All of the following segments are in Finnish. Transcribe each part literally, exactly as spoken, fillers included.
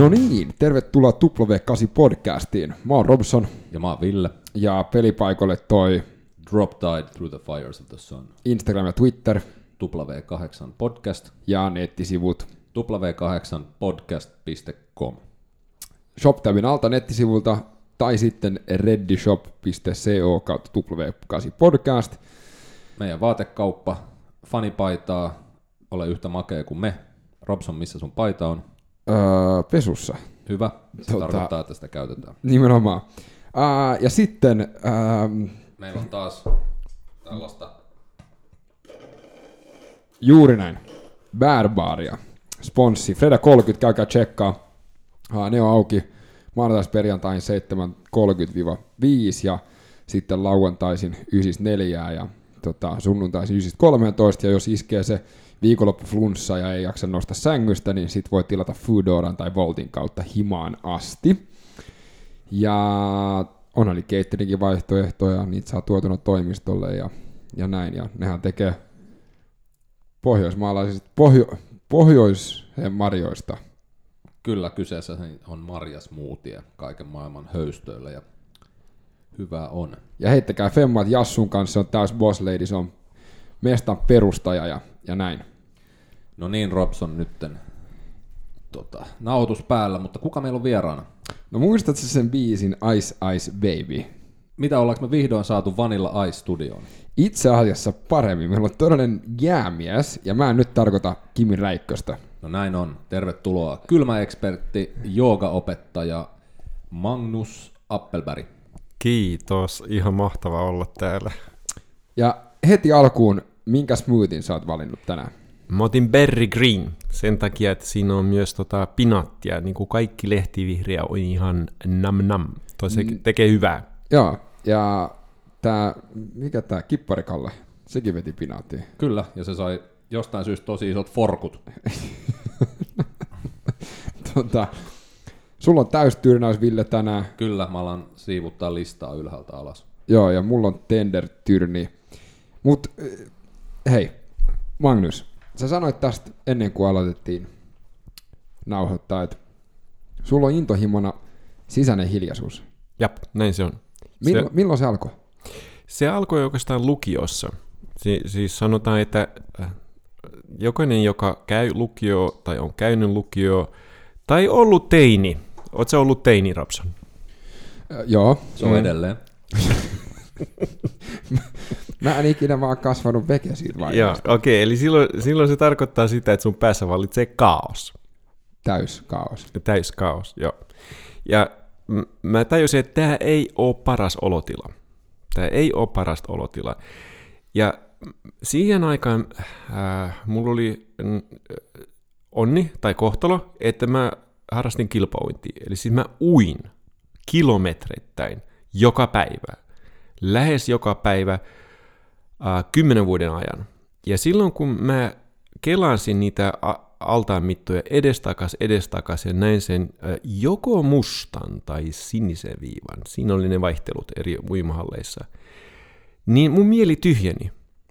No niin, tervetuloa W kahdeksan podcastiin. Mä oon Robson. Ja mä oon Ville. Ja pelipaikoille toi Drop Tide Through the Fires of the Sun. Instagram ja Twitter. W kahdeksan podcast. Ja nettisivut. W kahdeksan podcast piste com. ShopTabin alta nettisivulta tai sitten readyshop piste co kautta W kahdeksan podcast. Meidän vaatekauppa, fanipaitaa, ole yhtä makea kuin me. Robson, missä sun paita on? Öö, pesussa. Hyvä, se tota, tarkoittaa, että sitä käytetään. Nimenomaan. Uh, ja sitten... Uh, Meillä on taas tällaista... Juuri näin. Bad Baria. Sponssi. Freda kolmekymmentä, käykää tsekkaa. Uh, ne on auki maanantais perjantain seitsemän kolmekymmentä viisi ja sitten lauantaisin yhdeksän neljä ja tota, sunnuntaisin yhdeksän kolmetoista. Ja jos iskee se viikonloppu flunssa ja ei jaksa nostaa sängystä, niin sit voi tilata Foodoran tai Voltin kautta himaan asti. Ja on oli cateringin vaihtoehtoja, niitä saa tuotuna toimistolle ja, ja näin. Ja nehän tekee pohjoismaalaisista pohjo, pohjoisen marjoista. Kyllä, kyseessä on marjasmoothie kaiken maailman höystöillä ja hyvää on. Ja heittäkää femmat Jassun kanssa, se on täys boss lady, se on mestan perustaja ja, ja näin. No niin, Robson, nytten tota, nauhoitus päällä, mutta kuka meillä on vieraana? No muistatko sen biisin Ice Ice Baby? Mitä, ollaanko me vihdoin saatu Vanilla Ice studioon? Itse asiassa paremmin. Meillä on todellinen jäämies, ja mä en nyt tarkoita Kimi Räikköstä. No näin on. Tervetuloa kylmäekspertti, joogaopettaja Magnus Appelberg. Kiitos, ihan mahtava olla täällä. Ja heti alkuun, minkä smoothien sä oot valinnut tänään? Mä otin Berry Green sen takia, että siinä on myös tota pinattia, niin kuin kaikki lehtivihreä on ihan nam nam. Toi se mm. tekee hyvää. Joo, ja tää, mikä tää Kipparikalle, sekin veti pinaattia. Kyllä, ja se sai jostain syystä tosi isot forkut. tota, sulla on täystyrnäys, Ville, tänään. Kyllä, mä alan siivuttaa listaa ylhäältä alas. Joo, ja mulla on tender-tyrni. Mut hei, Magnus, sä sanoit tästä ennen kuin aloitettiin nauhoittaa, että sulla on intohimona sisäinen hiljaisuus. Jap, näin se on. Millo, se, milloin se alkoi? Se alkoi oikeastaan lukiossa. Si- siis sanotaan, että jokainen, joka käy lukio tai on käynyt lukio tai ollut teini. Oot sä ollut teini, Robson? Äh, joo. Se on mm. edelleen. Mä en ikinä vaan kasvanut veke siitä vaiheesta. Joo, okei, okay, eli silloin, silloin se tarkoittaa sitä, että sun päässä vallitsee kaos. Täys kaos. Täys kaos, joo. Ja m- mä tajusin, että tämä ei ole paras olotila. Tämä ei ole paras olotila. Ja siihen aikaan äh, mulla oli äh, onni tai kohtalo, että mä harrastin kilpauintia. Eli siis mä uin kilometreittäin joka päivä. Lähes joka päivä äh, kymmenen vuoden ajan. Ja silloin kun mä kelasin niitä altaan mittoja edestakas, edestakas ja näin sen äh, joko mustan tai sinisen viivan, siinä oli ne vaihtelut eri uimahalleissa, niin mun mieli tyhjeni.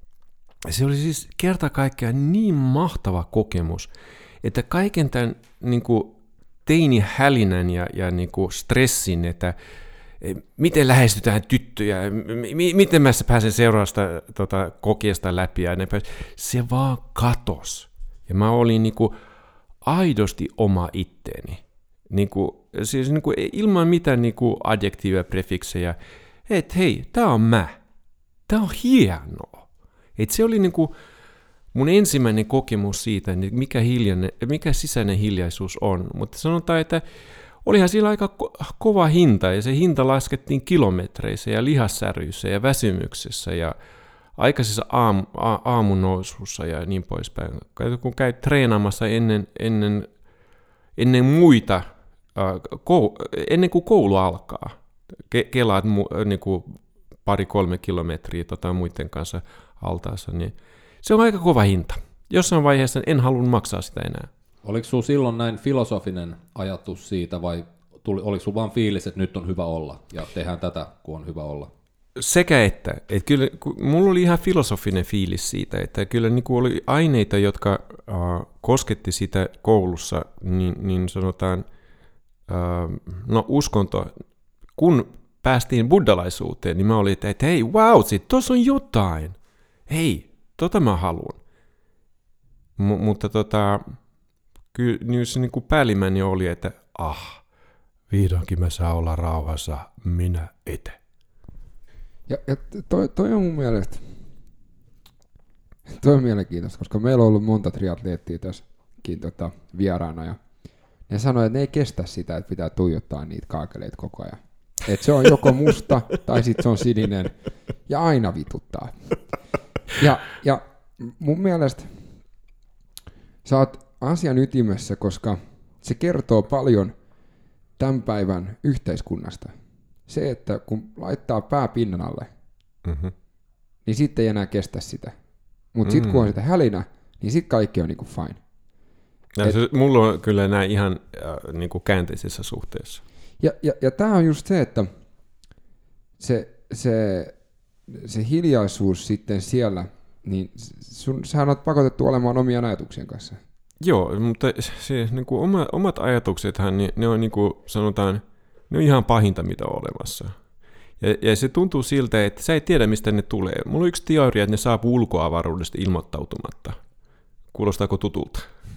Se oli siis kerta kaikkiaan niin mahtava kokemus, että kaiken tämän niin kuin teinihälinän ja, ja niin kuin stressin, että miten lähestytään tyttöjä, m- miten mä pääsen seuraavasta tota, kokeesta läpi, ja se vaan katos. Ja mä olin niinku aidosti oma itteeni. Niinku, siis niinku, ilman mitään niinku adjektiiveja, prefiksejä. Että hei, tää on mä. Tää on hienoa. Et se oli niinku mun ensimmäinen kokemus siitä, mikä, hiljainen, mikä sisäinen hiljaisuus on. Mutta sanotaan, että olihan sillä aika ko- kova hinta, ja se hinta laskettiin kilometreissä ja lihassäryissä ja väsymyksessä ja aikaisessa aam, a, aamunousussa ja niin poispäin. Kun käyt treenaamassa ennen, ennen, ennen muita, äh, kou, ennen kuin koulu alkaa, ke, kelaat mu, niin kuin pari-kolme kilometriä tota, muiden kanssa altaassa, niin se on aika kova hinta. Jossain vaiheessa en halunnut maksaa sitä enää. Oliko sinulla silloin näin filosofinen ajatus siitä, vai tuli, oliko sinulla vaan fiilis, että nyt on hyvä olla, ja tehdään tätä, kun on hyvä olla? Sekä että, että kyllä mulla oli ihan filosofinen fiilis siitä, että kyllä niin kuin oli aineita, jotka uh, kosketti sitä koulussa, niin, niin sanotaan no uskonto, kun päästiin buddhalaisuuteen, niin mä olin, että hei, wow, sit tossa on jotain. Hei, tota mä haluan. M- mutta tota, kyllä se niin kuin päällimmäinen oli, että ah, vihdoinkin mä saan olla rauhassa, minä itse. Ja, ja toi, toi on mun mielestä, toi on mielenkiintoista, koska meillä on ollut monta triatleettia tässäkin tota, vieraana, ja ne sanoi, että ne ei kestä sitä, että pitää tuijottaa niitä kaakeleita koko ajan. Että se on joko musta, tai sitten se on sininen, ja aina vituttaa. Ja, ja mun mielestä sä oot asian ytimessä, koska se kertoo paljon tämän päivän yhteiskunnasta. Se, että kun laittaa pää pinnan alle, mm-hmm. niin sitten ei enää kestä sitä. Mutta mm. sitten kun on sitä hälinä, niin sitten kaikki on niinku fine. Et, se, mulla on kyllä näin ihan äh, niinku käänteisessä suhteessa. Ja, ja, ja tämä on just se, että se, se, se hiljaisuus sitten siellä, niin sun, sähän oot pakotettu olemaan omien ajatuksien kanssa. Joo, mutta se, niin kuin oma, omat ajatuksethan, niin ne on niin kuin sanotaan, ne on ihan pahinta, mitä on olemassa. Ja, ja se tuntuu siltä, että sä et tiedä, mistä ne tulee. Mulla on yksi teoria, että ne saapuu ulkoavaruudesta ilmoittautumatta. Kuulostaako tutulta?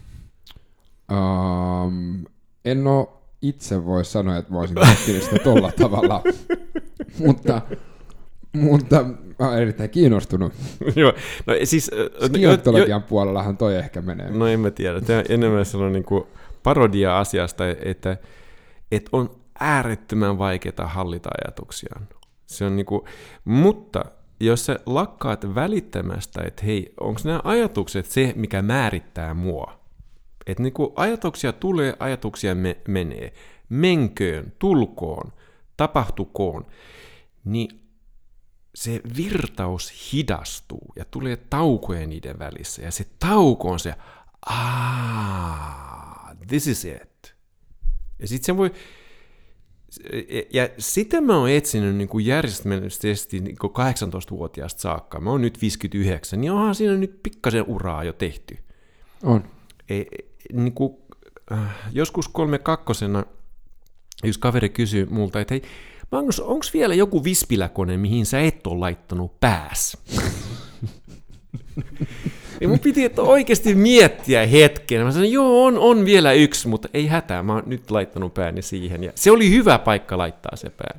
Um, en ole itse voi sanoa, että mä olisin miettinyt sitä tolla tavalla, mutta, mutta mä olen erittäin kiinnostunut. Joo, no siis... Skiantologian jo, puolellahan toi ehkä menee. No en mä tiedä. Tämä on enemmän sellainen niin kuin parodia asiasta, että, että on äärettömän vaikeaa hallita ajatuksiaan. Se on niin kuin, mutta jos sä lakkaat välittämästä, että hei, onko nämä ajatukset se, mikä määrittää mua? Että niin kuin ajatuksia tulee, ajatuksia me, menee. Menköön, tulkoon, tapahtukoon. Niin se virtaus hidastuu ja tulee taukoja niiden välissä. Ja se tauko on se, ah, this is it. Ja sitten se voi... Ja sitä mä oon etsinyt niin kuin järjestelmällisesti niin kuin kahdeksantoistavuotiaasta saakka. Mä oon nyt viisikymmentäyhdeksän, niin onhan siinä nyt pikkasen uraa jo tehty. On. E, niin kuin, äh, joskus kolme kakkosena, jos kaveri kysyy multa, että hei, Magnus, onko vielä joku vispiläkone, mihin sä et ole laittanut pääs? Ja mun piti että oikeasti miettiä hetken. Mä sanoin, joo, on, on vielä yksi, mutta ei hätää, mä oon nyt laittanut pääni siihen. Ja se oli hyvä paikka laittaa se pää.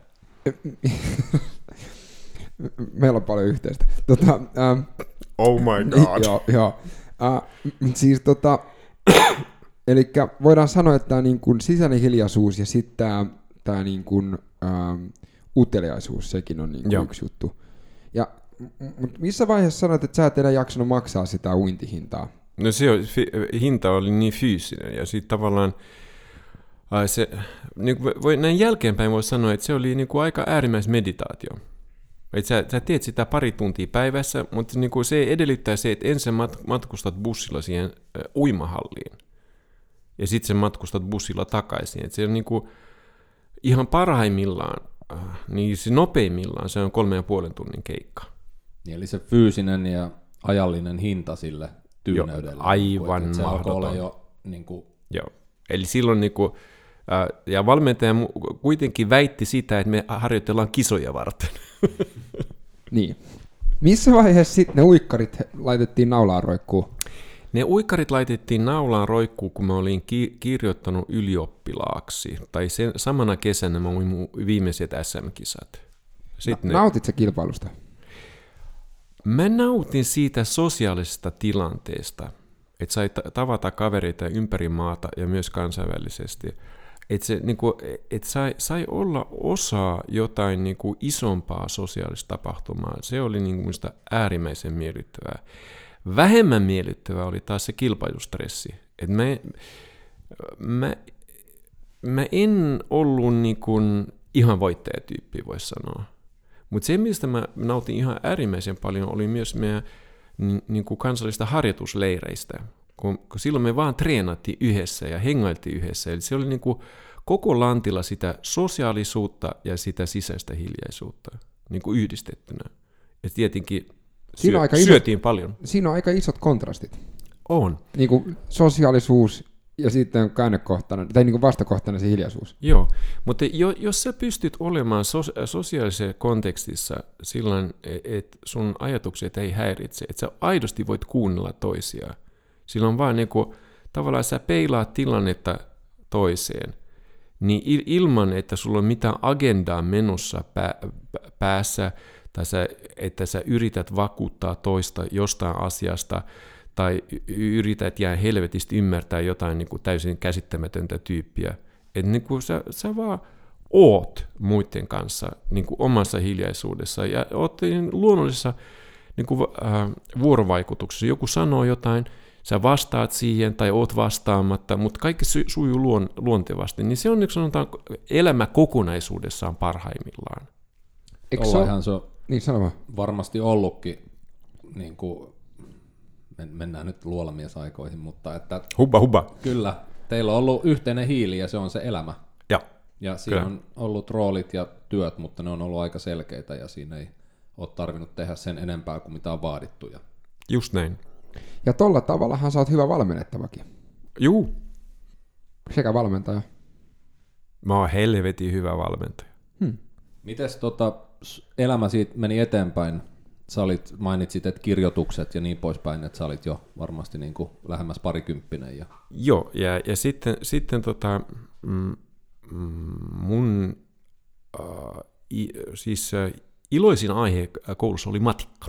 Meillä on paljon yhteistä. Tota, ähm, oh my god. Joo, joo. Äh, siis tota, eli voidaan sanoa, että tämä niin kuin sisäinen hiljaisuus ja sitten tämä, tämä niin kuin, ähm, uteliaisuus, sekin on niin kuin yksi juttu. Ja mutta missä vaiheessa sanoit, että sä et enää jaksanut maksaa sitä uintihintaa? No se on, hinta oli niin fyysinen ja sitten tavallaan ai se, niin kuin voi, näin jälkeenpäin voi sanoa, että se oli niin kuin aika äärimmäis meditaatio. Että sä, sä teet sitä pari tuntia päivässä, mutta niin kuin se edellyttää se, että ensin matkustat bussilla siihen uimahalliin ja sitten sen matkustat bussilla takaisin. Että se on niin kuin ihan parhaimmillaan, niin se nopeimmillaan se on kolme ja puolen tunnin keikka. Niin, eli se fyysinen ja ajallinen hinta sille tyyneydelle. Aivan se mahdoton. Jo, niin kuin... Joo. Eli silloin, niin kuin, äh, ja valmentaja kuitenkin väitti sitä, että me harjoitellaan kisoja varten. Niin. Missä vaiheessa sitten ne uikkarit laitettiin naulaan roikkuun? Ne uikkarit laitettiin naulaan roikkuun, kun mä olin ki- kirjoittanut ylioppilaaksi. Tai sen, samana kesänä mä olin mun viimeiset S M-kisat. Na- ne... Nautit sä kilpailusta? Mä nautin siitä sosiaalisesta tilanteesta, että sai tavata kavereita ympäri maata ja myös kansainvälisesti. Että se, niin kuin, et sai, sai olla osa jotain niin kuin isompaa sosiaalista tapahtumaa. Se oli niin kuin musta äärimmäisen miellyttävää. Vähemmän miellyttävää oli taas se kilpailustressi. Et mä, mä, mä en ollut niin kuin ihan voittajatyyppi, voisi sanoa. Mutta se, mistä mä nautin ihan äärimmäisen paljon, oli myös meidän niin kuin kansallista harjoitusleireistä. Kun, kun silloin me vaan treenattiin yhdessä ja hengailtiin yhdessä. Eli se oli niin kuin koko lantilla sitä sosiaalisuutta ja sitä sisäistä hiljaisuutta niin kuin yhdistettynä. Ja tietenkin syö, aika syötiin isot, paljon. Siinä on aika isot kontrastit. On. Niin kuin sosiaalisuus ja sitten on käännekohtainen, tai niin kuin vastakohtainen se hiljaisuus. Joo, mutta jo, jos sä pystyt olemaan sos, sosiaalisessa kontekstissa silloin, että sun ajatukset ei häiritse, että sä aidosti voit kuunnella toisiaan, silloin vaan niin kuin, tavallaan sä peilaat tilannetta toiseen, niin ilman, että sulla on mitään agendaa menossa pää, päässä, tai sä, että sä yrität vakuuttaa toista jostain asiasta, tai yrität jää helvetistä ymmärtää jotain niin kuin täysin käsittämätöntä tyyppiä. Että niin kuin sä, sä vaan oot muiden kanssa niin kuin omassa hiljaisuudessa, ja oot luonnollisessa niin kuin, äh, vuorovaikutuksessa. Joku sanoo jotain, sä vastaat siihen tai oot vastaamatta, mutta kaikki su- sujuu luon, luontevasti, niin se on niin sanotaan elämä kokonaisuudessaan parhaimmillaan. Ollaanhan se on niin, sano varmasti ollutkin, niin kuin, mennään nyt luolamiesaikoihin, mutta että hubba hubba. Kyllä, teillä on ollut yhteinen hiili ja se on se elämä. Ja, ja siinä kyllä. on ollut roolit ja työt, mutta ne on ollut aika selkeitä ja siinä ei ole tarvinnut tehdä sen enempää kuin mitä on vaadittu. Just näin. Ja tolla tavallahan sä oot hyvä valmennettavakin. Juu. Sekä valmentaja. Mä oon helvetin hyvä valmentaja. Hmm. Mites tota, elämä siitä meni eteenpäin? Sä olit, mainitsit, että kirjoitukset ja niin poispäin, että sä olit jo varmasti niin kuin lähemmäs parikymppinen. Ja... Joo, ja, ja sitten, sitten tota, mm, mun äh, i, siis äh, iloisin aihe koulussa oli matikka.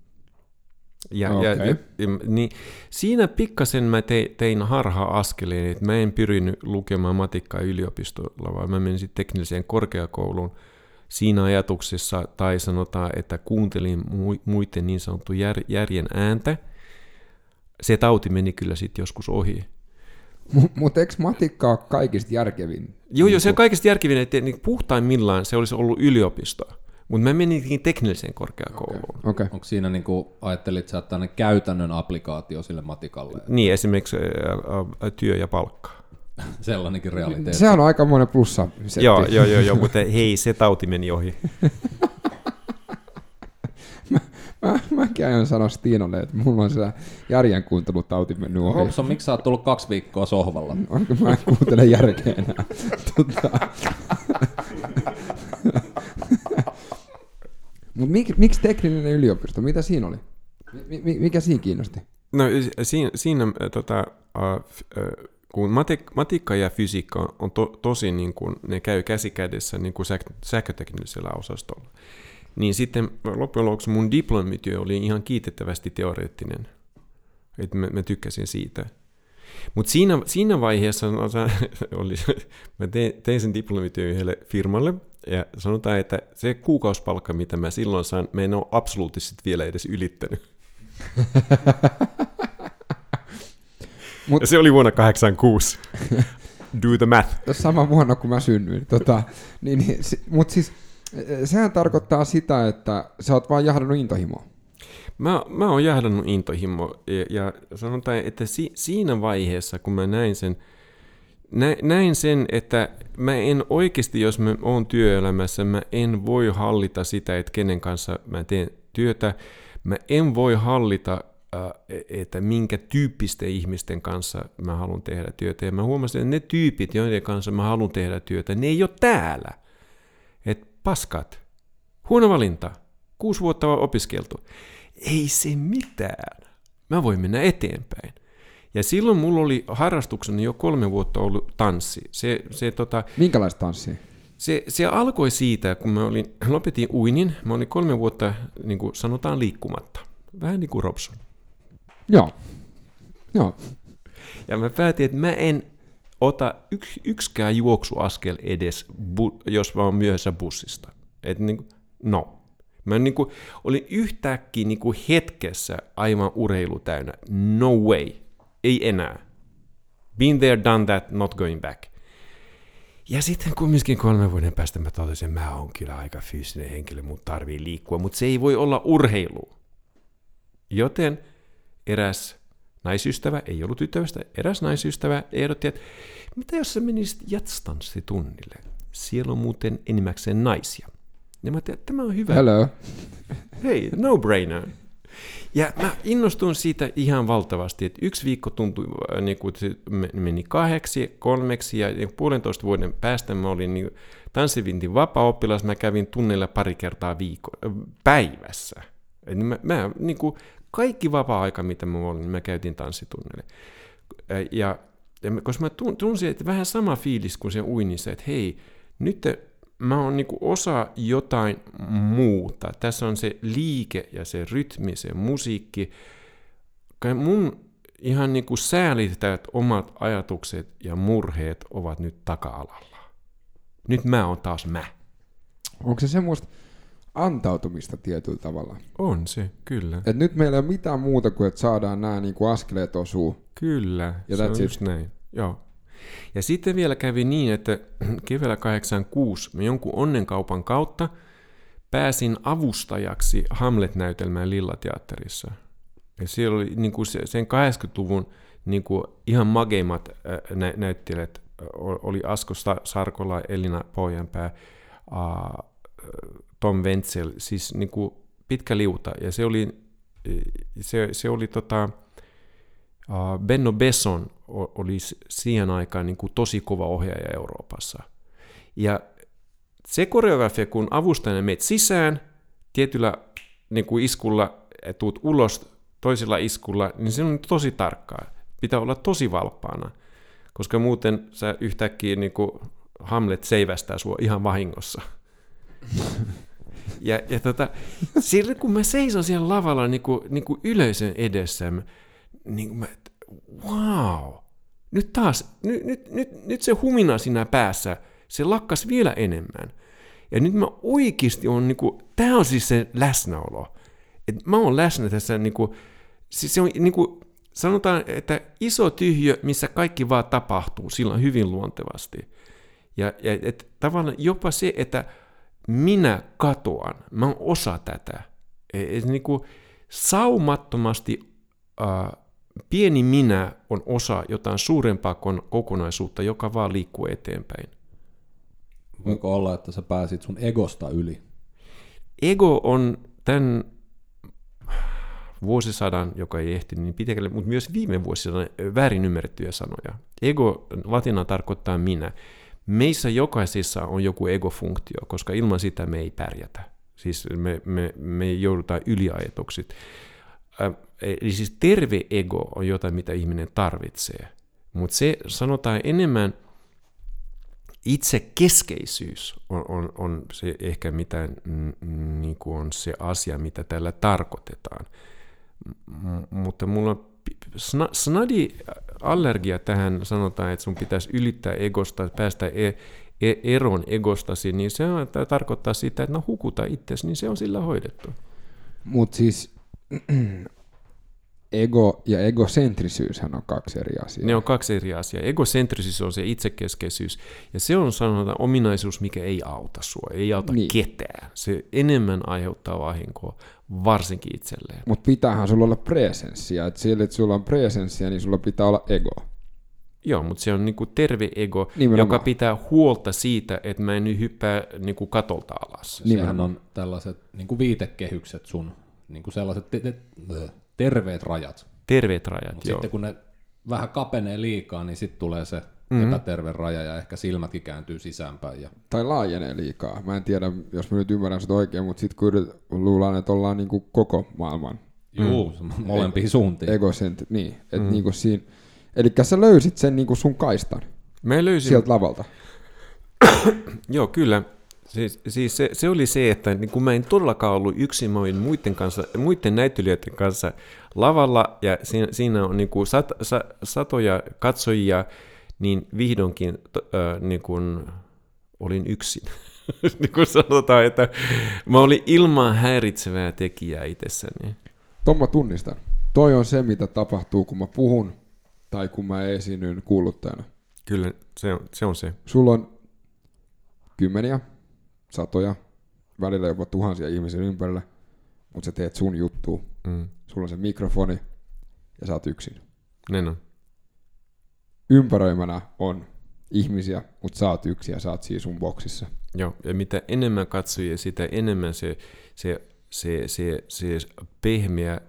Ja, okay. ja, ja, niin siinä pikkasen mä te, tein harha-askeleen, että mä en pyrinyt lukemaan matikkaa yliopistolla, vaan mä menin sitten tekniseen korkeakouluun siinä ajatuksessa, tai sanotaan, että kuuntelin muiden niin sanottu jär, järjen ääntä. Se tauti meni kyllä sitten joskus ohi. M- Mutta eikö matikka ole kaikista järkevin? Joo, joo, se on kaikista järkevin, että niin puhtaimmillaan se olisi ollut yliopisto. Mutta mä menin tekniseen korkeakouluun. Okay. Okay. Onko siinä, niin kuin, ajattelit sä, että käytännön applikaatio sille matikalle? Niin, esimerkiksi ä, ä, työ ja palkka. Sellainenkin realiteetti. Se on aikamoinen plussa. Joo, joo, joo, joo, mutta hei, se tauti meni ohi. mä, mä, mäkin aion sanoa Stiinalle, että mulla on se järjen kuuntelutauti mennyt ohi. Robson, miksi sä oot tullut kaksi viikkoa sohvalla? Mä en kuuntele järkeä enää. Tota... Mutta mik, miksi tekninen yliopisto? Mitä siinä oli? M- mikä siinä kiinnosti? No siinä, siinä tota, uh, kun matik- matikka ja fysiikka on to, tosi, niin kuin, ne käy käsikädessä niin kuin säk- sähköteknisellä osastolla, niin sitten loppujen lopuksi mun diplomityö oli ihan kiitettävästi teoreettinen. Että mä, mä tykkäsin siitä. Mutta siinä, siinä vaiheessa oli, mä tein, tein sen diplomityön yhdelle firmalle, ja sanotaan, että se kuukausipalkka, mitä mä silloin sain, mä en ole absoluuttisesti vielä edes ylittänyt. Mut, ja se oli vuonna kahdeksankymmentäkuusi. Do the math. Sama vuonna, kun mä synnyin. Tota, niin, niin, mutta siis sehän tarkoittaa sitä, että sä oot vaan jahdannut intohimoa. Mä, mä oon jahdannut intohimoa, ja, ja sanotaan, että si, siinä vaiheessa, kun mä näin sen, nä, näin sen, että mä en oikeasti, jos mä oon työelämässä, mä en voi hallita sitä, että kenen kanssa mä teen työtä. Mä en voi hallita, että minkä tyyppisten ihmisten kanssa mä haluan tehdä työtä. Ja mä huomasin, että ne tyypit, joiden kanssa mä haluan tehdä työtä, ne ei ole täällä. Et paskat. Huono valinta. Kuusi vuotta on opiskeltu. Ei se mitään. Mä voin mennä eteenpäin. Ja silloin mulla oli harrastukseni jo kolme vuotta ollut tanssi. Se, se, tota, Minkälaista tanssia? Se, se alkoi siitä, kun mä olin, lopetin uinin. Mä olin kolme vuotta, niin kuin sanotaan, liikkumatta. Vähän niin kuin Robson. Joo. Joo. Ja mä päätin, että mä en ota yks, yksikään juoksuaskel edes, bu, jos mä oon myöhässä bussista. Et niin kuin, no. Mä niin kuin, olin yhtäkkiä niin kuin hetkessä aivan urheilu täynnä. No way. Ei enää. Been there, done that, not going back. Ja sitten kumminkin kolmen vuoden päästä mä totesin, että mä oon kyllä aika fyysinen henkilö, mutta tarvii liikkua, mutta se ei voi olla urheilu. Joten eräs naisystävä, ei ollut tyttöystä, eräs naisystävä ehdotti, että mitä jos sä menisit jatstanssitunnille? Siellä on muuten enimmäkseen naisia. Ja mä ajattelin, että tämä on hyvä. Hello. Hei, no brainer. Ja mä innostun siitä ihan valtavasti, että yksi viikko tuntui, niin kuin se meni kahdeksi, kolmeksi ja puolentoista vuoden päästä mä olin niin tanssivintin vapaa-oppilas, mä kävin tunneilla pari kertaa viikko, päivässä. Eli mä, mä, niin kuin kaikki vapaa-aika, mitä mä olin, mä käytin tanssitunneille. Ja, ja koska mä tunsin, että vähän sama fiilis kuin se uinnissa, että hei, nyt mä oon niin kuin osa jotain muuta. Tässä on se liike ja se rytmi, se musiikki. Mun ihan niin kuin säälittävät omat ajatukset ja murheet ovat nyt taka-alalla. Nyt mä oon taas mä. Onko se semmoista antautumista tietyllä tavalla? On se, kyllä. Et nyt meillä ei ole mitään muuta kuin, että saadaan nämä niin kuin askeleet osuu. Kyllä, ja se on it. just näin. Joo. Ja sitten vielä kävi niin, että keväällä kahdeksankymmentäkuusi mä jonkun onnenkaupan kautta pääsin avustajaksi Hamlet-näytelmään Lillateatterissa. Ja siellä oli niin kuin sen kahdeksankymmentäluvun niin kuin ihan mageimmat nä- näyttelijät. Oli Asko Sarkola, Elina Pohjanpää, uh, Tom Wenzel, siis niin kuin pitkä liuta. Ja se oli, se, se oli tota, uh, Benno Besson oli siihen aikaan niin kuin tosi kova ohjaaja Euroopassa. Ja se koreografia, kun avustajana meet sisään, tietyllä niin kuin iskulla tuut ulos toisella iskulla, niin se on tosi tarkkaa. Pitää olla tosi valppaana, koska muuten sä yhtäkkiä niin kuin Hamlet seivästää sua ihan vahingossa. ja ja tota, silloin kun mä seison siellä lavalla niin kuin, niin kuin yleisön edessä, niin kuin mä, wow, nyt taas, nyt, nyt, nyt, nyt se humina siinä päässä, se lakkas vielä enemmän. Ja nyt mä oikeasti on, niin kuin, tää on siis se läsnäolo. Et mä oon läsnä tässä, niin kuin, siis se on niin kuin, sanotaan, että iso tyhjö, missä kaikki vaan tapahtuu, silloin hyvin luontevasti. Ja, ja et, tavallaan jopa se, että minä katoan, mä oon osa tätä. Et, niin kuin, saumattomasti äh, pieni minä on osa jotain suurempaa kokonaisuutta, joka vaan liikkuu eteenpäin. Voiko olla, että sä pääsit sun egosta yli? Ego on tämän vuosisadan, joka ei ehti niin pitkälle, mutta myös viime vuosisadan väärin ymmärrettyjä sanoja. Ego latina tarkoittaa minä. Meissä jokaisessa on joku egofunktio, koska ilman sitä me ei pärjätä. Siis me, me, me joudutaan yliajatuksi. Eli siis terve ego on jotain, mitä ihminen tarvitsee. Mutta se sanotaan enemmän, itsekeskeisyys on, on, on se ehkä mitä, mm, niin kuin on se asia, mitä tällä tarkoitetaan. M- mutta mulla on sna- snadi allergia tähän, sanotaan, että sun pitäisi ylittää egosta, päästä e- e- eroon egostasi, niin se on, tarkoittaa sitä, että no hukuta itsesi, niin se on sillä hoidettu. Mutta siis ego ja egocentrisyyshän on kaksi eri asiaa. Ne on kaksi eri asiaa. Egocentrisyys on se itsekeskeisyys, ja se on sanotaan ominaisuus, mikä ei auta sua, ei auta niin. ketään. Se enemmän aiheuttaa vahinkoa, varsinkin itselleen. Mutta pitäähän sulla olla presenssiä, että sillä, että sulla on presenssiä, niin sulla pitää olla ego. Joo, mutta se on niinku terve ego, Nimenomaan. joka pitää huolta siitä, että mä en nyt hyppää niinku katolta alas. Sehän on tällaiset niinku viitekehykset sun, niinku sellaiset te- te- terveet rajat. Terveet rajat, Mut joo. Sitten kun ne vähän kapenee liikaa, niin sitten tulee se mm-hmm. epäterve raja ja ehkä silmätkin kääntyy sisäänpäin. Ja... Tai laajenee liikaa. Mä en tiedä, jos mä nyt ymmärrän sitä oikein, mutta sitten kun luullaan, että ollaan niinku koko maailman. Juu, mm. molempiin suuntiin. Egocent, niin. Et mm. niinku siinä, elikkä sä löysit sen niinku sun kaistan Mä löysin... sieltä lavalta. Joo, kyllä. Siis, siis se, se oli se, että niin kun mä en todellakaan ollut yksin, mä olin muiden, kanssa, muiden näyttelijöiden kanssa lavalla, ja siinä, siinä on niin kuin sat, sa, satoja katsojia, niin vihdoinkin äh, niin kuin olin yksin. Niin kuin sanotaan, että mä olin ilman häiritsevää tekijää itsessäni. Ton mä tunnistan. Toi on se, mitä tapahtuu, kun mä puhun tai kun mä esiinnyn kuuluttajana. Kyllä, se on se. On se. Sulla on kymmeniä, satoja, välillä jopa tuhansia ihmisiä ympärillä, mutta sä teet sun juttua. Mm. Sulla on se mikrofoni ja sä oot yksin. Näin on. Ympäröimänä on ihmisiä, mutta sä oot yksin ja sä oot siinä sun boksissa. Joo, ja mitä enemmän katsojia, sitä enemmän se, se, se, se, se pehmeä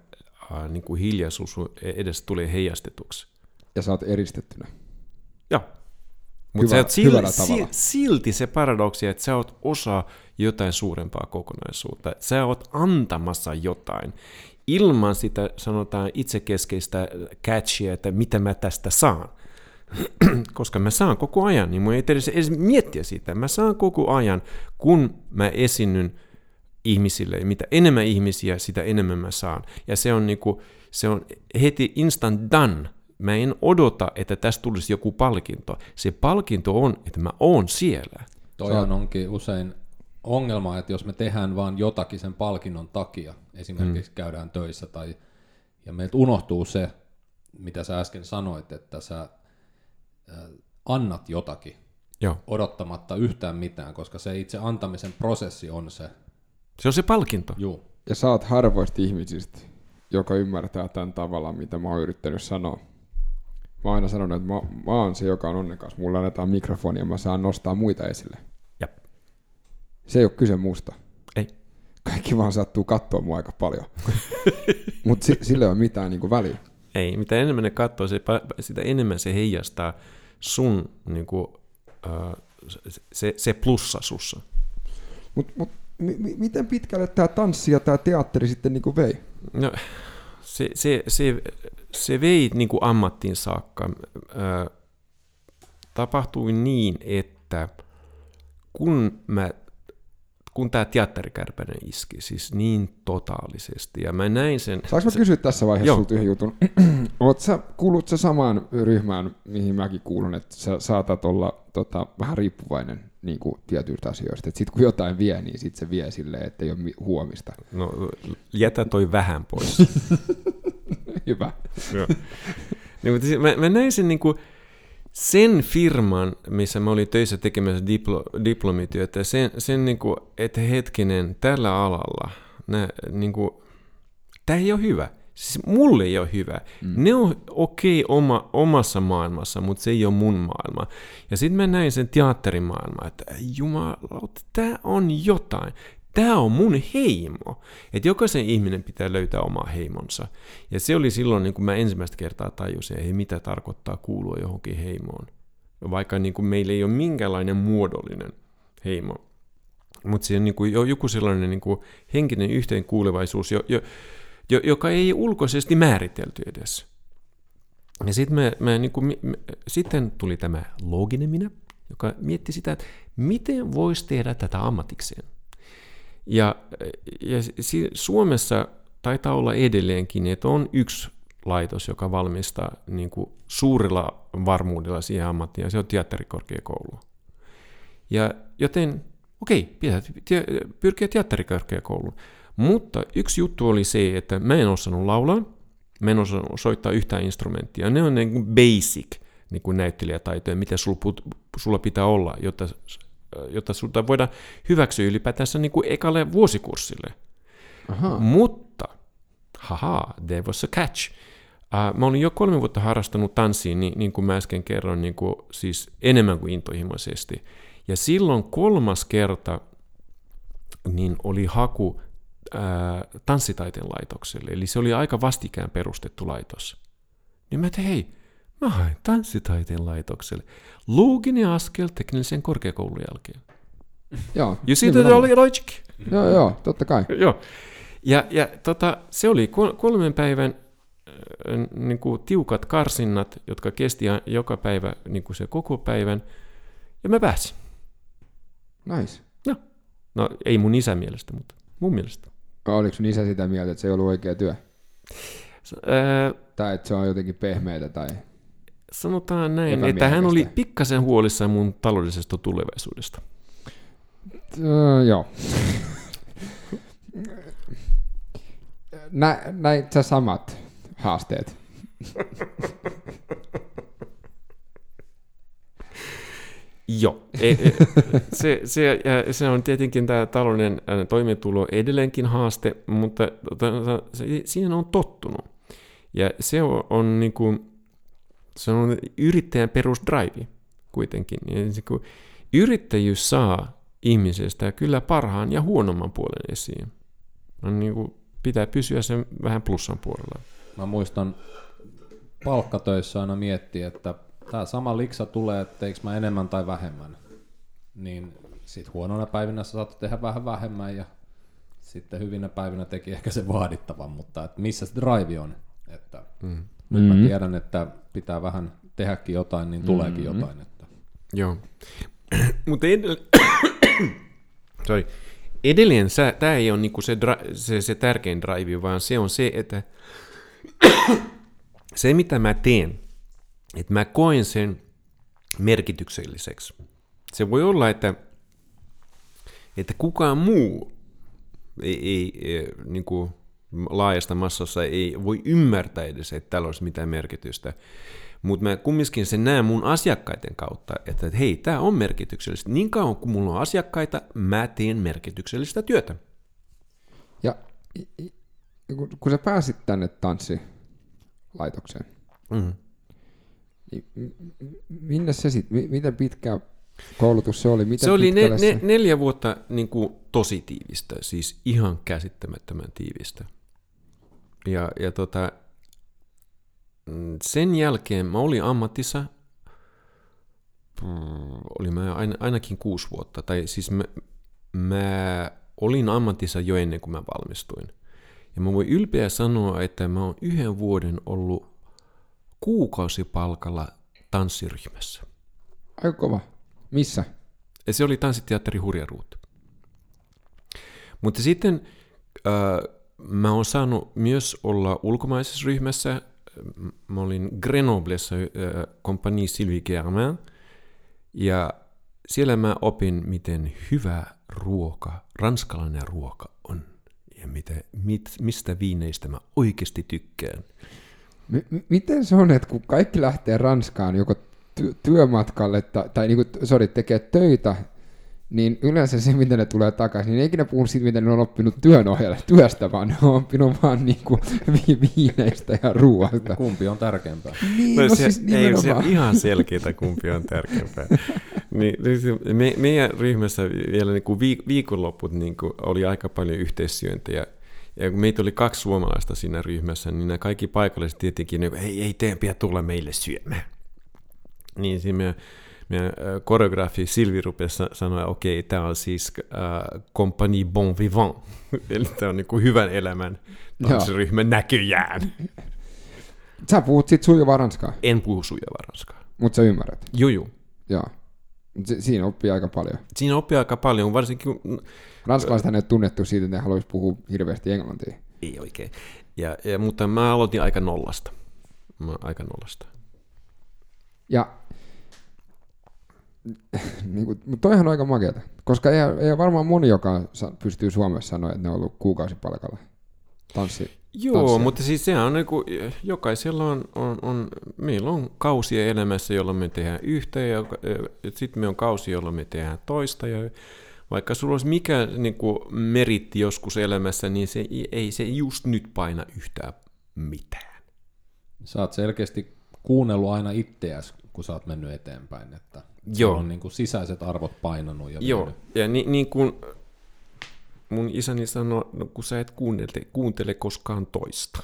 äh, niin kuin hiljaisuus edes tulee heijastetuksi. Ja sä oot eristettynä. Joo. Mutta Hyvä, silti, hyvällä tavalla. silti se paradoksi, että sä oot osa jotain suurempaa kokonaisuutta. Sä oot antamassa jotain ilman sitä, sanotaan, itsekeskeistä catchia, että mitä mä tästä saan. Koska mä saan koko ajan, niin mun ei edes, edes miettiä sitä. Mä saan koko ajan, kun mä esinnyn ihmisille. Mitä enemmän ihmisiä, sitä enemmän mä saan. Ja se on, niinku, se on heti instant done. Mä en odota, että tästä tulisi joku palkinto. Se palkinto on, että mä oon siellä. Toihan onkin usein ongelma, että jos me tehdään vaan jotakin sen palkinnon takia, esimerkiksi mm. käydään töissä, tai, ja meiltä unohtuu se, mitä sä äsken sanoit, että sä äh, annat jotakin Joo. odottamatta yhtään mitään, koska se itse antamisen prosessi on se. Se on se palkinto. Juu. Ja sä oot harvoista ihmisistä, joka ymmärtää tämän tavalla, mitä mä oon yrittänyt sanoa. Mä oon aina sanonut, että mä, mä oon se, joka on onnekas. Mulla annetaan mikrofoni ja mä saan nostaa muita esille. Jep. Se ei ole kyse musta. Ei. Kaikki vaan sattuu katsoa mua aika paljon. Mutta si- sillä ei ole mitään niinku väliä. Ei, mitä enemmän ne katsoo, se, sitä enemmän se heijastaa sun niinku, uh, se, se plussa sussa. Mutta mut, m- m- miten pitkälle tämä tanssi ja tämä teatteri sitten niinku vei? No, se, se, se, se vei niinku ammattiin saakka. Ö, tapahtui niin, että kun, mä, kun tämä teatterikärpänen iski, siis niin totaalisesti, ja mä näin sen... Saanko mä se, kysyä tässä vaiheessa joo. sulta yhden jutun? Oot sä, kuulut sä samaan ryhmään, mihin mäkin kuulun, että sä saatat olla tota, vähän riippuvainen niin kuin tietyistä asioista, että sit kun jotain vie, niin sit se vie silleen, että ei ole huomista. No, jätä toi vähän pois. Hyvä. Joo. Niin, mutta mä, mä näin sen, niin kuin, sen firman, missä mä olin töissä tekemässä diplo, diplomityötä, sen, sen niin kuin, että hetkinen, tällä alalla, nää, niin kuin, tämä ei ole hyvä. Siis mulle ei ole hyvä. Mm. Ne on okei okay oma, omassa maailmassa, mutta se ei ole mun maailma. Ja sitten mä näin sen teatterimaailman, että jumalauta, tämä on jotain. Tämä on mun heimo. Että jokaisen ihminen pitää löytää omaa heimonsa. Ja se oli silloin, niin kun mä ensimmäistä kertaa tajusin, että mitä tarkoittaa kuulua johonkin heimoon. Vaikka niin kuin meillä ei ole minkäänlainen muodollinen heimo. Mutta se on niin kuin joku sellainen niin kuin henkinen yhteenkuuluvaisuus, jo, jo, jo, joka ei ulkoisesti määritelty edes. Ja sit mä, mä, niin kuin, sitten tuli tämä looginen minä, joka mietti sitä, että miten voisi tehdä tätä ammatikseen. Ja, ja Suomessa taitaa olla edelleenkin, että on yksi laitos, joka valmistaa niin kuin suurella varmuudella siihen ammattiin, ja se on teatterikorkeakoulu. Ja joten, okei, pitää pyrkiä teatterikorkeakouluun. Mutta yksi juttu oli se, että mä en osannut laulaa, mä en osannut soittaa yhtään instrumenttia. Ne on niin kuin basic niin kuin näyttelijätaitoja, mitä sulla, sulla pitää olla, jotta... jotta sulta voidaan hyväksyä ylipäätänsä niin kuin ekalle vuosikurssille. Aha. Mutta, haha, there was a catch. Uh, mä olin jo kolme vuotta harrastanut tanssia, niin, niin kuin mä äsken kerroin, niin kuin, siis enemmän kuin intohimoisesti. Ja silloin kolmas kerta niin oli haku uh, tanssitaiteen laitokselle, eli se oli aika vastikään perustettu laitos. Niin mä tein, hei, mä hain tanssitaiteen laitokselle. Looginen askel teknillisen korkeakoulun jälkeen. Joo. You see the logic? Joo, joo, totta kai. Joo. Ja, ja tota, se oli kolmen päivän äh, niin kuin tiukat karsinnat, jotka kesti joka päivä niin kuin se koko päivän. Ja mä pääsin. Nice. No, no ei mun isän mielestä, mutta mun mielestä. Oliko sun isä sitä mieltä, että se ei ollut oikea työ? Ää, tai että se on jotenkin pehmeitä tai... Sanotaan näin, että hän oli pikkasen huolissaan mun taloudellisesta tulevaisuudesta. Öö, joo. Nä, näit sä samat haasteet? Joo. E, e, se, se, se on tietenkin tämä talouden toimeentulo edelleenkin haaste, mutta siihen on tottunut. Ja se on, on niin kuin, se on yrittäjän perusdrive kuitenkin. Ja se, kun yrittäjyys saa ihmisestä kyllä parhaan ja huonomman puolen esiin. On niin kuin, pitää pysyä sen vähän plussan puolella. Mä muistan palkkatöissä aina miettiä, että tämä sama liksa tulee, että teikö mä enemmän tai vähemmän. Niin sit huonoina päivinä sä saat tehdä vähän vähemmän ja sitten hyvinä päivinä teki ehkä se vaadittavan, mutta että missä se drive on. Että mm. Nyt mä tiedän, että pitää vähän tehdäkin jotain, niin tuleekin mm-hmm. jotain. Että. Joo. Mutta edelleen, sorry. edelleen tämä ei ole niinku se, dra- se, se tärkein drive, vaan se on se, että se mitä mä teen, että mä koen sen merkitykselliseksi. Se voi olla, että, että kukaan muu ei, ei, ei niin kuin laajasta massassa ei voi ymmärtää edes, että tällä olisi mitään merkitystä. Mutta mä kumminkin sen näen mun asiakkaiden kautta, että hei, tämä on merkityksellistä. Niin kauan kuin mulla on asiakkaita, mä teen merkityksellistä työtä. Ja kun sä pääsit tänne tanssilaitokseen, mm-hmm. niin minne se sitten, miten pitkä koulutus se oli? Miten se oli ne, se... Ne, neljä vuotta niin kuin tosi tiivistä, siis ihan käsittämättömän tiivistä. Ja, ja tota, sen jälkeen mä olin ammatissa, olin mä ain, ainakin kuusi vuotta, tai siis mä, mä olin ammatissa jo ennen kuin mä valmistuin. Ja mä voin ylpeä sanoa, että mä oon yhden vuoden ollut kuukausipalkalla tanssiryhmässä. Aika kova. Missä? Ja se oli tanssiteatteri Hurjaruut. Mutta sitten äh, mä oon saanut myös olla ulkomaisessa ryhmässä. Mä olin Grenoblessa äh, Compagnie Sylvie Germain. Ja siellä mä opin, miten hyvä ruoka, ranskalainen ruoka on. Ja mitä, mit, mistä viineistä mä oikeasti tykkään. M- miten se on, että kun kaikki lähtee Ranskaan joko ty- työmatkalle tai, tai niin kuin, sorry, tekee töitä, niin yleensä se, miten ne tulee takaisin, niin ei ikinä puhu siitä, miten ne on oppinut työn ohjella työstä, vaan ne on oppinut vaan niin kuin vi- viineistä ja ruoasta. Kumpi on tärkeämpää? Niin, no, no se, siis ei se on ihan selkeää, kumpi on tärkeämpää. Niin, me, meidän ryhmässä vielä niin kuin viik- viikonlopput niin kuin oli aika paljon yhteissyöntejä. Ja kun meitä oli kaksi suomalaista siinä ryhmässä, niin nämä kaikki paikalliset tietenkin, niin ei, ei teidän pidä tulla meille syömään. Niin siinä meidän, meidän koreografi Silvi rupesi sanoa, että okei, okay, tämä on siis äh, Compagnie Bon Vivant. Eli tämä on niin kuin hyvän elämän tanssiryhmän näköjään. Sä puhut sit sujuvaa ranskaa? En puhu sujuvaa ranskaa. Mutta sä ymmärrät? Joo, joo. Joo. Si- siinä oppii aika paljon. Siinä oppii aika paljon, varsinkin... Ranskalaisethan ei ole tunnettu siitä, että ne haluaisi puhua hirveästi englantia. Ei oikein. Ja, ja, mutta mä aloitin aika nollasta. Mä aika nollasta. Ja niin kuin, mutta toihan on aika makeata, koska ei, ei varmaan moni, joka pystyy Suomessa sanoa, että ne on ollut kuukausipalkalla tanssi. Joo, tanssia. mutta siis sehän on niin kuin, jokaisella on, on, on, meillä on kausia elämässä, jolloin me tehdään yhtä, ja, ja sitten me on kausi, jolloin me tehdään toista, ja vaikka sulla olisi mikä niin kuin meritti joskus elämässä, niin se ei se just nyt paina yhtään mitään. Sä oot selkeästi kuunnellut aina itseäsi, kun sä oot mennyt eteenpäin, että Joo. on niin kuin sisäiset arvot painanut. Ja Joo, mennyt. ja ni, niin kuin mun isäni sanoi, no kun sä et kuuntele, kuuntele koskaan toista.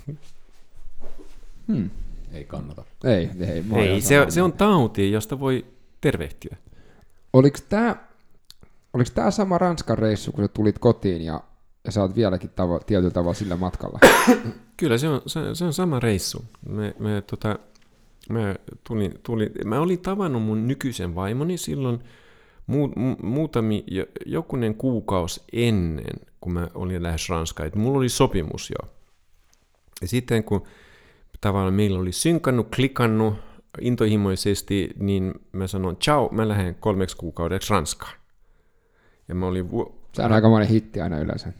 Hmm. Ei kannata. Ei, ei, ei se, se on tauti, josta voi tervehtyä. Oliko tämä oliko tää sama Ranskan reissu, kun sä tulit kotiin ja, ja sä oot vieläkin tavo- tietyllä tavalla sillä matkalla? Kyllä, se on, se, se on sama reissu. Me, me, tota, mä, tulin, tulin, mä olin tavannut mun nykyisen vaimoni silloin mu, mu, muutami, jokunen kuukausi ennen, kun mä olin lähes Ranskaan. Et mulla oli sopimus jo. Ja sitten kun tavallaan meillä oli synkannut, klikannut intohimoisesti, niin mä sanoin, ciao, mä lähden kolmeksi kuukaudeksi Ranskaan. Ja mä olin vu- Se on aikamoinen hitti aina yleensä.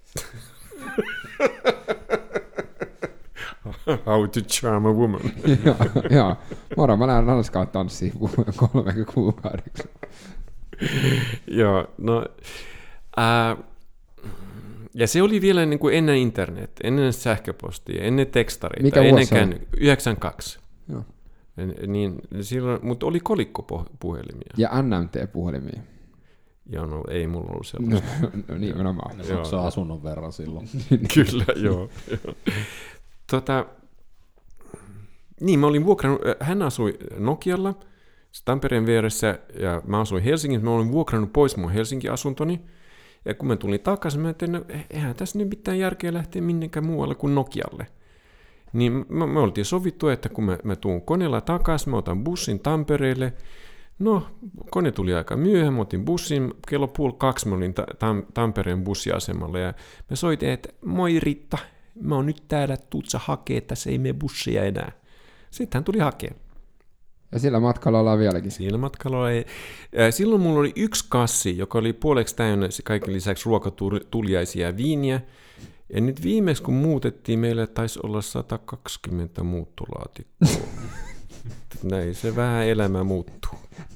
How to charm a woman. Joo, joo. Moro, mä lähden Ranskaan tanssiin kolme kuukaudeksi. Joo, no... Äh, ja se oli vielä niin kuin ennen internet, ennen sähköpostia, ennen tekstareita, Mikä ennen vuosi känny- yhdeksänkymmentäkaksi. Joo. Niin, silloin, mutta oli kolikkopuhelimia. Ja N M T-puhelimia. Ja no ei mulla ollut sellaista. No, no nimenomaan. Ne maksaa asunnon verran silloin. Kyllä, joo. joo. Tota, niin, mä olin vuokrannut, hän asui Nokialla, Tampereen vieressä, ja mä asuin Helsingissä. Mä olin vuokrannut pois mun Helsinki-asuntoni. Ja kun mä tulin takaisin, mä ajattelin, että eihän tässä nyt mitään järkeä lähteä minnekään muualle kuin Nokialle. Niin me, me oltiin sovittu, että kun mä, mä tuun koneella takaisin, mä otan bussin Tampereelle. No, kone tuli aika myöhään, mä otin bussin, kello puoli kaksi mä olin ta- Tam- Tampereen bussiasemalla ja mä soitin, että moi Ritta, mä oon nyt täällä, tuut sä hakee, tässä ei mene bussia enää. Sitten hän tuli hakea. Ja sillä matkalla ollaan vieläkin. Sillä matkalla ei. Silloin mulla oli yksi kassi, joka oli puoleksi täynnä kaiken lisäksi ruokatuliaisia ja viiniä. Ja nyt viimeksi kun muutettiin, meillä taisi olla sata kaksikymmentä muuttolaatikkoa. Näin se vähän elämä muuttuu.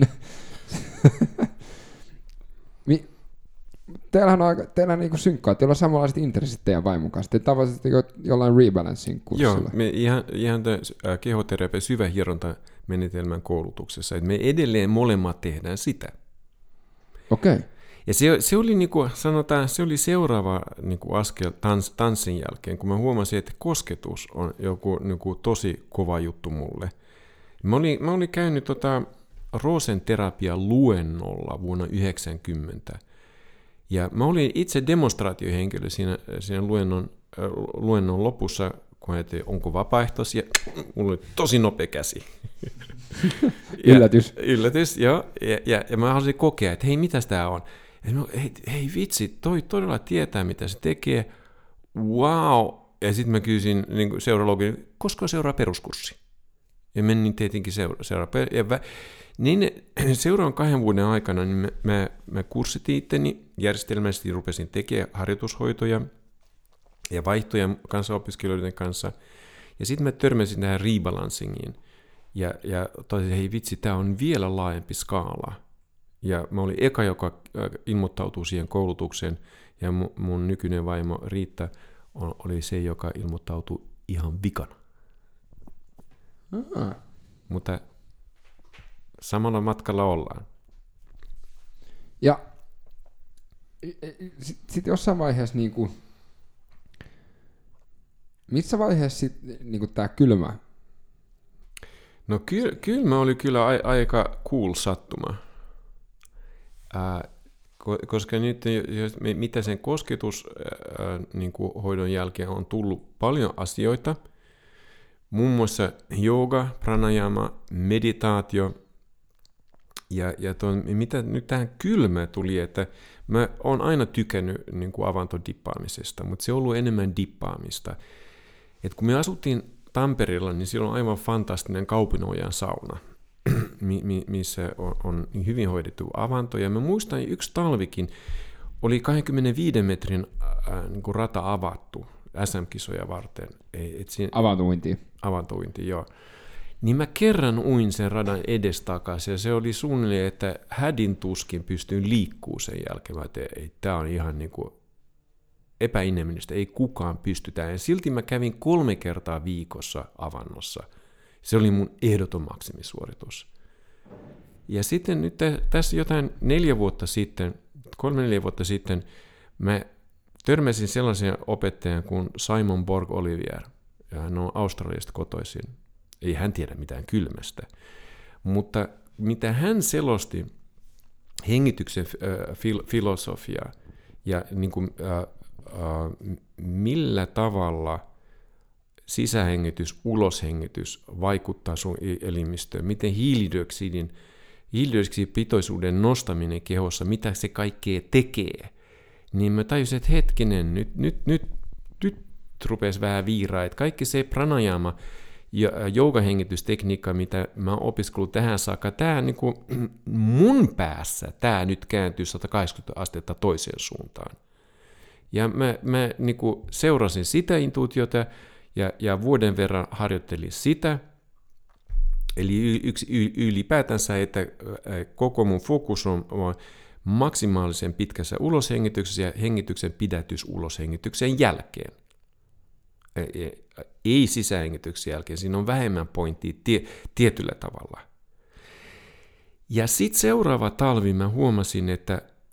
Teillähän on aika, teillähän niinku synkkaa, teillä on samanlaiset intressit teidän vaimon kanssa. Te tavoitatte jollain rebalancing kurssilla. Joo, me ihan, ihan kehoterapia syvähieronta menetelmän koulutuksessa, että me edelleen molemmat tehdään sitä. Okei. Okay. Ja se, se oli niinku, sanotaan, se oli seuraava niinku askel tans, tanssin jälkeen, kun mä huomasin, että kosketus on joku niinku tosi kova juttu mulle. Mä olin, mä olin käynyt tota Rosen terapia luennolla vuonna yhdeksänkymmentä. Ja mä olin itse demonstraatiohenkilö siinä, siinä luennon, äh, luennon lopussa, kun ajattelin, onko vapaaehtoisia. Mulla oli tosi nopea käsi. ja, yllätys. Yllätys, joo. Ja, ja, ja mä halusin kokea, että hei, mitäs tää on? Ja mä, hei, hei vitsi, toi todella tietää, mitä se tekee. Wow. Ja sitten mä kysyin niin seuralogin, koska seuraa peruskurssi? Ja menin tietenkin seura- seuraa. Ja vä- niin seuraavan kahden vuoden aikana niin mä, mä, mä kurssitin itteni, järjestelmällisesti rupesin tekemään harjoitushoitoja ja vaihtoja kansanopiskelijoiden kanssa. Ja sitten mä törmäsin tähän rebalancingiin. Ja, ja totesin, hei vitsi, tämä on vielä laajempi skaala. Ja mä olin eka, joka ilmoittautui siihen koulutukseen, ja mun, mun nykyinen vaimo Riitta oli se, joka ilmoittautui ihan vikana. Ah. Mutta samalla matkalla ollaan. Ja sitten sit jossain vaiheessa, niinku, missä vaiheessa sitten niinku tämä kylmä? No ky- kylmä oli kyllä a- aika cool sattuma. Ää, koska nyt, jos, mitä sen kosketushoidon niin jälkeen on tullut paljon asioita, muun muassa jooga, pranayama, meditaatio, ja, ja ton, mitä nyt tähän kylmä tuli, että mä oon aina tykännyt niin kuin avantodippaamisesta, mutta se on ollut enemmän dippaamista. Et kun me asuttiin Tampereella, niin siellä on aivan fantastinen Kaupinojan sauna, missä on, on hyvin hoidettu avanto. Ja mä muistan, yksi talvikin oli kaksikymmentäviisi metrin äh, niin kuin rata avattu S M-kisoja varten. Et siinä, Avantointi. Avantointi, joo. Niin mä kerran uin sen radan edestakaisin, ja se oli suunnilleen, että hädin tuskin pystyy liikkuu sen jälkeen. Mä tein, ei, tää on ihan niin kuin epäinhimillistä, ei kukaan pystytä. Ja silti mä kävin kolme kertaa viikossa avannossa. Se oli mun ehdoton maksimisuoritus. Ja sitten nyt tässä jotain neljä vuotta sitten, kolme neljä vuotta sitten, mä törmäsin sellaisen opettajan kuin Simon Borg-Olivier. Ja hän on Australiasta kotoisin. Ei hän tiedä mitään kylmästä. Mutta mitä hän selosti hengityksen äh, fil- filosofiaa ja niin kuin, äh, äh, millä tavalla sisähengitys, uloshengitys vaikuttaa sun elimistöön, miten hiilidioksidin, hiilidioksidipitoisuuden nostaminen kehossa, mitä se kaikkea tekee, niin mä tajusin, että hetkinen, nyt, nyt, nyt, nyt rupesi vähän viiraa, että kaikki se pranayama ja joogahengitystekniikka, mitä mä oon opiskellut tähän saakka, tämä niin kuin mun päässä, tämä nyt kääntyy sata kahdeksankymmentä astetta toiseen suuntaan. Ja mä, mä niin kuin seurasin sitä intuitiota ja, ja vuoden verran harjoittelin sitä. Eli yksi ylipäätänsä, että koko mun fokus on maksimaalisen pitkässä uloshengityksessä ja hengityksen pidätys uloshengityksen jälkeen. Ei sisähengityksen jälkeen, siinä on vähemmän pointtia tie, tietyllä tavalla. Ja sitten seuraava talvi mä huomasin, että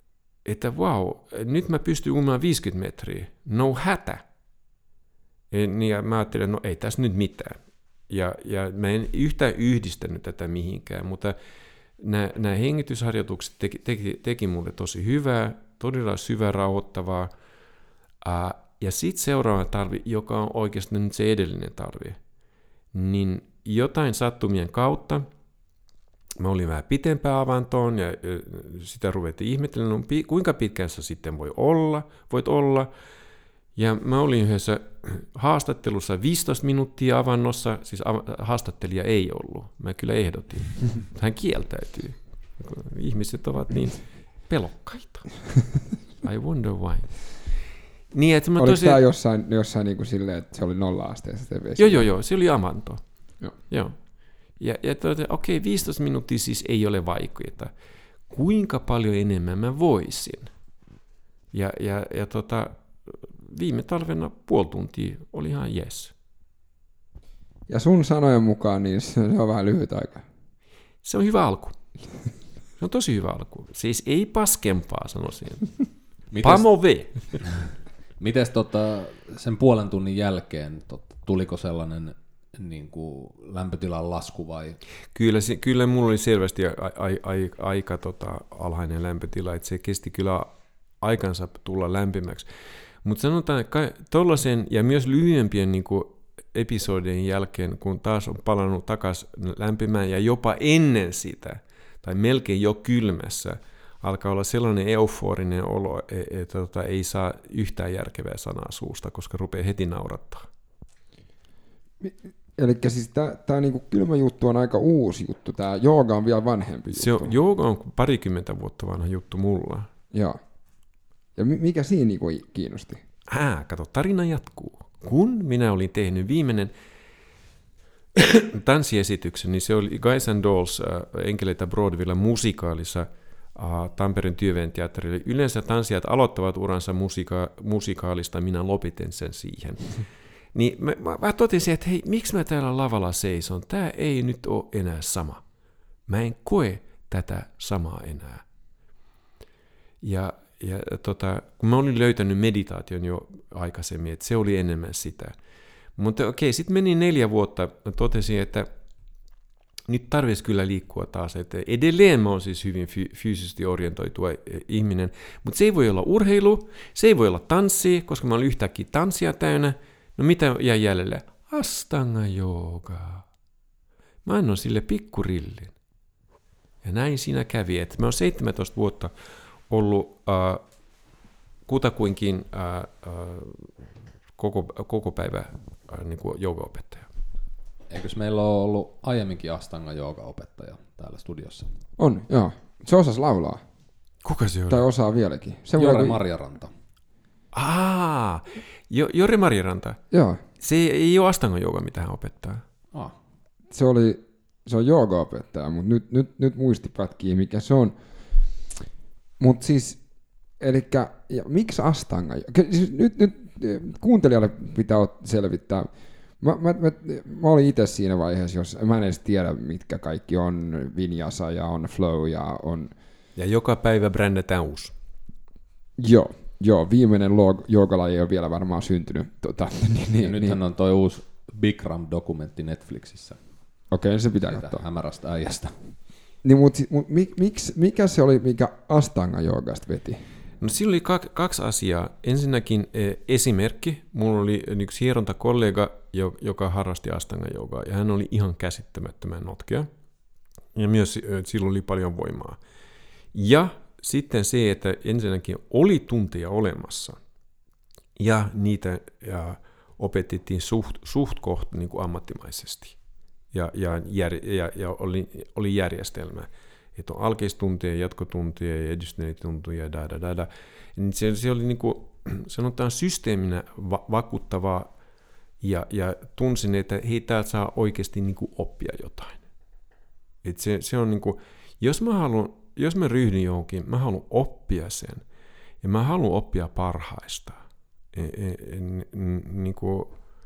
että wow, nyt mä pystyn uimaan viisikymmentä metriä, no hätä. Ja mä ajattelin, no ei tässä nyt mitään. Ja, ja mä en yhtään yhdistänyt tätä mihinkään, mutta nämä, nämä hengitysharjoitukset teki, teki, teki mulle tosi hyvää, todella syvää rauhoittavaa. Uh, ja sitten seuraava tarvi, joka on oikeastaan nyt se edellinen tarvi, niin jotain sattumien kautta, mä olin vähän pitempään avantoon ja sitä ruvettiin ihmettelemään, no, kuinka pitkään sä sitten voi olla, voit olla. Ja mä olin yhdessä haastattelussa viisitoista minuuttia avannossa, siis haastattelija ei ollut, mä kyllä ehdotin. Hän kieltäytyy. Ihmiset ovat niin pelokkaita. I wonder why. Niin, että mä Oliko tosi... tämä jossain, jossain niin kuin silleen, että se oli nolla-asteessa? Joo, joo, joo, se oli avanto. Joo. Joo. Ja, ja okei, okay, viisitoista minuuttia siis ei ole vaikeaa. Kuinka paljon enemmän mä voisin? Ja, ja, ja tota, viime talvena puoli tuntia oli ihan jes. Ja sun sanojen mukaan niin se on vähän lyhyt aika. Se on hyvä alku. Se on tosi hyvä alku. Siis ei paskempaa, sanoisin. Pamo V. Mites tota, sen puolen tunnin jälkeen tot, tuliko sellainen niin kuin lämpötilan lasku vai? Kyllä, se, kyllä mulla oli selvästi a, a, a, aika tota, alhainen lämpötila, että se kesti kyllä aikansa tulla lämpimäksi. Mutta sanotaan, että tuollaisen ja myös lyhyempien niin kuin episodien jälkeen, kun taas on palannut takaisin lämpimään ja jopa ennen sitä, tai melkein jo kylmässä, alkaa olla sellainen euforinen olo, että tota, ei saa yhtään järkevää sanaa suusta, koska rupeaa heti naurattaa. Eli siis tämä niinku kylmä juttu on aika uusi juttu, tämä jooga on vielä vanhempi juttu. Se on, jooga on parikymmentä vuotta vanha juttu mulla. Joo. Ja mikä siinä niinku kiinnosti? Ää, kato, tarina jatkuu. Kun minä olin tehnyt viimeinen tanssiesityksen, niin se oli Guys and Dolls äh, Enkeleitä Broadwaylla musikaalissa äh, Tampereen Työväen teatterille. Yleensä tanssijat aloittavat uransa musika- musikaalista, minä lopetin sen siihen. Niin mä, mä, mä totesin, että hei, miksi mä täällä lavalla seison? Tää ei nyt ole enää sama. Mä en koe tätä samaa enää. Ja, ja tota, kun mä olin löytänyt meditaation jo aikaisemmin, että se oli enemmän sitä. Mutta okei, sitten meni neljä vuotta, mä totesin, että nyt tarvitsisi kyllä liikkua taas. Että edelleen mä oon siis hyvin fy- fyysisesti orientoitua ihminen, mutta se ei voi olla urheilu, se ei voi olla tanssi, koska mä olin yhtäkkiä tanssia täynnä. No mitä jäi jäljelle? Astanga joogaa. Mä annoin sille pikkurillin. Ja näin siinä kävi, että mä oon seitsemäntoista vuotta ollut äh, kutakuinkin äh, äh, koko, koko päivä äh, niin kuin joogaopettaja. Eikös meillä ole ollut aiemminkin Astanga joogaopettaja täällä studiossa? On, joo. Se osasi laulaa. Kuka se oli? Tai osaa vieläkin. Se Jore voi... Marjaranta. Aa, jo, Jori Marjaranta. Joo. Se ei, ei ole Astanga jooga, mitä hän opettaa. Ah. Se oli, se on joogaopettaja, mutta nyt, nyt, nyt muisti pätkii, mikä se on. Mutta siis, elikkä, ja miksi Astanga? Siis nyt, nyt kuuntelijalle pitää selvittää. Mä, mä, mä, mä olin itse siinä vaiheessa, jos mä en edes tiedä, mitkä kaikki on Vinyasa ja on Flow ja on... Ja joka päivä brändätään uusi. Joo. Joo, viimeinen joogalaji ei ole vielä varmaan syntynyt. Tota, niin, ja niin, nythän niin. on toi uusi Bikram-dokumentti Netflixissä. Okei, se pitää Siitä katsoa. hämärästä äijästä. Niin, mutta mut, mik, miksi, mikä se oli, mikä Astanga-joogasta veti? No siinä oli kak, kaksi asiaa. Ensinnäkin eh, esimerkki. Mulla oli yksi hierontakollega, joka harrasti Astanga-joogaa, ja hän oli ihan käsittämättömän notkea. Ja myös eh, sillä oli paljon voimaa. Ja sitten se, että ensinnäkin oli tunteja olemassa, ja niitä ja opetettiin suht, suht koht niin kuin ammattimaisesti, ja, ja, jär, ja, ja oli, oli järjestelmä, että on alkeistunteja, jatkotunteja ja edistystunteja, da, da, da, da. Se, se oli niin kuin, sanotaan systeeminä va- vakuuttavaa, ja, ja tunsin, että hei, täältä saa oikeasti niin kuin oppia jotain. Et se, se on niin kuin, jos mä haluan Jos mä ryhdyn johonkin, mä haluan oppia sen. Ja mä haluan oppia parhaista. E, e, e, niin kuin,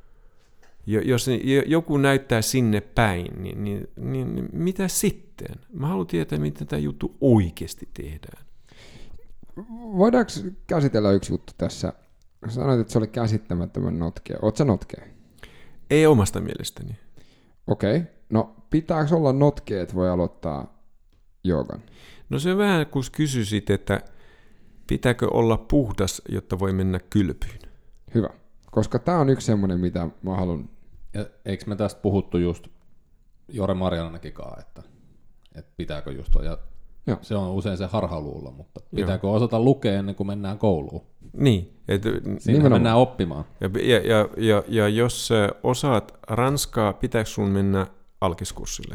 jos joku näyttää sinne päin, niin, niin, niin, niin mitä sitten? Mä haluan tietää, miten tämä juttu oikeasti tehdään. voidaanko käsitellä yksi juttu tässä? Sanoit, että se oli käsittämättömän notkea. Oot sä notkea? Ei omasta mielestäni. Okei. Okay. No pitääkö olla notkea, että voi aloittaa joogan? No se vähän, kun kysyisit, että pitääkö olla puhdas, jotta voi mennä kylpyyn? Hyvä. Koska tää on yksi semmoinen, mitä mä haluan... Ja eikö me tästä puhuttu just Jore Marjananakikaan, että, että pitääkö just ja Joo. Se on usein se harhaluulo, mutta pitääkö Joo. osata lukea ennen kuin mennään kouluun? Niin. Et, Siinä mennään oppimaan. Ja, ja, ja, ja, ja jos osaat ranskaa, pitääkö sun mennä alkiskurssille?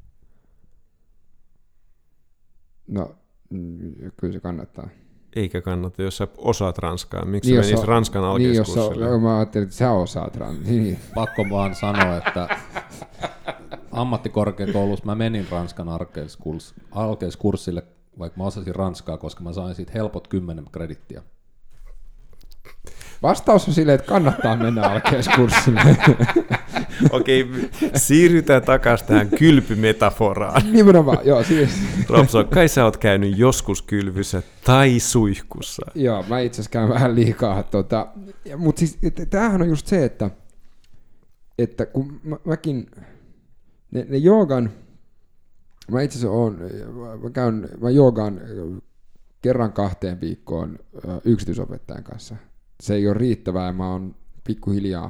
No, kyllä se kannattaa. Eikä kannata, jos sä osaat ranskaa. Miksi niin, menisit Ranskan alkeiskurssille? Niin, jos mä ajattelin, että sä osaat ranskaa. Niin. Pakko vaan sanoa, että ammattikorkeakoulussa mä menin Ranskan alkeiskurssille, vaikka mä osasin ranskaa, koska mä sain siitä helpot kymmenen kredittiä. Vastaus on silleen, että kannattaa mennä alkeiskurssille. Okei, siirrytään takaisin tähän kylpymetaforaan. Nimenomaan, joo. Siis. Robson, kai sä oot käynyt joskus kylvyssä tai suihkussa. Joo, mä itse asiassa käyn vähän liikaa. Tota, mutta siis tämähän on just se, että, että kun mä, mäkin, ne, ne joogan, mä itse asiassa oon, mä käyn, mä joogaan kerran kahteen viikkoon yksityisopettajan kanssa. Se ei ole riittävää, mä oon pikkuhiljaa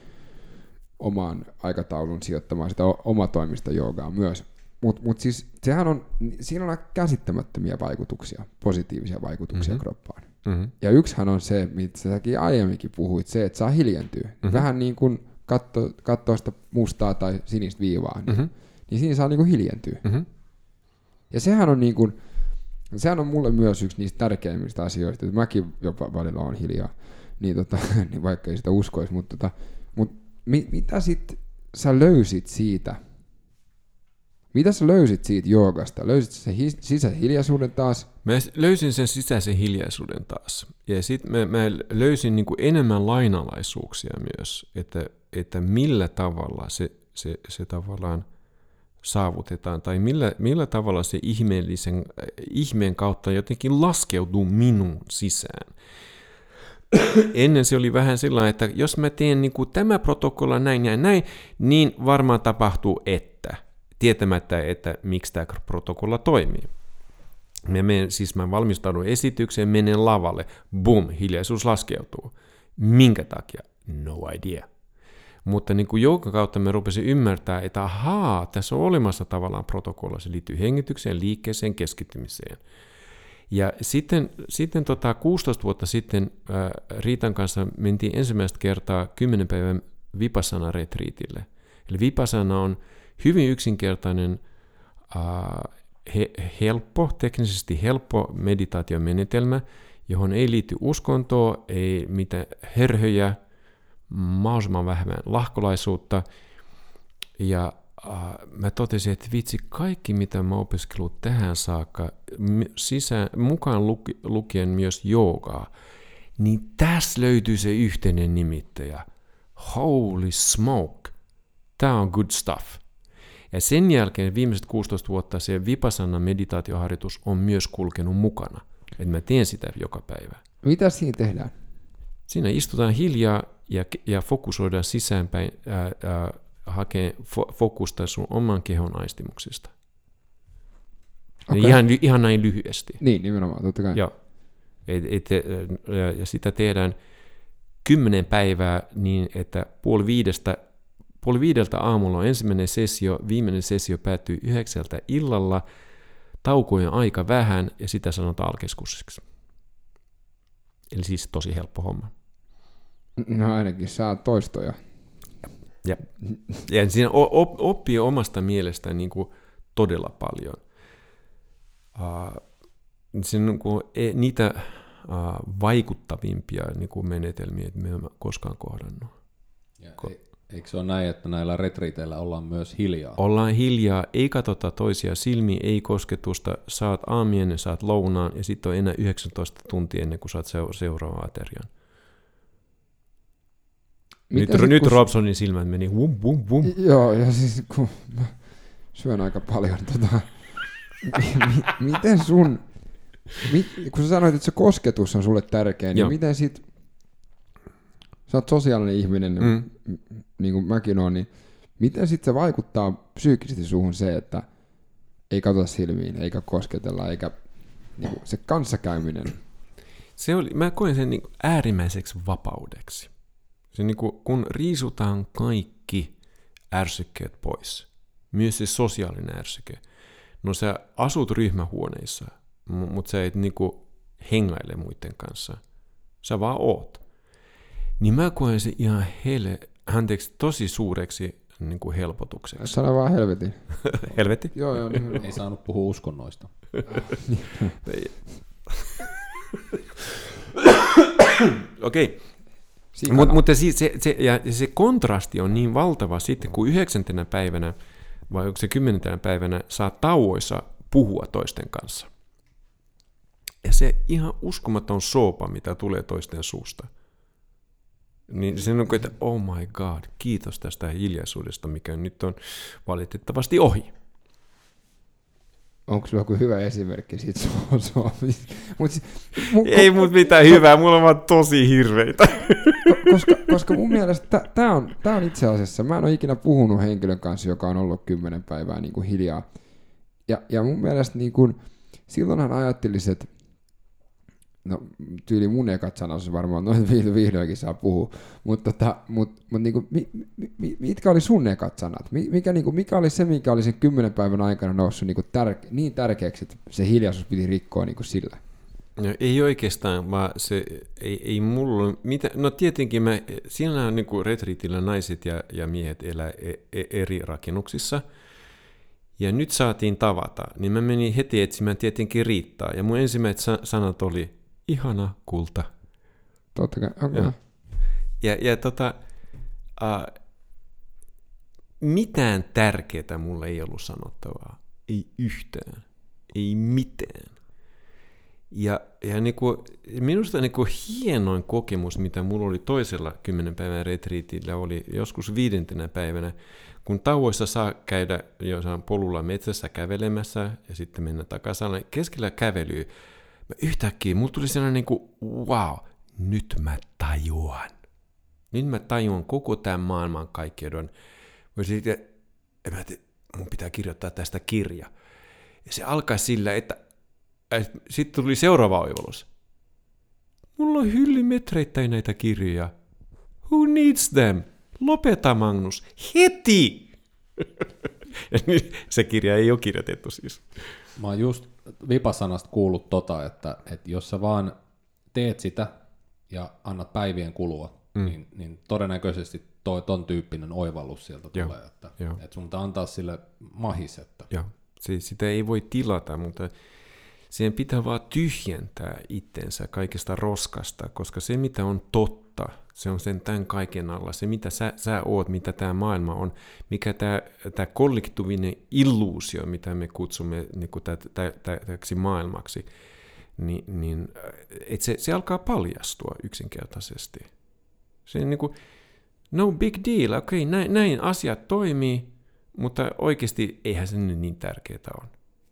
omaan aikataulun sijoittamaan sitä omatoimista joogaa myös. Mutta mut siis sehän on, siinä on käsittämättömiä vaikutuksia, positiivisia vaikutuksia mm-hmm. kroppaan. Mm-hmm. Ja yksihän on se, mitä säkin aiemminkin puhuit, se, että saa hiljentyä. Mm-hmm. Vähän niin kuin katso, katsoo sitä mustaa tai sinistä viivaa, niin, mm-hmm. niin siinä saa niin kuin hiljentyä. Mm-hmm. Ja sehän on, niin kuin, sehän on mulle myös yksi niistä tärkeimmistä asioista, että mäkin jopa välillä on hiljaa, niin, tota, niin vaikka ei sitä uskoisi, mutta tota, mut mit, mitä sit sä löysit siitä? Mitä sä löysit siitä joogasta? Löysit sen hi- sisäisen hiljaisuuden taas? Mä löysin sen sisäisen hiljaisuuden taas. Ja sitten mä, mä löysin niinku enemmän lainalaisuuksia myös, että, että millä tavalla se, se, se tavallaan saavutetaan, tai millä, millä tavalla se ihmeellisen, ihmeen kautta jotenkin laskeutuu minun sisään. Ennen se oli vähän sellainen, että jos mä teen niin kuin tämä protokolla näin ja näin, niin varmaan tapahtuu että, tietämättä, että miksi tämä protokolla toimii. Mä, menen, siis mä valmistaudun esitykseen, menen lavalle, boom, hiljaisuus laskeutuu. Minkä takia? No idea. Mutta niin kuin joogan kautta mä rupesin ymmärtää, että ahaa, tässä on olemassa tavallaan protokolla, se liittyy hengitykseen, liikkeeseen, keskittymiseen. Ja sitten, sitten tota kuusitoista vuotta sitten ää, Riitan kanssa mentiin ensimmäistä kertaa kymmenen päivän Vipassana-retriitille. Eli Vipassana on hyvin yksinkertainen, ää, he, helppo, teknisesti helppo meditaatiomenetelmä, johon ei liity uskontoa, ei mitään herhöjä, mahdollisimman vähemmän lahkolaisuutta. Ja äh, mä totesin, että vitsi, kaikki mitä mä opiskellut tähän saakka, sisään, mukaan luki, lukien myös joogaa, niin tässä löytyy se yhteinen nimittäjä. Holy smoke! Tää on good stuff. Ja sen jälkeen viimeiset kuusitoista vuotta se Vipassana meditaatioharjoitus on myös kulkenut mukana. Että mä teen sitä joka päivä. Mitä siinä tehdään? Siinä istutaan hiljaa ja, ja fokusoidaan sisäänpäin, ää, ää, hakee fo- fokusta sun oman kehon aistimuksista. Okay. Ihan, ihan näin lyhyesti. Niin, nimenomaan, totta kai. Joo. Et, et, ja, ja sitä tehdään kymmenen päivää niin, että puoli viidestä, puoli viideltä aamulla on ensimmäinen sessio, viimeinen sessio päättyy yhdeksältä illalla, taukojen aika vähän ja sitä sanotaan alkeiskurssiksi. Eli siis tosi helppo homma. No ainakin saa toistoja. Ja, ja siinä oppii omasta mielestään niin kuin todella paljon. Uh, siinä on niin kuin niitä uh, vaikuttavimpia niin kuin menetelmiä, että me emme koskaan kohdannut. Ja Ko- e- eikö se ole näin, että näillä retriiteillä ollaan myös hiljaa? Ollaan hiljaa, ei katsota toisia silmiä, ei kosketusta, saat aamien, saat lounaan ja sitten on enää yhdeksäntoista tuntia ennen kuin saat seuraavan aterian. Nyt, sit, nyt kun... Robsonin silmät meni vum, vum, vum. Joo, ja siis kun mä syön aika paljon, tota, m- m- miten sun, mit, kun sä sanoit, että se kosketus on sulle tärkeä, niin Joo. miten sit, sä oot sosiaalinen ihminen, Mm. niin kuin mäkin oon, niin miten sit se vaikuttaa psyykkisesti suhun se, että ei katsota silmiin, eikä kosketella, eikä niin kuin se kanssakäyminen? Se oli, mä koen sen niin äärimmäiseksi vapaudeksi. Se niin kuin, kun riisutaan kaikki ärsykkeet pois, myös se sosiaalinen ärsyke. No sä asut ryhmähuoneissa, mutta sä et niin kuin hengaile muiden kanssa. Sä vaan oot. Niin mä koen se ihan hele, anteeksi, tosi suureksi niin kuin helpotukseksi. Sano vaan helvetin. Helvetti? Joo, joo. Niin. Ei saanut puhua uskonnoista. Okei. Mut, mutta se, se, se, ja se kontrasti on niin valtava sitten, kun yhdeksäntenä päivänä vai onko se kymmenentenä päivänä saa tauoissa puhua toisten kanssa. Ja se ihan uskomaton soopa, mitä tulee toisten suusta. Niin se on kuin, että oh my god, kiitos tästä hiljaisuudesta, mikä nyt on valitettavasti ohi. Onko sulla joku hyvä esimerkki siitä suomista? Mut, mu, Ei mut mitään hyvää, mulla on vaan tosi hirveitä. koska, koska mun mielestä tämä on, tää on itse asiassa, mä en ole ikinä puhunut henkilön kanssa, joka on ollut kymmenen päivää niin kuin hiljaa. Ja, ja mun mielestä niin kuin, silloinhan ajattelisin, että no tyyli mun ekat sanat varmaan noin vihdoinkin saa puhua, mutta tota, mut, mut niinku, mi, mi, mitkä oli sun ekat sanat? Mikä, niinku, mikä oli se, mikä oli sen kymmenen päivän aikana noussut niinku tär, niin tärkeäksi, että se hiljaisuus piti rikkoa niinku sillä? No, ei oikeastaan, vaan se ei, ei mulla mitä, no tietenkin mä, siinä on niinku retriitillä naiset ja, ja miehet elää e, e, eri rakennuksissa, ja nyt saatiin tavata, niin mä menin heti etsimään tietenkin Riittaa, ja mun ensimmäiset sa- sanat oli, ihana kulta. Totta kai, okei. Okay. Ja, ja tota, uh, mitään tärkeää mulla ei ollut sanottavaa. Ei yhtään. Ei mitään. Ja, ja niinku, minusta niinku hienoin kokemus, mitä mulla oli toisella kymmenen päivän retriitillä, oli joskus viidentenä päivänä, kun tauoissa saa käydä jossain polulla metsässä kävelemässä ja sitten mennä takaisin keskellä kävelyä. Mä yhtäkkiä, mulla tuli sellainen niin kuin, wow, nyt mä tajuan. Nyt mä tajuan koko tämän maailman kaikkeuden. Mä sitten, mä te, mun pitää kirjoittaa tästä kirja. Ja se alkaa sillä, että sitten tuli seuraava oivallus. Mulla on hyllymetreittäin näitä kirjoja. Who needs them? Lopeta, Magnus. Heti! Ja nyt se kirja ei ole kirjoitettu siis. Mä oon just Vipasanasta kuullut tota, että, että jos sä vaan teet sitä ja annat päivien kulua, mm. niin, niin todennäköisesti toi, ton tyyppinen oivallus sieltä Joo. tulee, että, Joo. että sun pitää antaa sille mahis. Että. Joo, se, sitä ei voi tilata, mutta siihen pitää vaan tyhjentää itsensä kaikesta roskasta, koska se mitä on totta, se on sen tämän kaiken alla. Se mitä sä, sä oot, mitä tämä maailma on, mikä tämä, tämä kollektiivinen illuusio, mitä me kutsumme niin kuin täksi maailmaksi, niin, niin et se, se alkaa paljastua yksinkertaisesti. Se niin kuin, no big deal, okei, okay, näin, näin asiat toimii, mutta oikeasti eihän se nyt niin tärkeää ole.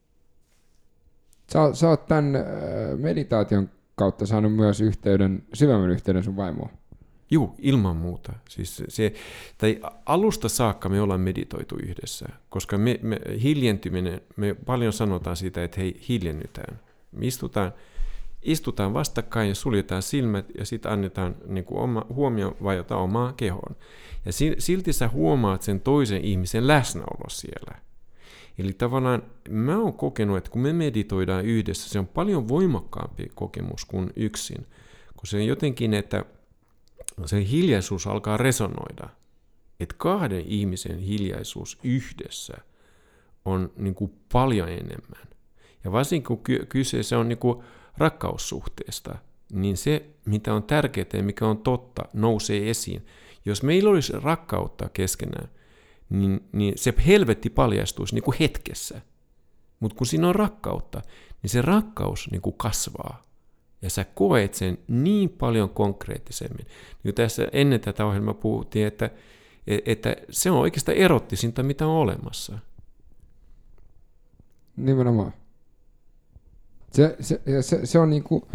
Sä, sä oot tämän meditaation kautta saanut myös yhteyden, syvemmän yhteyden sun vaimoon. Juu, ilman muuta. Siis se, tai alusta saakka me ollaan meditoitu yhdessä, koska me, me hiljentyminen, me paljon sanotaan siitä, että hei, hiljennytään. Me istutaan, istutaan vastakkain ja suljetaan silmät ja sitten annetaan niin kuin oma, huomioon vajota omaan kehoon. Ja silti sä huomaat sen toisen ihmisen läsnäolo siellä. Eli tavallaan mä oon kokenut, että kun me meditoidaan yhdessä, se on paljon voimakkaampi kokemus kuin yksin. Kun se on jotenkin, että se hiljaisuus alkaa resonoida. Että kahden ihmisen hiljaisuus yhdessä on niin kuin paljon enemmän. Ja varsinkin kun kyse se on niin kuin rakkaussuhteesta, niin se, mitä on tärkeää ja mikä on totta, nousee esiin. Jos meillä olisi rakkautta keskenään, niin, niin se helvetti paljastuisi niin kuin hetkessä. Mutta kun siinä on rakkautta, niin se rakkaus niin kuin kasvaa. Ja sä koet sen niin paljon konkreettisemmin. Niin tässä ennen tätä ohjelmaa puhuttiin, että, että se on oikeastaan erottisinta, mitä on olemassa. Nimenomaan. Se, se, se, se on niinku,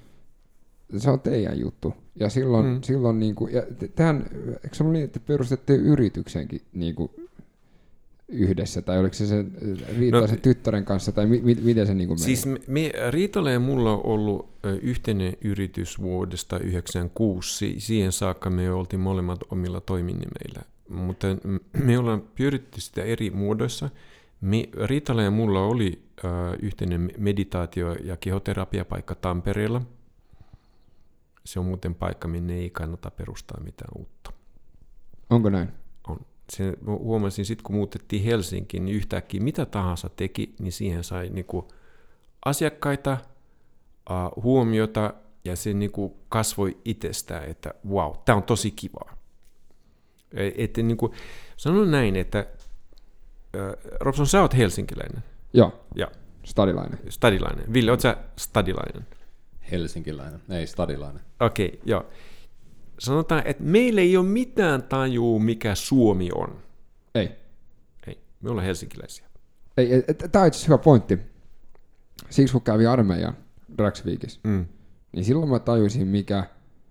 se on teidän juttu. Ja silloin, mm. silloin niinku, ja tähän, eikö se ollut niin, että perustitte yrityksenkin niinku yhdessä, tai oliko se se Riita no, sen tyttären kanssa, tai mi, mi, miten se niinku meni? Siis me, me, Riitalla ja mulla on ollut yhteinen yritys vuodesta yhdeksänkymmentäkuusi, siihen saakka me oltiin molemmat omilla toiminimeillä, mutta me ollaan pyöritty sitä eri muodoissa. Me, Riitalla ja mulla oli äh, yhteinen meditaatio- ja kehoterapiapaikka Tampereella. Se on muuten paikka, minne ei kannata perustaa mitään uutta. Onko näin? On. Sen huomasin sitten, kun muutettiin Helsinkiin, niin yhtäkkiä mitä tahansa teki, niin siihen sai niinku asiakkaita, uh, huomiota, ja se niinku kasvoi itsestään, että wow, tämä on tosi kivaa. Että niinku, sanon näin, että uh, Robson, sä oot helsinkiläinen. Joo, ja. stadilainen. Stadilainen. Ville, oot sä stadilainen? Helsinkiläinen, ei stadilainen. Okei, okay, joo. Sanotaan, että meillä ei ole mitään tajua, mikä Suomi on. Ei. Ei, me ollaan helsinkiläisiä. Ei, tämä on itse asiassa hyvä pointti. Siksi kun kävi armeijan Dragsvikissä, mm. niin silloin mä tajusin, mikä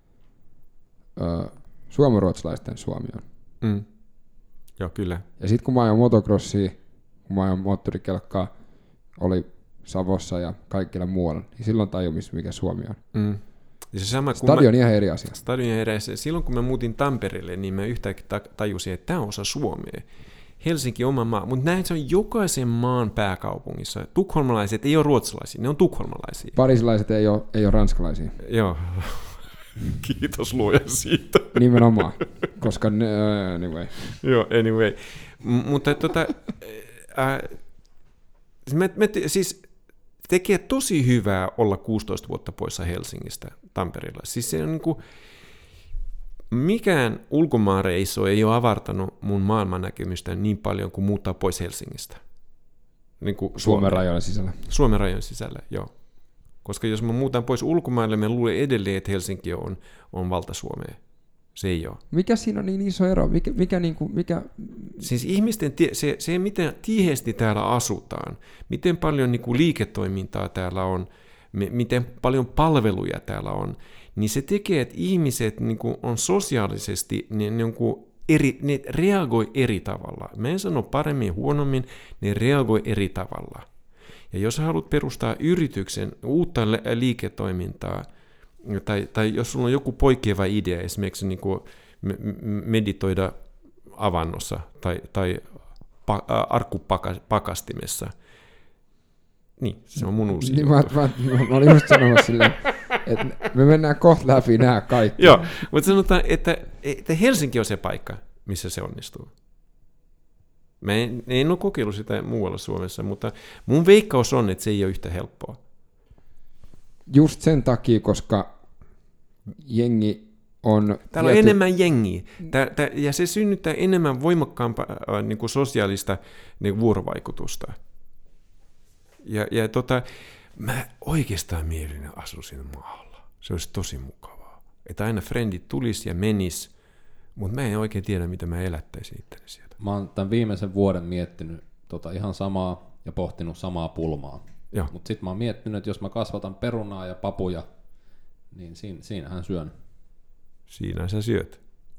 ö, suomenruotsalaisten Suomi on. Mm. Joo, kyllä. Ja sitten kun mä ajoin motocrossia, kun mä ajoin moottorikelkkaa, oli Savossa ja kaikilla muualla, niin silloin tajumis, mikä Suomi on. Mm. Ja se sama, Stadion on ihan eri asia. Stadion eri asia. Silloin kun mä muutin Tampereelle, niin mä yhtäkkiä tajusin, että tämä on osa Suomea. Helsinki on oma maa, mutta näin se on jokaisen maan pääkaupungissa. Tukholmalaiset ei ole ruotsalaisia, ne on tukholmalaisia. Parisilaiset ei ole, ei ole ranskalaisia. Joo. Kiitos luoja siitä. Nimenomaan, koska ne, uh, anyway. Joo, anyway. M- mutta tota, äh, me, me te, siis tekee tosi hyvää olla kuusitoista vuotta poissa Helsingistä Tampereella. Siis se on niin kuin, mikään ulkomaanreissu ei ole avartanut mun maailmannäkemystä niin paljon kuin muuttaa pois Helsingistä. Niin kuin Suomen rajojen sisällä. Suomen rajojen sisällä, joo. Koska jos mä muutan pois ulkomaille, mä luulen edelleen, että Helsinki on, on valta-Suomea. Se ei ole. Mikä siinä on niin iso ero? Mikä, mikä, niin kuin, mikä... Siis ihmisten, se, se miten tiheesti täällä asutaan, miten paljon niin kuin liiketoimintaa täällä on, miten paljon palveluja täällä on, niin se tekee, että ihmiset niin kuin on sosiaalisesti, ne, ne, eri, ne reagoi eri tavalla. Mä en sano paremmin huonommin, ne reagoi eri tavalla. Ja jos haluat perustaa yrityksen, uutta liiketoimintaa, tai, tai jos sulla on joku poikkeava idea, esimerkiksi niin kuin meditoida avannossa tai, tai pa, arkkupakastimessa, niin se on mun uusi niin mä, mä, mä, mä olin just sanomassa silleen, että me mennään kohta läpi nämä kaikki. Joo, mutta sanotaan, että, että Helsinki on se paikka, missä se onnistuu. Mä en, en ole kokeillut sitä muualla Suomessa, mutta mun veikkaus on, että se ei ole yhtä helppoa. Just sen takia, koska jengi on... Täällä tietty... on enemmän jengiä, tää, tää, ja se synnyttää enemmän voimakkaampaa äh, niin kuin sosiaalista niin vuorovaikutusta. Ja, ja tota, mä oikeastaan mielin asuisin maalla. Se olisi tosi mukavaa. Että aina frendit tulisi ja menis, mutta mä en oikein tiedä, mitä mä elättäisin itteni sieltä. Mä oon tämän viimeisen vuoden miettinyt tota ihan samaa ja pohtinut samaa pulmaa. Mutta sitten mä oon miettinyt, että jos mä kasvatan perunaa ja papuja, niin siinä, siinähän syön. Siinä sä syöt.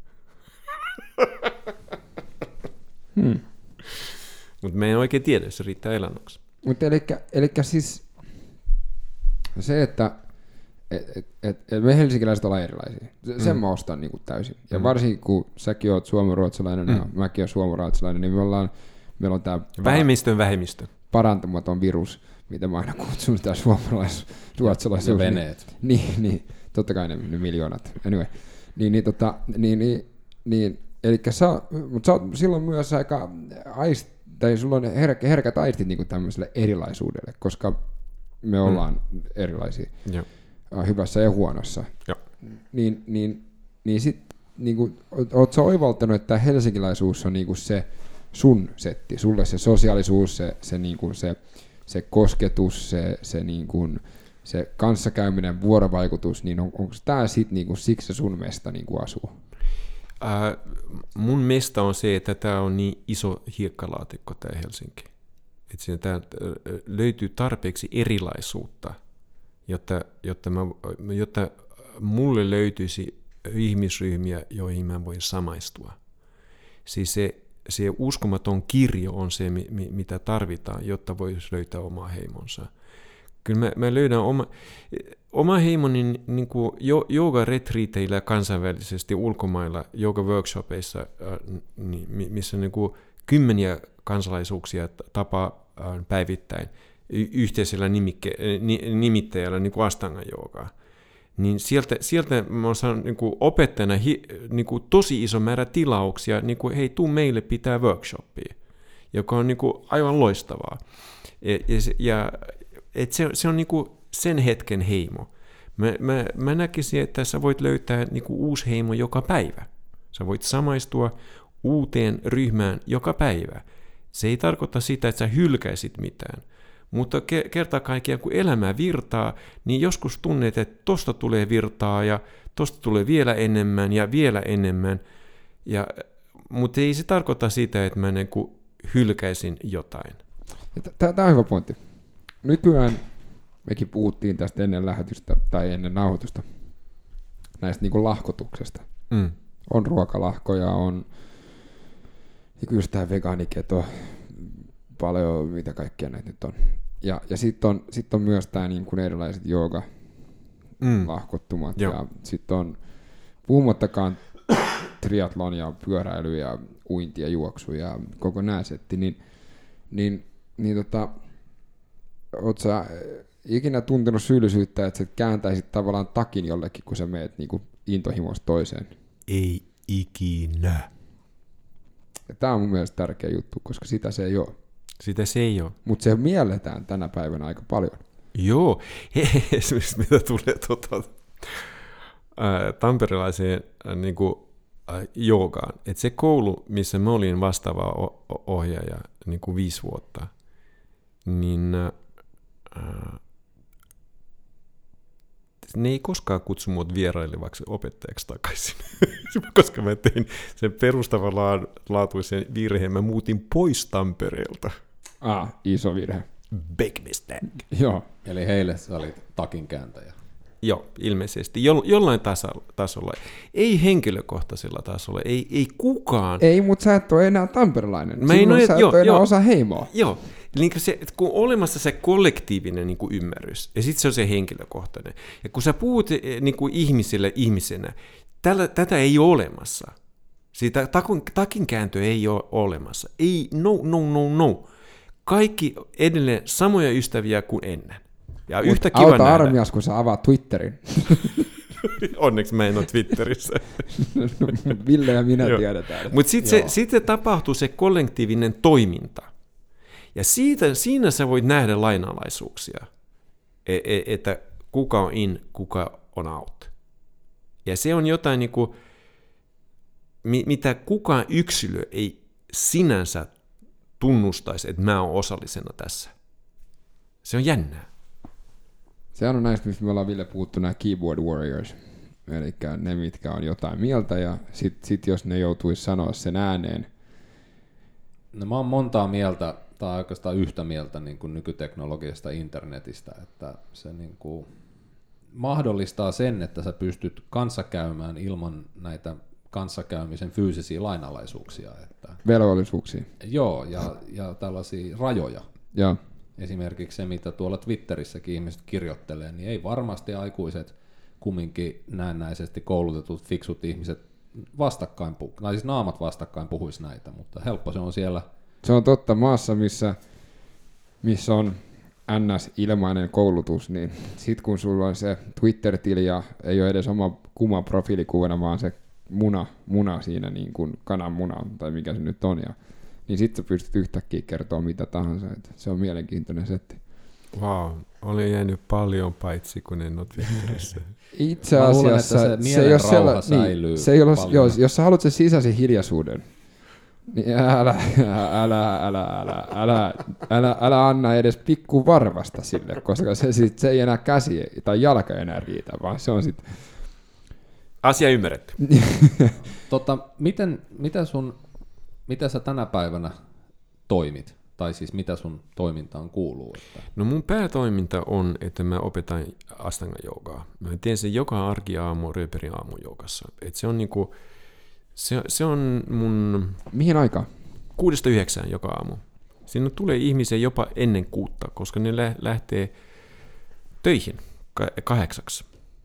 hmm. Mutta mä en oikein tiedä, jos se riittää elannoksi. Mutta elikkä siis se, että et, et, et, et me helsinkiläiset ollaan erilaisia. Sen mm. mä ostan niinku täysin. Ja mm. varsinkin kun säkin oot suomenruotsalainen mm. ja mäkin oon suomenruotsalainen, niin me ollaan, meillä on tää vähemmistön vähemmistö. Parantumaton virus, mitä mä aina kutsun sitä suomalais-ruotsalaisuus. Ja veneet. Niin, niin, totta kai ne, ne miljoonat. Anyway. Niin, niin, tota, niin, niin, niin elikkä sä, mutta sä oot silloin myös aika aist, tai sulla on herkä, herkät aistit niin kuin tämmöiselle erilaisuudelle, koska me ollaan mm. erilaisia. Joo. Hyvässä ja huonossa. Joo. Niin, niin, niin sit, niin kuin, oot sä oivaltanut, että helsinkiläisuus on niin kuin se sun setti, sulle se sosiaalisuus, se, se, niin kuin se, se kosketus, se, se, niin kuin, se kanssakäyminen, vuorovaikutus, niin on, onko tämä sitten niin kuin siksi se sun mesta niin kuin asuu? Äh, mun mesta on se, että tämä on niin iso hiekkalaatikko tämä Helsinki. Että sieltä löytyy tarpeeksi erilaisuutta, jotta, jotta, mä, jotta mulle löytyisi ihmisryhmiä, joihin mä voin samaistua. Siis se, se uskomaton kirjo on se, mitä tarvitaan, jotta voisi löytää oma heimonsa. Kyllä mä, mä löydän oma, oma heimoni niin kuin jooga-retriiteillä kansainvälisesti ulkomailla, jooga-workshopeissa, äh, niin, missä niin kuin kymmeniä kansalaisuuksia tapaa äh, päivittäin y- yhteisellä nimikke, ni, nimitteellä niin kuin Astanga-joogaa. Niin sieltä, sieltä mä oon saanut niin kuin opettajana hi, niin kuin tosi iso määrä tilauksia, niin kuin hei, tuu meille pitää workshoppia, joka on niin kuin aivan loistavaa. Ja, ja, ja et se, se on niin kuin sen hetken heimo. Mä, mä, mä näkisin, että sä voit löytää niin kuin uusi heimo joka päivä. Sä voit samaistua uuteen ryhmään joka päivä. Se ei tarkoita sitä, että sä hylkäisit mitään. Mutta kerta kaikkiaan, kun elämä virtaa, niin joskus tunnet, että tosta tulee virtaa ja tosta tulee vielä enemmän ja vielä enemmän. Ja, mutta ei se tarkoita sitä, että mä niin kuin hylkäisin jotain. Tämä on hyvä pointti. Nykyään mekin puhuttiin tästä ennen lähetystä tai ennen nauhoitusta näistä niin kuin lahkotuksesta. Mm. On ruokalahkoja, on just tämä vegaaniketo, paljon mitä kaikkea näitä nyt on. Ja, ja sitten on, sit on myös tämä niin kuin erilaiset jooga-lahkottumat. Mm. Ja sitten on puhumattakaan triathlon ja pyöräily ja uinti ja juoksu ja koko nää setti, niin, niin, niin tota, oot sä ikinä tuntenut syyllisyyttä, että sä kääntäisit tavallaan takin jollekin, kun sä meet niin kuin intohimosta toiseen? Ei ikinä. Ja tää on mun mielestä tärkeä juttu, koska sitä se ei ole. Sitä se ei ole. Mutta se mielletään tänä päivänä aika paljon. Joo, esimerkiksi mitä tulee tota, ää, tamperelaiseen ää, niinku, ää, joogaan. Et se koulu, missä mä olin vastaava ohjaaja niinku viisi vuotta, niin ää, ne ei koskaan kutsu mut vierailevaksi opettajaksi takaisin, koska mä tein sen perustavanlaatuisen virheen. Mä muutin pois Tampereelta. Ah, iso virhe. Big mistake. Joo. Eli heille sä olit takin kääntäjä. Joo, ilmeisesti. Jo, jollain tasolla, tasolla. Ei henkilökohtaisella tasolla. Ei, ei kukaan. Ei, mutta sä et ole enää tamperelainen. Mä en Silloin ole, sä et joo, ole enää joo, osa heimoa. Joo. Niin se, kun on olemassa se kollektiivinen niin kuin ymmärrys, ja sitten se on se henkilökohtainen. Ja kun sä puhut niin kuin ihmisille ihmisenä, tällä, tätä ei ole olemassa. Siitä takun, takinkääntö ei ole olemassa. Ei, no, no, no, no. Kaikki edelleen samoja ystäviä kuin ennen. Ja Mut yhtä kiva auta nähdä. armias, kun sä avaat Twitterin. Onneksi mä en ole Twitterissä. Ville ja minä tiedetään. Mutta sitten se, sit se tapahtuu se kollektiivinen toiminta. Ja siitä, siinä sä voit nähdä lainalaisuuksia, että kuka on in, kuka on out. Ja se on jotain, niin kuin, mitä kukaan yksilö ei sinänsä tunnustaisi, että mä oon osallisena tässä. Se on jännää. Se on näistä, mistä me ollaan Ville puhuttu, nämä keyboard warriors. Eli ne, mitkä on jotain mieltä, ja sitten sit jos ne joutuisi sanoa sen ääneen. No mä oon montaa mieltä, tai oikeastaan yhtä mieltä niin kuin nykyteknologiasta, internetistä, että se niin kuin mahdollistaa sen, että sä pystyt kanssakäymään ilman näitä kanssakäymisen fyysisiä lainalaisuuksia. Että, velvollisuuksia. joo, ja, ja tällaisia rajoja. Ja. Esimerkiksi se, mitä tuolla Twitterissäkin ihmiset kirjoittelee, niin ei varmasti aikuiset kumminkin näennäisesti koulutetut, fiksut ihmiset vastakkain, tai siis naamat vastakkain puhuisi näitä, mutta helppo se on siellä. Se on totta, maassa, missä, missä on N S-ilmainen koulutus, niin sit kun sulla on se Twitter-tili ja ei ole edes oma kuman profiilikuvana, vaan se muna, muna siinä, niin kuin kananmuna tai mikä se nyt on, ja, niin sit sä pystyt yhtäkkiä kertoa mitä tahansa, että se on mielenkiintoinen setti. Wow, olen jäänyt paljon paitsi kun en ole Twitterissä. Itse asiassa luulen, se, se ei ole sella, säilyy niin, se ei ole, jos, jos sä haluat sen sisäisen hiljaisuuden, niin älä, älä, älä, älä, älä, älä, älä, älä anna edes pikku varvasta sille, koska se, sit, se ei enää käsi tai jalka enää riitä, vaan se on sitten... Asia ymmärretty. Tota, miten, miten, sun, miten sä tänä päivänä toimit? Tai siis mitä sun toimintaan kuuluu? Että... No mun päätoiminta on, että mä opetan Astanga-joogaa. Mä teen sen joka arkiaamu Rööperin aamujoogassa. Et se on niinku, se, se on mun... Mihin aikaan? Kuudesta yhdeksään joka aamu. Sinne tulee ihmisiä jopa ennen kuutta, koska ne lähtee töihin kahdeksaksi.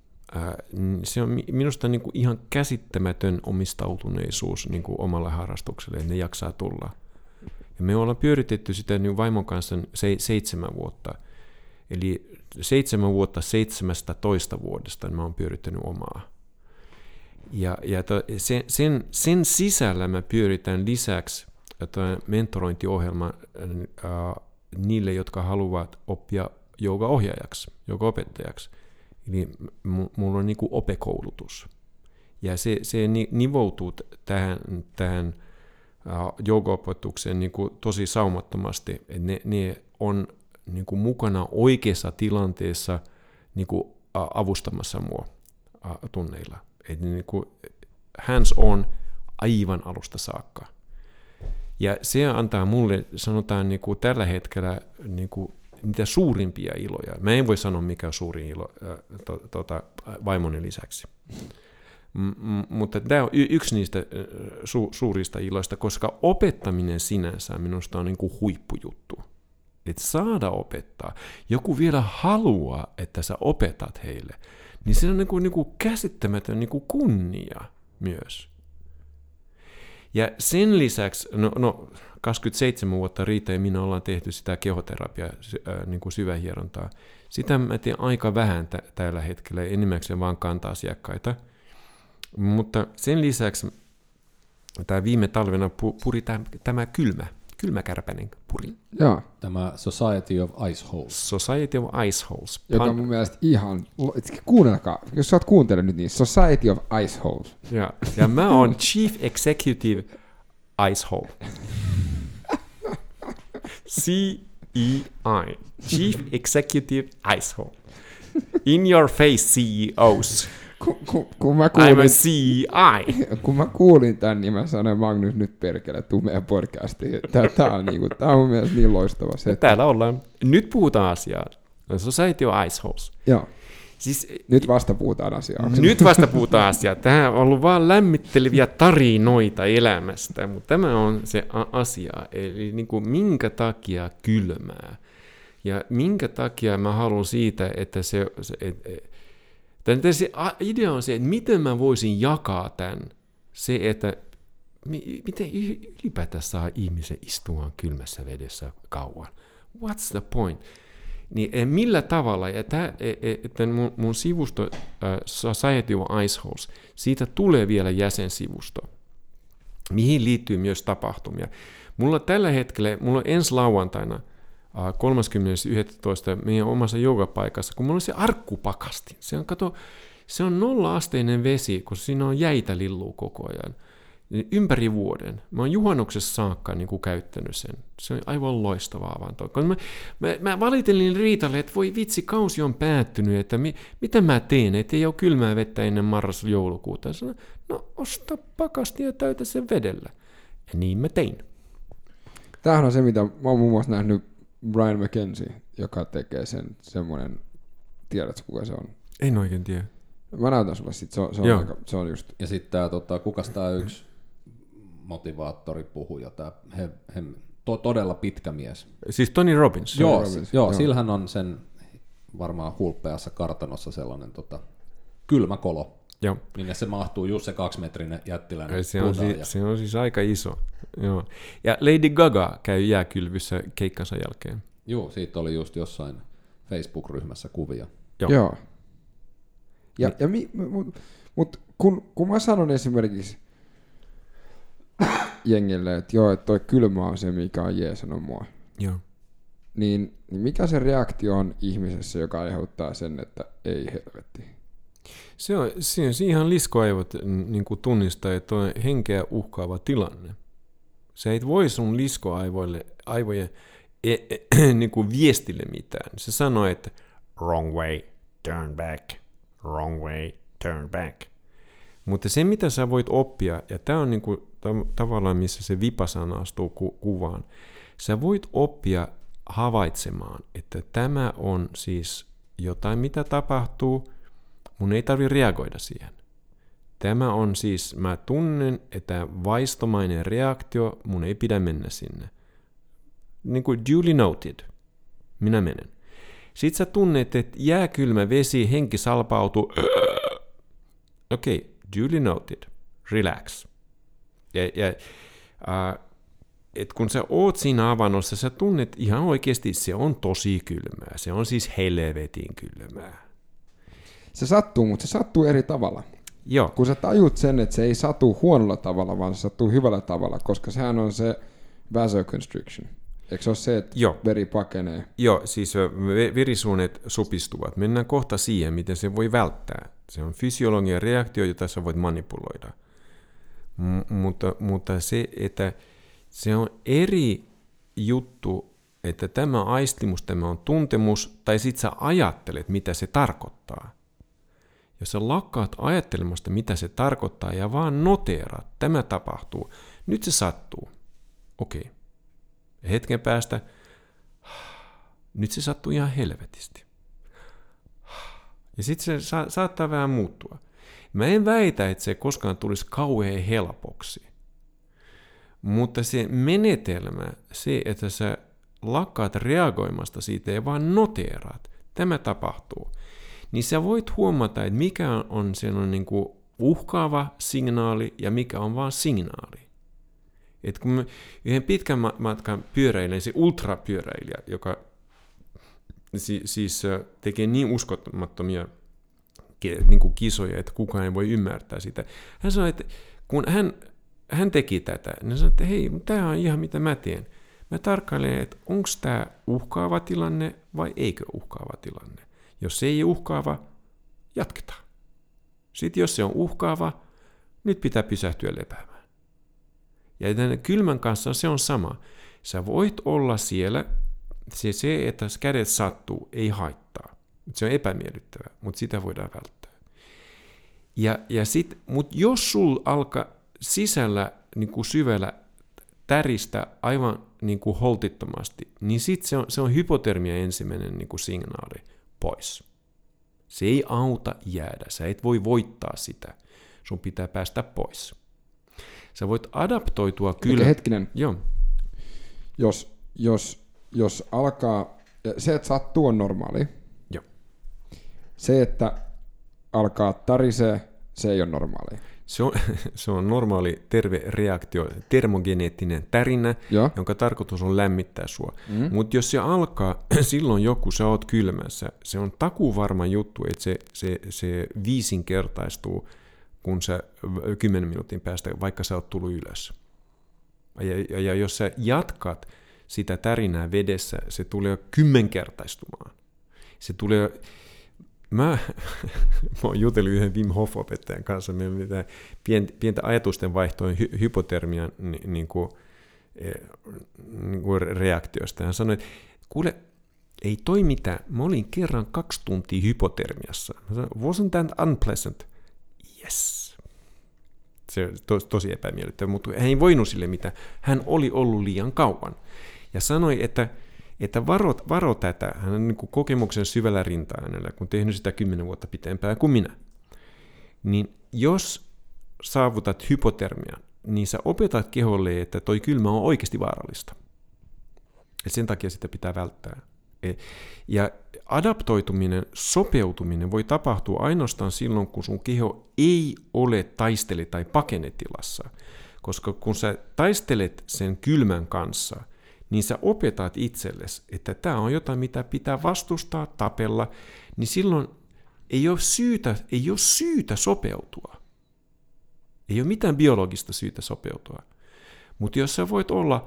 Se on minusta niinku ihan käsittämätön omistautuneisuus niinku omalle harrastukselle, että ne jaksaa tulla. Ja me ollaan pyöritetty sitä niin vaimon kanssa se, seitsemän vuotta. Eli seitsemän vuotta seitsemästä toista vuodesta mä oon pyörittänyt omaa. Ja, ja to, sen, sen, sen sisällä mä pyöritän lisäksi mentorointiohjelma äh, niille, jotka haluavat oppia joogaohjaajaksi, joogaopettajaksi. Eli mulla on niinku opekoulutus. Ja se, se nivoutuu tähän, tähän joogaopetukseen niinku tosi saumattomasti. Ne, ne on niinku mukana oikeassa tilanteessa niinku avustamassa mua tunneilla. Et niinku hands on aivan alusta saakka. Ja se antaa mulle, sanotaan niinku tällä hetkellä, niinku niitä suurimpia iloja. Mä en voi sanoa, mikä on suurin ilo äh, to, tota, vaimoni lisäksi. M- mutta tämä on y- yksi niistä äh, su- suurista iloista, koska opettaminen sinänsä minusta on niinku huippujuttu. Että saada opettaa. Joku vielä haluaa, että sä opetat heille. Niin se on niinku, niinku käsittämätön niinku kunnia myös. Ja sen lisäksi, no, no kaksikymmentäseitsemän vuotta Riita ja minä ollaan tehty sitä kehoterapiaa, äh, niin kuin syvähierontaa. Sitä mä teen aika vähän t- tällä hetkellä, enimmäkseen vaan kanta-asiakkaita. Mutta sen lisäksi tämä viime talvena pu- puri tämä, tämä kylmä, kylmäkärpäinen puri. Joo. Tämä Society of Iceholes. Society of Iceholes. Joka on mun mielestä ihan, kuunnelkaa, jos sä oot kuuntellut nyt niin, Society of Iceholes. Ja, ja mä oon Chief Executive Icehole. C E I. Chief Executive Icehole. In your face, C E Os. Kun, kun, kun, mä kuulin, I'm a C E I. kun mä kuulin tämän, niin mä sanoin, Magnus, nyt perkele, tuu meidän podcastiin. Tää, tää, on, niinku, tää on mun mielestä niin loistava se. Täällä ollaan. Nyt puhutaan asiaa. Society of Iceholes. Joo. Siis, nyt vasta puhutaan asiaa. Nyt vasta puhutaan asiaa. Tämä on ollut vaan lämmitteleviä tarinoita elämästä, mutta tämä on se asia. Eli niin kuin, minkä takia kylmää? Ja minkä takia mä haluan siitä, että se... se et, et, se idea on se, että miten mä voisin jakaa tämän. Se, että miten ylipäätään saa ihmisen istua kylmässä vedessä kauan. What's the point? Niin millä tavalla, ja tämä, että mun, mun sivusto uh, Society of Iceholes, siitä tulee vielä jäsensivusto, mihin liittyy myös tapahtumia. Mulla tällä hetkellä, mulla on ensi lauantaina uh, kolmaskymmenes yhdestoista meidän omassa joogapaikassa, kun mulla on se arkkupakastin. Se on, kato, se on nolla-asteinen vesi, kun siinä on jäitä lilluu koko ajan. Ympäri vuoden. Mä oon juhannuksessa saakka niin kuin käyttänyt sen. Se on aivan loistava avanto. Mä, mä, mä valitelin Riitalle, että voi vitsi, kausi on päättynyt, että mi, mitä mä teen, että ei ole kylmää vettä ennen marras-joulukuuta. Sanoin, no osta pakasti ja täytä sen vedellä. Ja niin mä tein. Tämähän on se, mitä mä oon muun muassa nähnyt Brian McKenzie, joka tekee sen semmoinen, tiedätkö kuka se on? En oikein tiedä. Mä näytän sulle sit, se on, se on, aika, se on just. Ja sitten tää, tota, kukas tää yksi motivaattori puhuja, tää he, he, to, todella pitkä mies. Siis Tony Robbins. Joo, Tony Robbins. joo, joo, sillähän on sen varmaan hulppeassa kartanossa sellainen tota, kylmäkolo, Joo. minne se mahtuu just se kaksimetrinen jättiläinen. Se on, si- se on siis aika iso. Joo. Ja Lady Gaga käy jääkylvyssä keikkansa jälkeen. Joo, siitä oli just jossain Facebook-ryhmässä kuvia. Joo. Joo. Ja, ja mi, mut, mut kun, kun mä sanon esimerkiksi jengille, että joo, että toi kylmä on se, mikä on jeesannut mua, Joo. niin, niin mikä se reaktio on ihmisessä, joka aiheuttaa sen, että ei helvetti? Se on, se on ihan liskoaivot niin kuin tunnistaa, että on henkeä uhkaava tilanne. Sä et voi sun liskoaivoille aivojen e, e, niin kuin viestille mitään. Se sanoo, että wrong way, turn back, wrong way, turn back. Mutta se, mitä sä voit oppia, ja tämä on niin kuin, tav- tavallaan, missä se vipassana astuu ku- kuvaan, Sä voit oppia havaitsemaan, että tämä on siis jotain, mitä tapahtuu, mun ei tarvitse reagoida siihen. Tämä on siis, mä tunnen, että vaistomainen reaktio, mun ei pidä mennä sinne. Niin kuin duly noted. Minä menen. Sitten sä tunnet, että jääkylmä vesi, henki salpautuu. Okei, okay, duly noted. Relax. Ja, ja uh, et kun sä oot siinä avannossa, sä tunnet ihan oikeasti, se on tosi kylmää. Se on siis helvetin kylmää. Se sattuu, mutta se sattuu eri tavalla. Joo. Kun sä tajut sen, että se ei satu huonolla tavalla, vaan se sattuu hyvällä tavalla, koska sehän on se vasoconstriction. Eikö se ole se, että Joo. veri pakenee? Joo, siis verisuonet supistuvat. Mennään kohta siihen, miten se voi välttää. Se on fysiologian reaktio, jota sä voit manipuloida. M- mutta, mutta se, että se on eri juttu, että tämä aistimus, tämä on tuntemus, tai sit sä ajattelet, mitä se tarkoittaa. Jos sä lakkaat ajattelemasta, mitä se tarkoittaa, ja vaan noteeraat, tämä tapahtuu. Nyt se sattuu. Okei. Okay. Hetken päästä, nyt se sattuu ihan helvetisti. Ja sitten se sa- saattaa vähän muuttua. Mä en väitä, että se koskaan tulisi kauhean helpoksi. Mutta se menetelmä, se, että sä lakkaat reagoimasta siitä ja vaan noteeraat, tämä tapahtuu, niin sä voit huomata, että mikä on sellainen niin kuin uhkaava signaali ja mikä on vaan signaali. Et kun mä yhden pitkän matkan pyöräilijän, se ultrapyöräilijä, joka si- siis tekee niin uskomattomia niin kuin kisoja, että kukaan ei voi ymmärtää sitä. Hän sanoi, että kun hän, hän teki tätä, niin hän sanoi, että hei, tämä on ihan mitä mä teen. Mä tarkkailen, että onko tämä uhkaava tilanne vai eikö uhkaava tilanne. Jos se ei ole uhkaava, jatketaan. Sitten jos se on uhkaava, nyt pitää pysähtyä lepäämään. Ja tämän kylmän kanssa se on sama. Sä voit olla siellä, se, se että kädet sattuu, ei haittaa. Se on epämiellyttävää, mutta sitä voidaan välttää. Ja, ja sit, mutta jos sul alkaa sisällä niin kuin syvällä täristä aivan niin kuin holtittomasti, niin sitten se on, se on hypotermia ensimmäinen niin kuin signaali pois. Se ei auta jäädä, sä et voi voittaa sitä. Sun pitää päästä pois. Sä voit adaptoitua kyllä. Eikä hetkinen, Joo. Jos, jos, jos alkaa, se että sattuu on normaali. Joo. Se, että alkaa tarisee, se ei ole normaali. Se on, se on normaali terve reaktio, termogeneettinen tärinä, Joo. jonka tarkoitus on lämmittää sua. Mm. Mutta jos se alkaa silloin joku, sä oot kylmässä, se on takuvarma juttu, että se, se, se viisinkertaistuu, kun sä kymmenen minuutin päästä, vaikka sä oot tullut ylös. Ja, ja, ja jos sä jatkat sitä tärinää vedessä, se tulee kymmenkertaistumaan. Se tulee... Mä, mä oon jutellut yhden Wim Hof-opettajan kanssa, meillä oli mitään pientä, pientä ajatusten vaihtoa hy, hypotermian ni, niin kuin, niin kuin reaktiosta. Hän sanoi, että kuule, ei toi mitään. Mä olin kerran kaksi tuntia hypotermiassa. Mä sanoin, wasn't that unpleasant? Yes. Se on to, tosi epämiellyttävä, mutta hän ei voinut sille mitään. Hän oli ollut liian kauan. Ja sanoi, että että varo, varo tätä, hän on niin kuin kokemuksen syvällä rinta-äänellä, kun tehnyt sitä kymmenen vuotta pitempään kuin minä. Niin jos saavutat hypotermian, niin sä opetat keholle, että toi kylmä on oikeasti vaarallista. Et sen takia sitä pitää välttää. Ja adaptoituminen, sopeutuminen voi tapahtua ainoastaan silloin, kun sun keho ei ole taistele- tai pakenetilassa. Koska kun sä taistelet sen kylmän kanssa, niin sä opetat itsellesi, että tämä on jotain, mitä pitää vastustaa, tapella, niin silloin ei ole syytä, ei ole syytä sopeutua. Ei ole mitään biologista syytä sopeutua. Mutta jos sä voit olla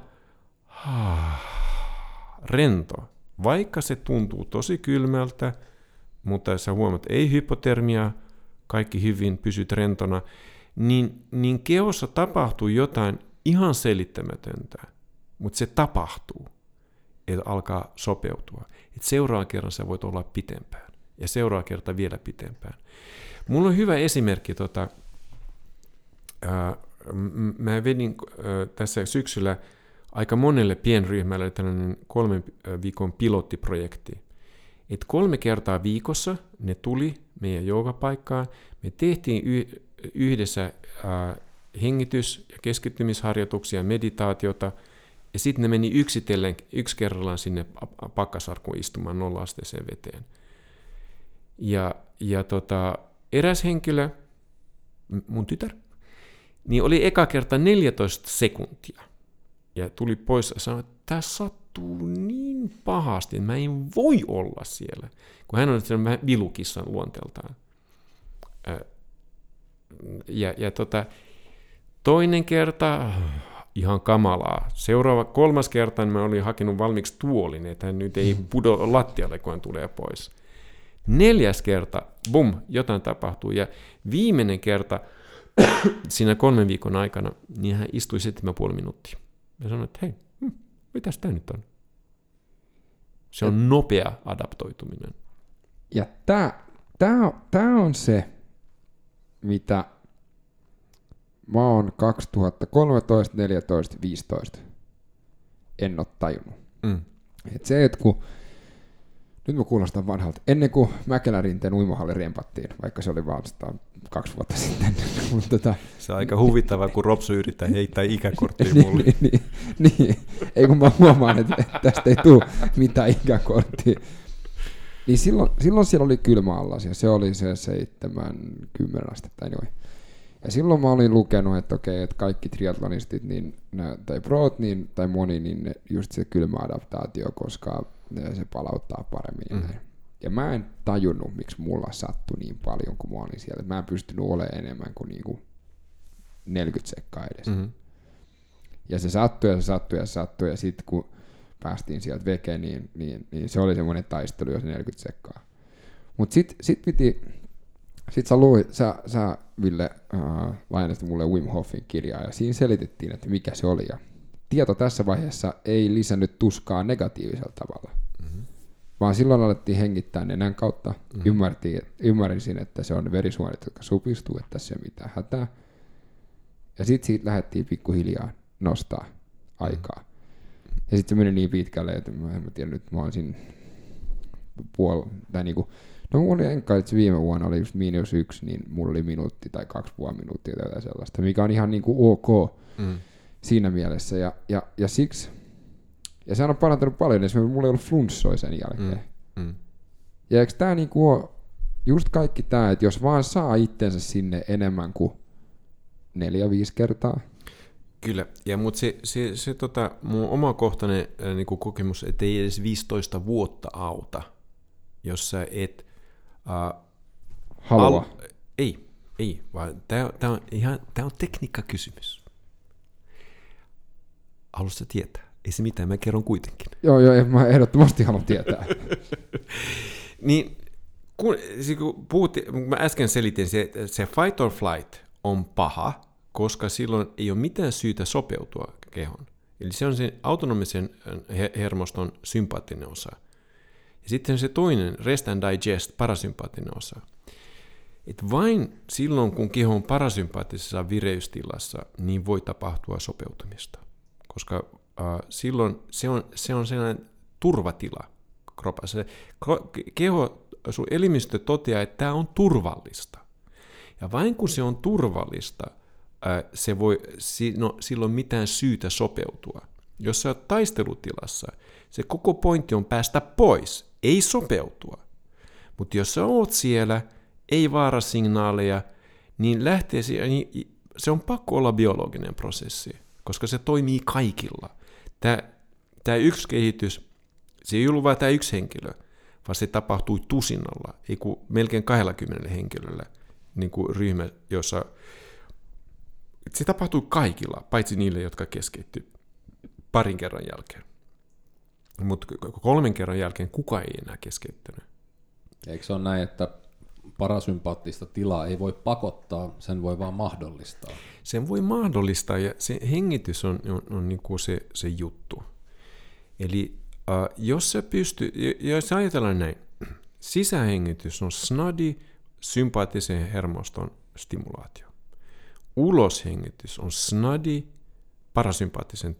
rento, vaikka se tuntuu tosi kylmältä, mutta sä huomaat, että ei hypotermia, kaikki hyvin, pysyt rentona, niin, niin kehossa tapahtuu jotain ihan selittämätöntä. Mutta se tapahtuu, että alkaa sopeutua. Että seuraavan kerran sä voit olla pitempään. Ja seuraavan kerta vielä pitempään. Mulla on hyvä esimerkki. Tota, ää, mä vedin ää, tässä syksyllä aika monelle pienryhmälle tällainen kolmen viikon pilottiprojekti. Et kolme kertaa viikossa ne tuli meidän joogapaikkaan. Me tehtiin y- yhdessä äh, hengitys- ja keskittymisharjoituksia, meditaatiota, ja sitten ne meni yksitellen, yksi kerrallaan sinne pakkasarkuun istumaan nolla-asteiseen veteen. Ja, ja tota, eräs henkilö, mun tytär, niin oli eka kerta neljätoista sekuntia. Ja tuli pois ja sanoi, että tämä sattuu niin pahasti, että mä en voi olla siellä. Kun hän on vähän vilukissan luonteeltaan. Ja, ja tota, toinen kerta, ihan kamalaa. Seuraava, kolmas kerta mä olin hakenut valmiiksi tuolin, että hän nyt ei pudo lattialle, kun hän tulee pois. Neljäs kerta, bum, jotain tapahtuu. Ja viimeinen kerta, siinä kolmen viikon aikana, niin hän istui seitsemän ja puoli minuuttia. Ja sanoi, että hei, hm, mitäs tämä nyt on? Se on nopea adaptoituminen. Ja tämä on se, mitä mä oon kaksituhattakolmetoista, neljätoista, viisitoista en ole tajunnut. Mm. Et se, että kun nyt mä kuulostan vanhalta. Ennen kuin Mäkelärinteen uimahalli rempattiin, vaikka se oli vaan kaksi vuotta sitten. Mutta tota, se on aika huvittavaa, kun Ropsu yrittää heittää ikäkorttia mulle. niin, niin, niin, ei kun mä huomaan, että tästä ei tule mitään ikäkorttia. Niin silloin, silloin siellä oli kylmä allas, ja se oli se seitsemänkymmentä astetta. Anyway. Ja silloin mä olin lukenut, että okei, että kaikki triatlonistit, niin, tai proot, niin, tai moni, niin just se kylmä adaptaatio, koska se palauttaa paremmin. Mm. Ja mä en tajunnut, miksi mulla sattui niin paljon, kun mä olin siellä. Mä en pystynyt olemaan enemmän kuin niinku neljäkymmentä sekkaa edes. Mm-hmm. Ja se sattui ja se sattui ja se sattui, ja sitten kun päästiin sieltä vekeen, niin, niin, niin se oli semmoinen taistelu, jos neljäkymmentä sekkaa. Mutta sitten sit piti, sit sä, luit, sä, sä Ville äh, lainasit mulle Wim Hofin kirjaa, ja siinä selitettiin, että mikä se oli. Ja tieto tässä vaiheessa ei lisännyt tuskaa negatiivisella tavalla, mm-hmm. vaan silloin alettiin hengittää nenän kautta. Mm-hmm. Ymmärtiin, ymmärsin, että se on verisuonet, jotka supistuu, että tässä ei ole mitään hätää. Ja sitten siitä lähdettiin pikkuhiljaa nostaa aikaa. Mm-hmm. Ja sitten se meni niin pitkälle, että mä en tiedä, nyt mä oon siinä puol... Tai niinku, no mulla oli enkä, että viime vuonna oli just miinus yksi, niin mulla oli minuutti tai kaksi puoli minuuttia tai sellaista, mikä on ihan niinku ok. Mm. Siinä mielessä, ja, ja, ja siksi, ja sehän on parantanut paljon, esimerkiksi mulla ei ollut flunssoi sen jälkeen. Mm, mm. Ja eikö tää niinku ole just kaikki tää, että jos vaan saa itsensä sinne enemmän kuin neljä, viisi kertaa. Kyllä, ja mutta se, se, se tota, mun omakohtainen äh, niinku kokemus, että ei edes viisitoista vuotta auta, jos sä et äh, halua. Al- ei, ei, vaan tää, tää on ihan, tää on tekniikkakysymys. Haluatko sä tietää? Ei se mitään, mä kerron kuitenkin. Joo, joo, mä ehdottomasti haluan tietää. niin, kun, kun puhuttiin, mä äsken selitin, se, se fight or flight on paha, koska silloin ei ole mitään syytä sopeutua kehon. Eli se on sen autonomisen hermoston sympaattinen osa. Ja sitten se toinen, rest and digest, parasympaattinen osa. Et vain silloin, kun keho on parasympaattisessa vireystilassa, niin voi tapahtua sopeutumista. Koska äh, silloin se on, se on sellainen turvatila kropassa. Keho, sun elimistö toteaa, että tämä on turvallista. Ja vain kun se on turvallista, äh, se voi, no, silloin mitään syytä sopeutua. Jos sä oot taistelutilassa, se koko pointti on päästä pois, ei sopeutua. Mutta jos sä oot siellä, ei vaarasignaaleja, niin lähtee niin se on pakko olla biologinen prosessi. Koska se toimii kaikilla. Tämä, tämä yksi kehitys, se ei ollut vain tämä yksi henkilö, vaan se tapahtui tusinalla, ei kuin melkein kaksikymmentä henkilöllä niin kuin ryhmä, jossa se tapahtui kaikilla, paitsi niille, jotka keskeytyi parin kerran jälkeen. Mutta kolmen kerran jälkeen kukaan ei enää keskeyttänyt. Eikö se ole näin, että parasympaattista tilaa ei voi pakottaa, sen voi vaan mahdollistaa? Sen voi mahdollistaa, ja se hengitys on, on, on niin kuin se, se juttu. Eli äh, jos se pystyy, jos ajatellaan näin, sisähengitys on snadi sympaattisen hermoston stimulaatio. Uloshengitys on snadi parasympaattisen tilan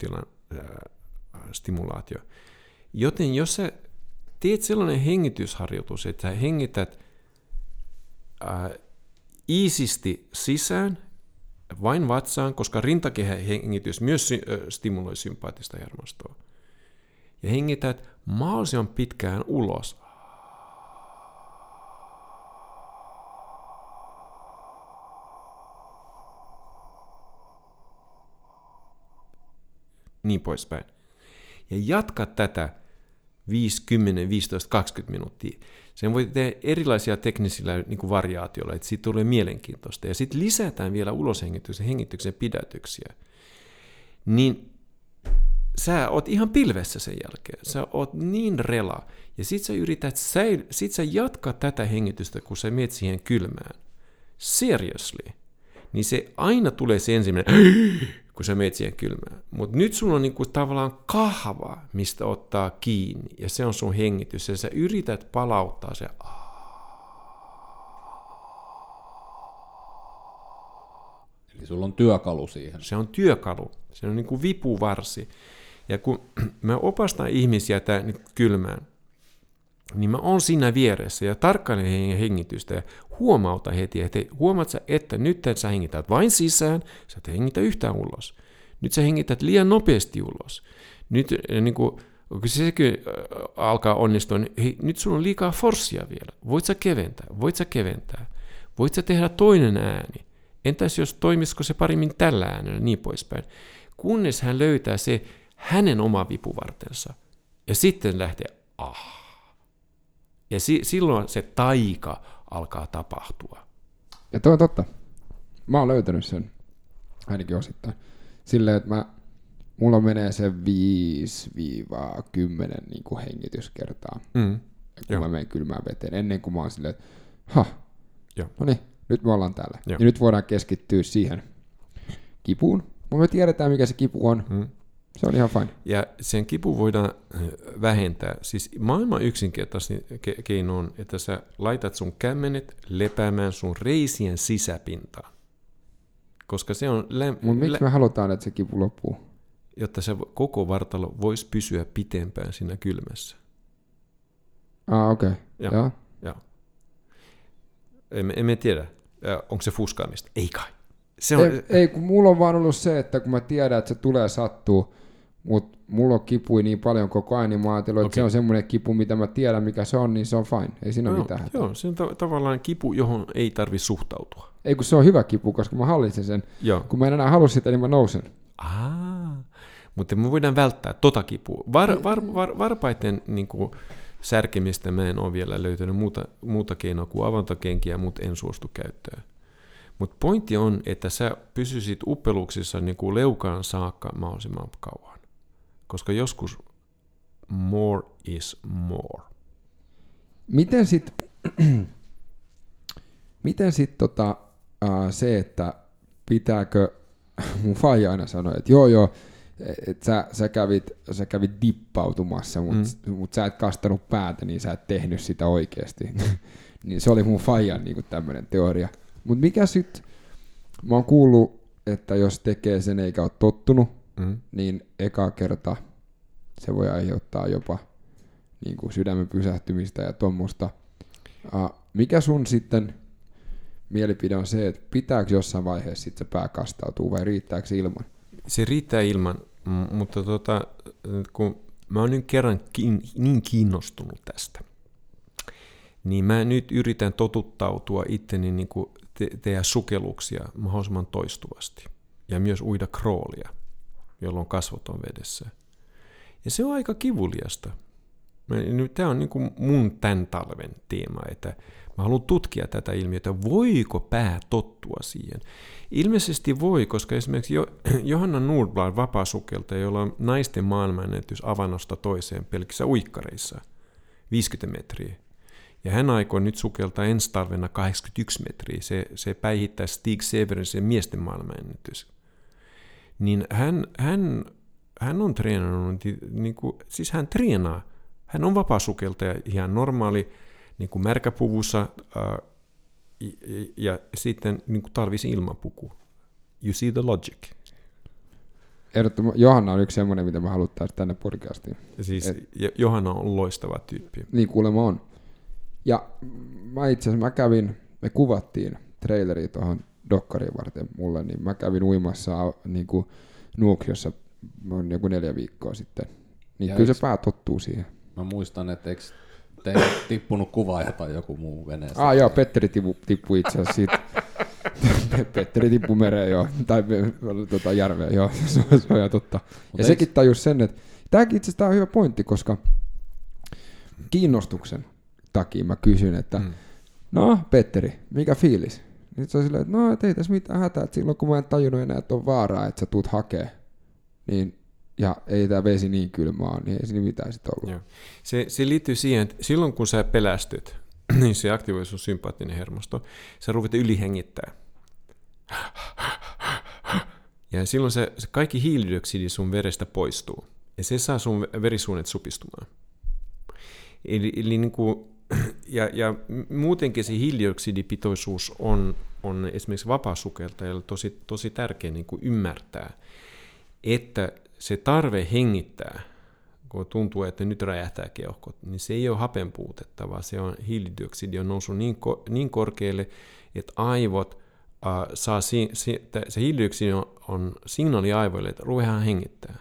stimulaatio. Joten jos sä teet sellainen hengitysharjoitus, että sä hengität ää, iisisti sisään, vain vatsaan, koska rintakehähengitys myös stimuloi sympaattista hermostoa. Ja hengität mahdollisimman pitkään ulos. Niin poispäin. Ja jatka tätä viisi, kymmenen, viisitoista, kaksikymmentä minuuttia. Sen voi tehdä erilaisia teknisillä niin kuin variaatioilla, että siitä tulee mielenkiintoista. Ja sitten lisätään vielä uloshengityksen hengityksen pidätyksiä. Niin sä oot ihan pilvessä sen jälkeen. Sä oot niin rela. Ja sit sä yrität, säil- sit sä jatkat tätä hengitystä, kun sä meet siihen kylmään. Seriously. Niin se aina tulee se ensimmäinen, kun sä meet siihen kylmään. Mutta nyt sulla on niinku tavallaan kahva, mistä ottaa kiinni. Ja se on sun hengitys. Ja sä yrität palauttaa se. Eli sulla on työkalu siihen. Se on työkalu. Se on niinku vipuvarsi. Ja kun mä opastan ihmisiä tää kylmään, niin mä oon siinä vieressä ja tarkkailen heidän hengitystä ja huomauta heti, että huomaat sä, että nyt sä hengität vain sisään, sä et hengitä yhtään ulos. Nyt sä hengität liian nopeasti ulos. Nyt niin kun, kun sekin alkaa onnistua, niin hei, nyt sulla on liikaa forssia vielä. Voit sä keventää? Voit sä keventää? Voit sä tehdä toinen ääni? Entäs jos toimisiko se paremmin tällä äänellä, niin poispäin. Kunnes hän löytää se hänen oma vipuvartensa. Ja sitten lähtee, ah. Ja si- silloin se taika alkaa tapahtua. Ja toi on totta. Mä oon löytänyt sen, ainakin osittain. Silleen, että mä, mulla menee se viisi kymmenen niin kuin hengityskertaa, Mm. kun Joo. mä menen kylmään veteen, ennen kuin mä oon silleen, että ha, Joo. no niin, nyt me ollaan täällä. Joo. Ja nyt voidaan keskittyä siihen kipuun. Mutta me tiedetään, mikä se kipu on. Mm. Se on ihan fine. Ja sen kipu voidaan vähentää. Siis maailman yksinkertaisin ke- keino on, että sä laitat sun kämmenet lepäämään sun reisien sisäpintaan. Koska se on, lä- Mutta miksi lä- me halutaan, että se kipu loppuu? jotta se koko vartalo voisi pysyä pitempään siinä kylmässä. Ah, okei. Joo. Okay. Joo. Emme, emme tiedä, onko se fuskaamista. Ei kai. Se on, Ei, ei, kun mulla on vaan ollut se, että kun mä tiedän, että se tulee sattuu, mutta mulla on kipui niin paljon koko ajan, niin mä ajattelin, että Okei. se on semmoinen kipu, mitä mä tiedän, mikä se on, niin se on fine. Ei siinä ole no, mitään hätää. joo, se on ta- tavallaan kipu, johon ei tarvitse suhtautua. Ei, kun se on hyvä kipu, koska mä hallitsen sen. Joo. Kun mä en enää halua sitä, niin mä nousen. Ah, mutta me voidaan välttää tota kipua. Var, var, var, varpaiden niin kuin, särkemistä mä en ole vielä löytänyt muuta, muuta keinoa kuin avantokenkiä, mutta en suostu käyttää. Mutta pointti on, että sä pysyisit uppeluksissa niin kuin leukaan saakka mahdollisimman kauan. Koska joskus more is more. Miten sit, miten sit tota, äh, se, että pitääkö, mun faija aina sanoi, että joo joo, että sä, sä, kävit, sä kävit dippautumassa, mutta mm. mut sä et kastanut päätä, niin sä et tehnyt sitä oikeasti. Niin se oli mun faijan niinku tämmönen teoria. Mutta mikä sit, mä oon kuullut, että jos tekee sen eikä ole tottunut, Mm. niin eka kerta se voi aiheuttaa jopa niin kuin sydämen pysähtymistä ja tuommoista. Uh, mikä sun sitten mielipide on se, että pitääkö jossain vaiheessa sit se pää kastautua vai riittääkö se ilman? Se riittää ilman, m- mutta tota, kun mä oon nyt kerran kiin- niin kiinnostunut tästä, niin mä nyt yritän totuttautua itteni niin kuin te- tehdä sukelluksia mahdollisimman toistuvasti. Ja myös uida kroolia, jolloin kasvot on vedessä. Ja se on aika kivuliasta. Tämä on niin kuin mun tämän talven teema, että mä haluan tutkia tätä ilmiötä, voiko pää tottua siihen. Ilmeisesti voi, koska esimerkiksi Johanna Nordblad, vapaasukeltaja, jolla on naisten maailmanennätys avannosta toiseen pelkissä uikkareissa, viisikymmentä metriä. Ja hän aikoo nyt sukeltaa ensi talvena kahdeksankymmentäyksi metriä. Se, se päihittää Stig Severinsen miesten maailmanennätys. Niin hän, hän, hän on treenannut, niin kuin, siis hän treenaa. Hän on vapaasukeltaja ihan normaali niin kuin märkäpuvussa ää, ja, ja sitten niin kuin talvisin ilmapuku. You see the logic. ehdottomasti Johanna on yksi semmoinen, mitä mä haluttaisiin tänne podcastiin. Siis Et, Johanna on loistava tyyppi. niin kuulemma on. Ja mä itse asiassa mä kävin, me kuvattiin traileria tuohon dokkariin varten mulle, niin mä kävin uimassa niin kuin Nuuksiossa on joku neljä viikkoa sitten. Niin ja kyllä eikö, se pää tottuu siihen. Mä muistan, että eikö teille tippunut kuvaaja tai joku muu veneessä? Ah joo, Petteri tippui tippu itse asiassa siitä. Petteri tippui mereen joo, tai tota, järveen joo, se on, se on ihan totta. Mut ja eikö... sekin tajus sen, että tämäkin itse asiassa on hyvä pointti, koska kiinnostuksen takia mä kysyn, että mm. no Petteri, mikä fiilis? Nyt se on silleen, että no et ei tässä mitään hätää, että silloin kun mä en tajunnut enää, että on vaaraa, että sä tuut hakee, niin ja ei tämä vesi niin kylmä ole, niin ei siinä mitään sitten ollut. Joo. Se, se liittyy siihen, että silloin kun sä pelästyt, niin se aktivoi sun sympaattinen hermosto, sä ruvet ylihengittää. Ja silloin se, se kaikki hiilidioksidi sun verestä poistuu, ja se saa sun verisuonet supistumaan. Eli, eli niin kuin, ja, ja muutenkin se hiilidioksidipitoisuus on, on esimerkiksi vapaasukeltajalle tosi, tosi tärkeä niin kuin ymmärtää, että se tarve hengittää, kun tuntuu, että nyt räjähtää keuhkot, niin se ei ole hapen puutetta, vaan se on hiilidioksidi on noussut niin, ko, niin korkealle, että aivot äh, saa, si, si, se hiilidioksidi on, on signaali aivoille, että ruvetaan hengittää.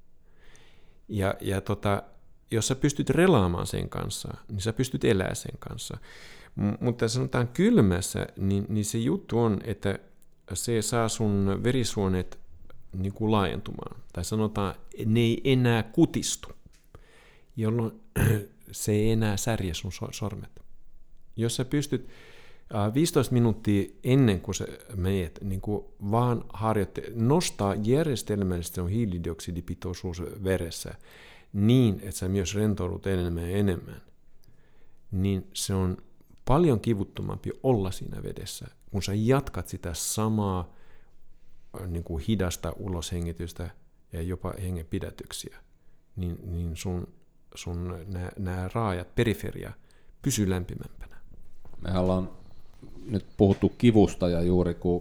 Ja, ja tota, jos sä pystyt relaamaan sen kanssa, niin sä pystyt elämään sen kanssa. M- mutta sanotaan kylmässä, niin, niin se juttu on, että se saa sun verisuonet niin kuin laajentumaan. Tai sanotaan, ne ei enää kutistu, jolloin se ei enää särje sun sormet. Jos sä pystyt viisitoista minuuttia ennen kuin sä menet, niin kuin vaan harjoitte, nostaa järjestelmällisesti sun hiilidioksidipitoisuus veressä niin, että sä myös rentoudut enemmän ja enemmän, niin se on paljon kivuttomampi olla siinä vedessä, kun sä jatkat sitä samaa niin kuin hidasta uloshengitystä ja jopa hengenpidätyksiä, niin, niin sun, sun nämä raajat, periferia, pysyy lämpimämpänä. Mehän ollaan nyt puhuttu kivusta ja juuri kun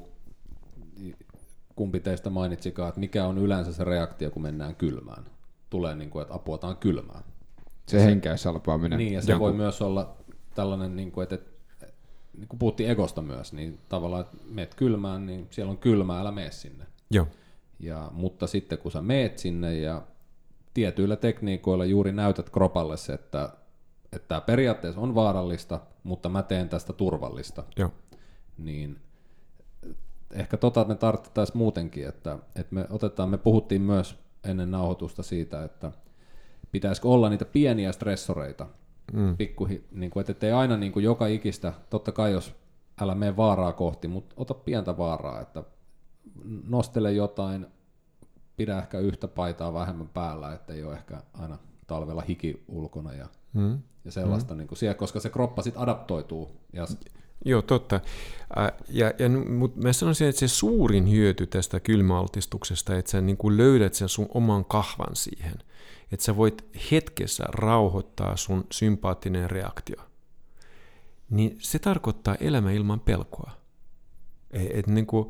kumpi teistä mainitsikaan, että mikä on yleensä se reaktio, kun mennään kylmään. Tulee niin kuin, että apua, tämä on kylmää. Se, se henkäyssalpaaminen. Niin, ja se jonkun... voi myös olla tällainen, niin kuin, että, että niin kuin puhuttiin egosta myös, niin tavallaan, että meet kylmään, niin siellä on kylmää, älä mene sinne. Joo. Ja, mutta sitten kun sä meet sinne ja tietyillä tekniikoilla juuri näytät kropalle se, että, että tämä periaatteessa on vaarallista, mutta mä teen tästä turvallista. Joo. Niin ehkä tota me tarvittaisiin muutenkin, että, että me otetaan, me puhuttiin myös ennen nauhoitusta siitä, että pitäisikö olla niitä pieniä stressoreita, mm. pikku, niin kuin, että ettei aina niin kuin joka ikistä, totta kai jos älä mene vaaraa kohti, mutta ota pientä vaaraa, että nostele jotain, pidä ehkä yhtä paitaa vähemmän päällä, ettei ole ehkä aina talvella hiki ulkona ja, mm. ja sellaista, mm. niin kuin siellä, koska se kroppa sitten adaptoituu. Ja Joo, totta. Ja, ja, mutta mä sanoisin, että se suurin hyöty tästä kylmäaltistuksesta, että sä niin kuin löydät sen sun oman kahvan siihen. Että sä voit hetkessä rauhoittaa sun sympaattinen reaktio. Niin se tarkoittaa elämä ilman pelkoa. Et niin kuin,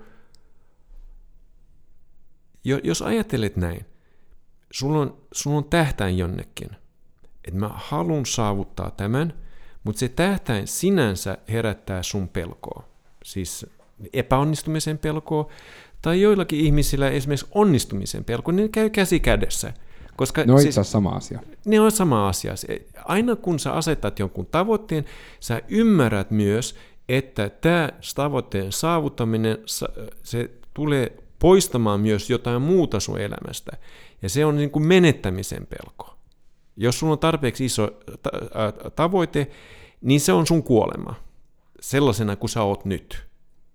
jos ajattelet näin, sulla on, sulla on tähtäin jonnekin, että mä haluan saavuttaa tämän, mutta se tähtäin sinänsä herättää sun pelkoa, siis epäonnistumisen pelkoa, tai joillakin ihmisillä esimerkiksi onnistumisen pelkoa, ne käy käsi kädessä. Koska ne on siis, itse asiassa sama asia. Ne on sama asia. Aina kun sä asetat jonkun tavoitteen, sä ymmärrät myös, että tämä tavoitteen saavuttaminen, se tulee poistamaan myös jotain muuta sun elämästä. Ja se on niin kuin menettämisen pelko. Jos sulla on tarpeeksi iso tavoite, niin se on sun kuolema. Sellaisena kuin sä oot nyt.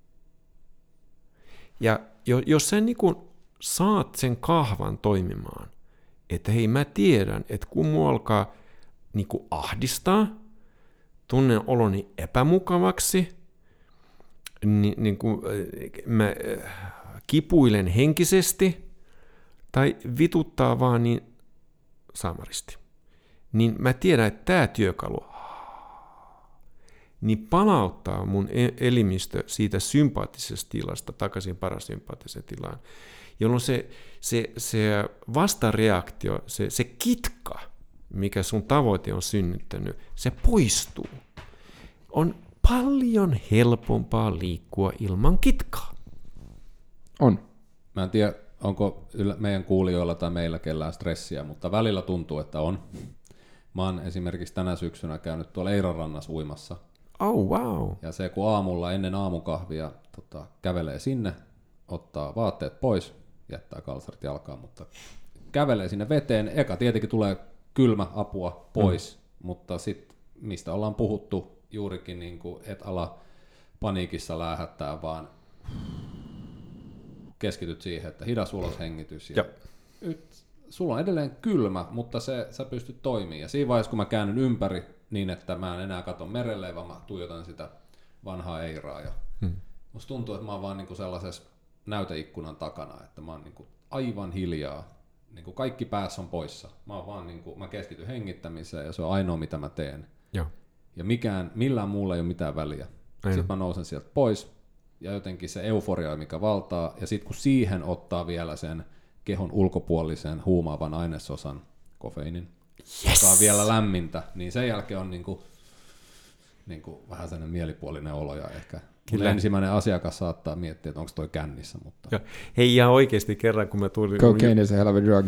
Ja jos sä niin kuin saat sen kahvan toimimaan, että hei, mä tiedän, että kun mua alkaa niin kuin ahdistaa, tunnen oloni epämukavaksi, niin, niin kuin mä kipuilen henkisesti tai vituttaa vaan niin saamaristi, niin mä tiedän, että tämä työkalu, niin palauttaa mun elimistö siitä sympaattisesta tilasta takaisin parasympaattiseen tilaan, jolloin se, se, se vastareaktio, se, se kitka, mikä sun tavoite on synnyttänyt, se poistuu. On paljon helpompaa liikkua ilman kitkaa. On. Mä en tiedä, onko meidän kuulijoilla tai meillä kellään stressiä, mutta välillä tuntuu, että on. Mä oon esimerkiksi tänä syksynä käynyt tuolla Eiranrannassa uimassa. Oh, wow. Ja se, kun aamulla ennen aamukahvia tota, kävelee sinne, ottaa vaatteet pois, jättää kalsarit jalkaan, mutta kävelee sinne veteen. Eka tietenkin tulee kylmä apua pois, mm. mutta sitten mistä ollaan puhuttu juurikin, niin kuin, et ala paniikissa läähättää, vaan keskityt siihen, että hidas uloshengitys. Ja nyt, sulla on edelleen kylmä, mutta se, sä pystyt toimimaan. Ja siinä vaiheessa, kun mä käännyn ympäri niin, että mä en enää katso merelle, vaan mä tuijotan sitä vanhaa Eiraa. Ja hmm. musta tuntuu, että mä oon vaan niinku sellaisessa näyteikkunan takana, että mä oon niinku aivan hiljaa. Niinku kaikki päässä on poissa. Mä, oon vaan niinku, mä keskityn hengittämiseen ja se on ainoa, mitä mä teen. Joo. Ja mikään, millään muulla ei ole mitään väliä. Aino. Sitten mä nousen sieltä pois. Ja jotenkin se euforia, mikä valtaa, ja sitten kun siihen ottaa vielä sen kehon ulkopuolisen huumaavan ainesosan, kofeiinin, yes! joka on vielä lämmintä, niin sen jälkeen on niinku, niinku vähän sellainen mielipuolinen olo, ja ehkä ensimmäinen asiakas saattaa miettiä, että onko toi kännissä. Mutta... Ja, hei, ihan oikeasti kerran, kun mä tulin... Cocaine is a hell of a drug.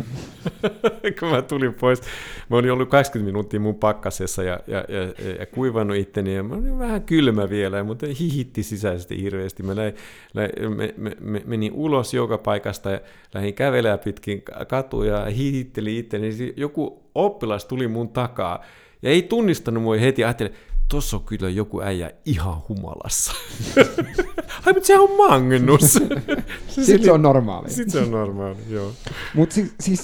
kun mä tulin pois, mä olin ollut kaksikymmentä minuuttia mun pakkasessa ja, ja, ja, ja kuivannut itteni, ja mä olin vähän kylmä vielä, mutta hihitti sisäisesti hirveästi. Mä lähdin, lähdin, me, me, me, menin ulos joka paikasta ja lähdin kävelemään pitkin katuja ja hihitteli itteni. Joku oppilas tuli mun takaa ja ei tunnistanut mua heti, ajattelin, tuossa on kyllä joku äijä ihan humalassa. Ai, mutta sehän on Magnus. Sitten se on normaali. Sitten se on normaali, joo. Mutta si- siis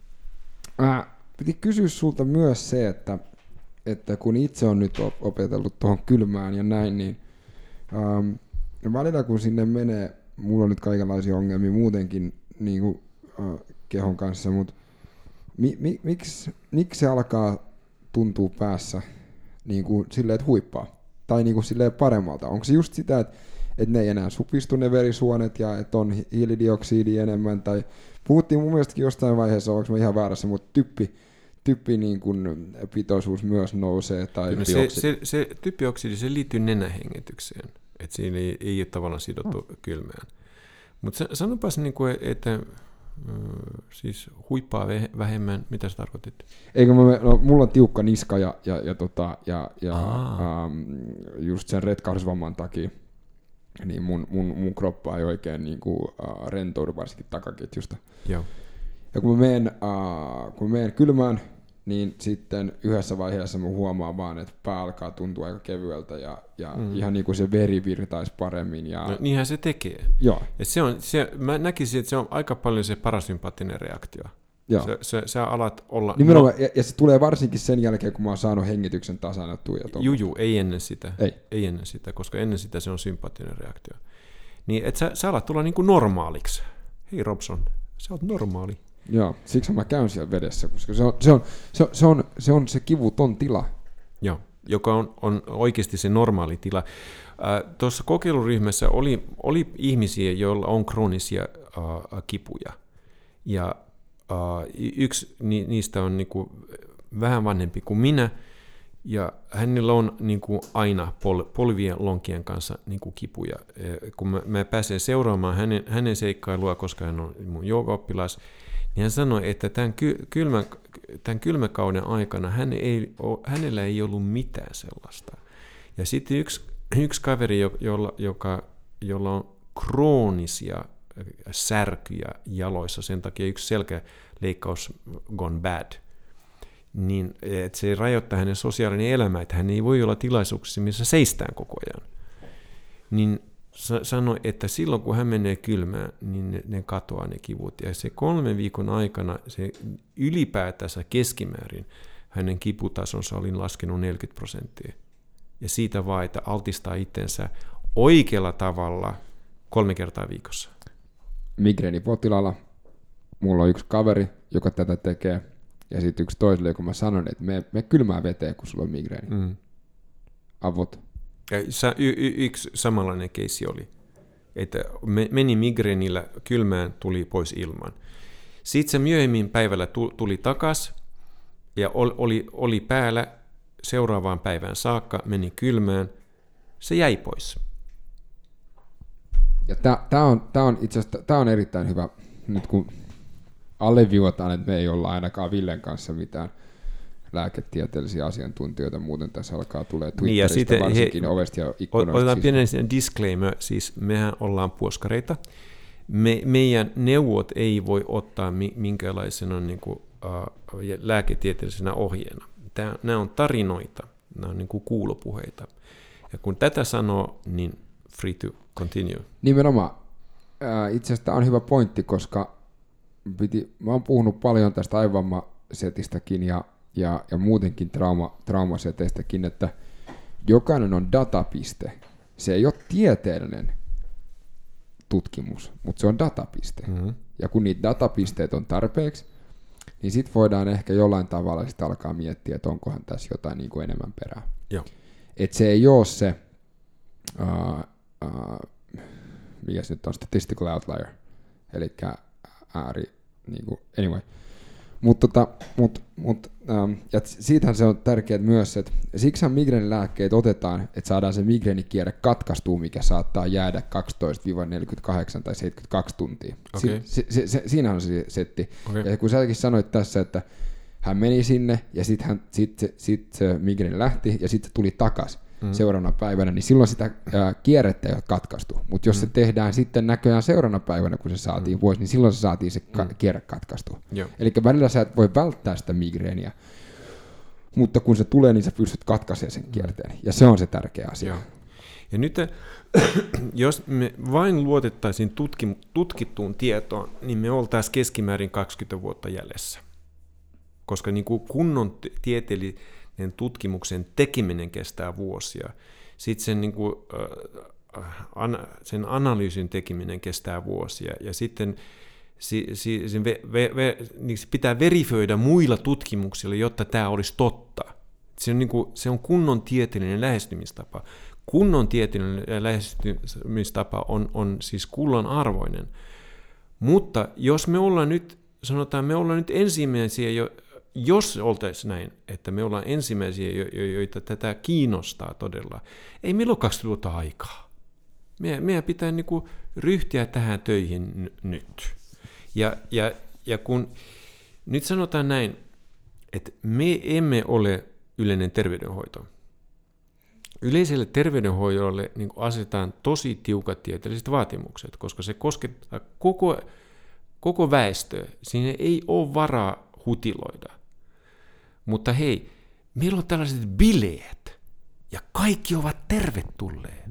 äh, piti kysyä sulta myös se, että, että kun itse on nyt opetellut tuohon kylmään ja näin, niin ähm, välillä kun sinne menee, mulla on nyt kaikenlaisia ongelmia muutenkin niin kuin, äh, kehon kanssa, mutta mi- mi- miksi, miksi se alkaa tuntua päässä niin kuin silleen, että huippaa, tai niin kuin silleen paremmalta? Onko se just sitä, että, että ne ei enää supistu ne verisuonet ja että on hiilidioksidi enemmän, tai puhuttiin mun mielestäkin jostain vaiheessa, onko mä ihan väärässä, mutta typpi, typpi niin kuin pitoisuus myös nousee. Tai se, se, se typpioksidi, se liittyy nenähengitykseen, että siinä ei, ei ole tavallaan sidottu hmm. kylmään. Mutta sanopas, niin kuin, että siis huippaa vähemmän, mitä sä tarkoitit? Eikö mä, no, mulla on tiukka niska ja, ja, ja, tota, ja, ja ähm, just sen retkahdusvamman takia, niin mun, mun, mun kroppa ei oikein niin kuin, äh, rentoudu varsinkin takaketjusta. Joo. Ja kun mä menen, äh, kun mä menen kylmään, niin sitten yhdessä vaiheessa mä huomaan vaan, että pää alkaa tuntua aika kevyeltä ja, ja mm. ihan niin kuin se veri virtaisi paremmin. Ja... No, niinhän se tekee. Joo. Et se on, se, mä näkisin, että se on aika paljon se parasympaattinen reaktio. Joo. Se, se, sä alat olla... Nimenomaan, no... ja, ja se tulee varsinkin sen jälkeen, kun mä oon saanut hengityksen tasannettua. Juu, juu, ei ennen sitä. Ei. Ei ennen sitä, koska ennen sitä se on sympaattinen reaktio. Niin, että sä, sä alat tulla niin kuin normaaliksi. Hei Robson, sä oot normaali. Joo, siksi mä käyn siellä vedessä, koska se on se, on, se, on, se, on, se, on se kivuton tila. Joo, joka on, on oikeasti se normaali tila. Äh, Tuossa kokeiluryhmässä oli, oli ihmisiä, joilla on kroonisia äh, kipuja. Ja äh, yksi ni, niistä on niinku vähän vanhempi kuin minä, ja hänellä on niinku aina pol, polvien lonkien kanssa niinku kipuja. Äh, kun mä, mä pääsen seuraamaan hänen, hänen seikkailua, koska hän on mun joogaoppilas, niin hän sanoi, että tämän, kylmä, tämän kylmäkauden aikana hän ei ole, hänellä ei ollut mitään sellaista. Ja sitten yksi, yksi kaveri, jolla, joka, jolla on kroonisia särkyjä jaloissa, sen takia yksi selkäleikkaus gone bad, niin että se rajoittaa hänen sosiaalinen elämä, että hän ei voi olla tilaisuuksissa, missä seistään koko ajan. Niin sanoi, että silloin kun hän menee kylmään, niin ne, ne katoaa ne kivut. Ja se kolmen viikon aikana se ylipäätänsä keskimäärin hänen kiputasonsa oli laskenut neljäkymmentä prosenttia. Ja siitä vaan, että altistaa itsensä oikealla tavalla kolme kertaa viikossa. Migreenipotilaalla mulla on yksi kaveri, joka tätä tekee. Ja sitten yksi toiselle, kun mä sanon, että me, me kylmää veteen, kun sulla on migreeni. Mm. Avot. Ja y- y- yksi samanlainen keissi oli, että meni migreenillä kylmään, tuli pois ilman. Sitten se myöhemmin päivällä tuli takas ja oli, oli päällä seuraavaan päivään saakka, meni kylmään, se jäi pois. Ja tämä on, tää on itse asiassa tää on erittäin hyvä, nyt kun alleviivataan, että me ei olla ainakaan Villen kanssa mitään lääketieteellisiä asiantuntijoita, muuten tässä alkaa tulee Twitteristä niin sitten, varsinkin he, ovesta ja ikkunoista. Otetaan pienen disclaimer, siis mehän ollaan puoskareita. Me, meidän neuvot ei voi ottaa minkälaisena niin kuin, uh, lääketieteellisenä ohjeena. Tää, nämä on tarinoita, nämä on niin kuin kuulopuheita. Ja kun tätä sanoo, niin free to continue. Nimenomaan. Äh, itse asiassa tämä on hyvä pointti, koska piti, mä oon puhunut paljon tästä aivovammasetistäkin ja, ja, ja muutenkin trauma, traumaseteistäkin, että jokainen on datapiste. Se ei ole tieteellinen tutkimus, mutta se on datapiste. Mm-hmm. Ja kun niitä datapisteet on tarpeeksi, niin sitten voidaan ehkä jollain tavalla sit alkaa miettiä, että onkohan tässä jotain niin kuin enemmän perää. Joo. Että se ei ole se, uh, uh, mikä se nyt on, statistical outlier, eli ääri, niin kuin, anyway. Mutta tota, mut, mut, um, ja siitähän se on tärkeää myös, että siksihän migreenilääkkeet otetaan, että saadaan se migreenikierre katkaistua, mikä saattaa jäädä kaksitoista neljäkymmentäkahdeksan tai seitsemänkymmentäkaksi tuntia. Okay. Si, se, se, siinähän on se setti. Okay. Ja kun säkin sanoit tässä, että hän meni sinne ja sitten sit se, sit se migreeni lähti ja sitten se tuli takaisin mm. seuraavana päivänä, niin silloin sitä ää, kierrettä ei ole katkaistu. Mutta jos mm. se tehdään sitten näköjään seuraavana päivänä, kun se saatiin mm. vuosi, niin silloin se saatiin se ka- mm. kierre katkaistu. Eli välillä sä et voi välttää sitä migreeniä, mutta kun se tulee, niin sä pystyt katkaisemaan sen kierteen. Ja se on se tärkeä asia. Joo. Ja nyt, jos me vain luotettaisiin tutkim- tutkittuun tietoon, niin me oltaisiin keskimäärin kaksikymmentä vuotta jäljessä. Koska niin kuin kunnon tieteellinen tutkimuksen tekeminen kestää vuosia. Sitten sen, niin kuin, sen analyysin tekeminen kestää vuosia. Ja sitten sen ve, ve, ve, niin se pitää verifioida muilla tutkimuksilla, jotta tämä olisi totta. Se on, niin kuin, se on kunnon tieteellinen lähestymistapa. Kunnon tieteellinen lähestymistapa on, on siis kullan arvoinen. Mutta jos me ollaan nyt, sanotaan, me ollaan nyt ensimmäisiä, jo, jos oltaisiin näin, että me ollaan ensimmäisiä, joita tätä kiinnostaa todella, ei meillä ole kaksikymmentä vuotta aikaa. Meidän, meidän pitää niin kuin ryhtyä tähän töihin n- nyt. Ja, ja, ja kun nyt sanotaan näin, että me emme ole yleinen terveydenhoito. Yleiselle terveydenhoidolle niin asetetaan tosi tiukat tieteelliset vaatimukset, koska se koskettaa koko, koko väestöä. Siinä ei ole varaa hutiloida. Mutta hei, meillä on tällaiset bileet, ja kaikki ovat tervetulleet.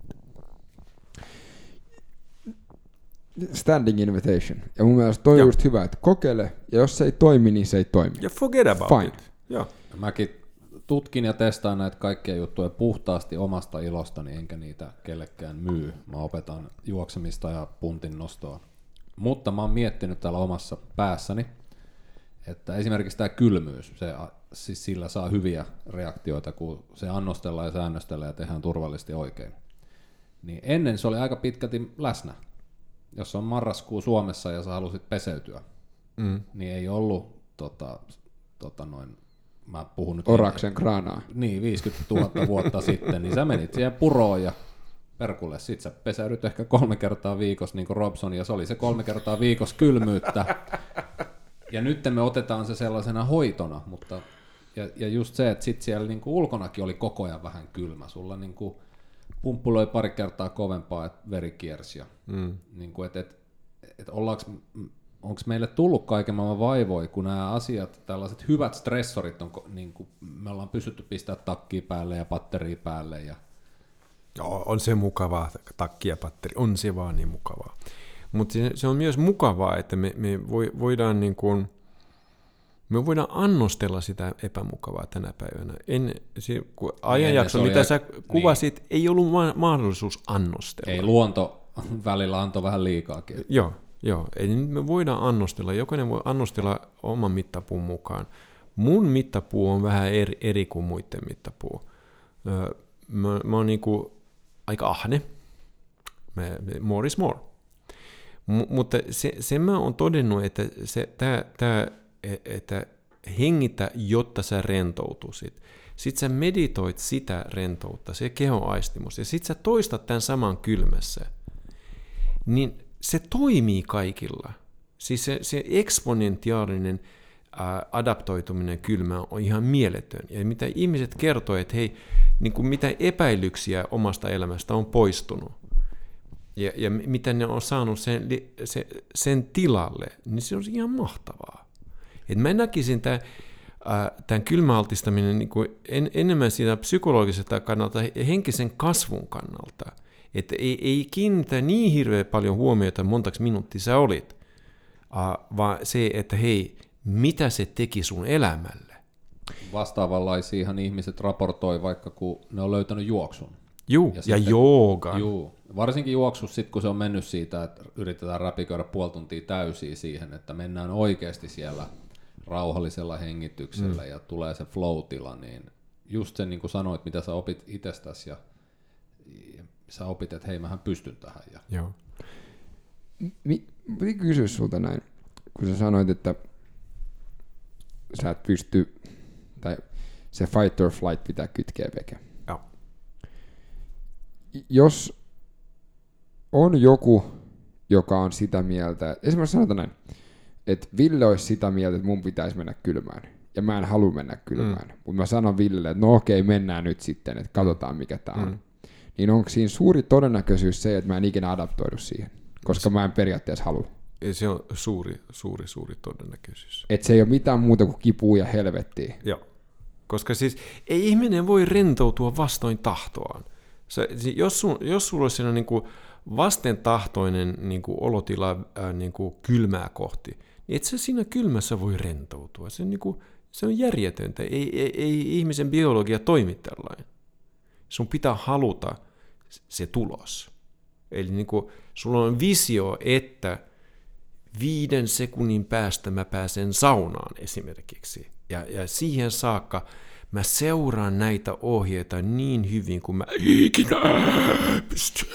Standing invitation. Ja mun mielestä toi on just hyvä, että kokeile, ja jos se ei toimi, niin se ei toimi. Ja forget about Fine. it. Joo. Mäkin tutkin ja testaan näitä kaikkia juttuja puhtaasti omasta ilostani, enkä niitä kellekään myy. Mä opetan juoksemista ja puntin nostoa. Mutta mä oon miettinyt täällä omassa päässäni, että esimerkiksi tämä kylmyys, se, siis sillä saa hyviä reaktioita, kun se annostellaan ja säännöstellään ja tehdään turvallisesti oikein. Niin ennen se oli aika pitkälti läsnä. Jos on marraskuu Suomessa ja sä halusit peseytyä, mm. niin ei ollut tota, tota noin, mä puhun nyt... Oraksen kraanaa. Niin, viisikymmentätuhatta vuotta sitten, niin sä menit siihen puroon ja perkulle. Sit sä peseydyt ehkä kolme kertaa viikossa, niin kuin Robson, ja se oli se kolme kertaa viikossa kylmyyttä. Ja nyt me otetaan se sellaisena hoitona, mutta ja, ja just se, että sit siellä niin kuin ulkonakin oli koko ajan vähän kylmä. Sulla niin kuin pumppuloi pari kertaa kovempaa, että veri kiersi. Mm. Niin kuin, että, että, että onko meille tullut kaiken maailman vaivoja, kun nämä asiat, tällaiset hyvät stressorit, on, niin kuin, me ollaan pystytty pistämään takkia päälle ja patteria päälle. Ja... Joo, on se mukavaa, takki ja patteri, on se vaan niin mukavaa. Mutta se, se on myös mukavaa, että me, me voidaan, niin kuin, me voidaan annostella sitä epämukavaa tänä päivänä. En, se, kun ajanjakso, mitä sä kuvasit, niin. Ei ollut ma- mahdollisuus annostella. Ei, luonto välillä antoi vähän liikaakin. Joo, joo. Eli nyt me voidaan annostella. Jokainen voi annostella oman mittapuun mukaan. Mun mittapuu on vähän eri, eri kuin muiden mittapuu. Mä, mä oon niin kuin aika ahne. More is more. M- mutta se, se mä oon todennut, että, se, tää, tää, että hengitä, jotta sä rentoutuisit. Sitten sä meditoit sitä rentoutta, se kehoaistimus, ja sitten sä toistat tämän saman kylmässä. Niin se toimii kaikilla. Siis se, se eksponentiaalinen ää, adaptoituminen kylmään on ihan mieletön. Ja mitä ihmiset kertoo, että hei, niin kuin mitä epäilyksiä omasta elämästä on poistunut, ja, ja mitä ne on saanut sen, se, sen tilalle, niin se on ihan mahtavaa. Et mä näkisin tämän, tämän kylmäaltistaminen niin kuin en, enemmän siitä psykologisesta kannalta, henkisen kasvun kannalta. Että ei, ei kiinnitä niin hirveän paljon huomiota, montaksi minuuttia sä olit, vaan se, että hei, mitä se teki sun elämälle. Vastaavanlaisiahan ihmiset raportoi, vaikka kun ne on löytänyt juoksun. Juu, ja, ja jooga. Juu, varsinkin juoksus sit, kun se on mennyt siitä, että yritetään räpiköidä puoli tuntia täysiä siihen, että mennään oikeasti siellä rauhallisella hengityksellä mm. ja tulee se flow-tila, niin just se, niin kuin sanoit, mitä sä opit itsestäsi ja, ja sä opit, että hei, mähän pystyn tähän. Ja... Joo. Piti kysyä sulta näin, kun sä sanoit, että sä et pysty, tai se fight or flight pitää kytkeä veke. Joo. Jos on joku, joka on sitä mieltä, esimerkiksi sanotaan näin, että Ville olisi sitä mieltä, että mun pitäisi mennä kylmään, ja mä en halua mennä kylmään, mm. mutta mä sanon Villelle, että no okei, mennään nyt sitten, että katsotaan mikä tää on. Mm. Niin onko siinä suuri todennäköisyys se, että mä en ikinä adaptoidu siihen, koska mä en periaatteessa halua. Se on suuri, suuri, suuri todennäköisyys. Että se ei ole mitään muuta kuin kipua ja helvettiä. Joo, koska siis ei ihminen voi rentoutua vastoin tahtoaan. Se, jos, sun, jos sulla olisi niin kuin vastentahtoinen niin kuin olotila ää, niin kuin kylmää kohti, niin et sä siinä kylmässä voi rentoutua. Se, niin kuin, se on järjetöntä. Ei, ei, ei ihmisen biologia toimi tällainen. Sun pitää haluta se tulos. Eli niin kuin, sulla on visio, että viiden sekunnin päästä mä pääsen saunaan esimerkiksi. Ja, ja siihen saakka mä seuraan näitä ohjeita niin hyvin kuin mä ikinä pystyn.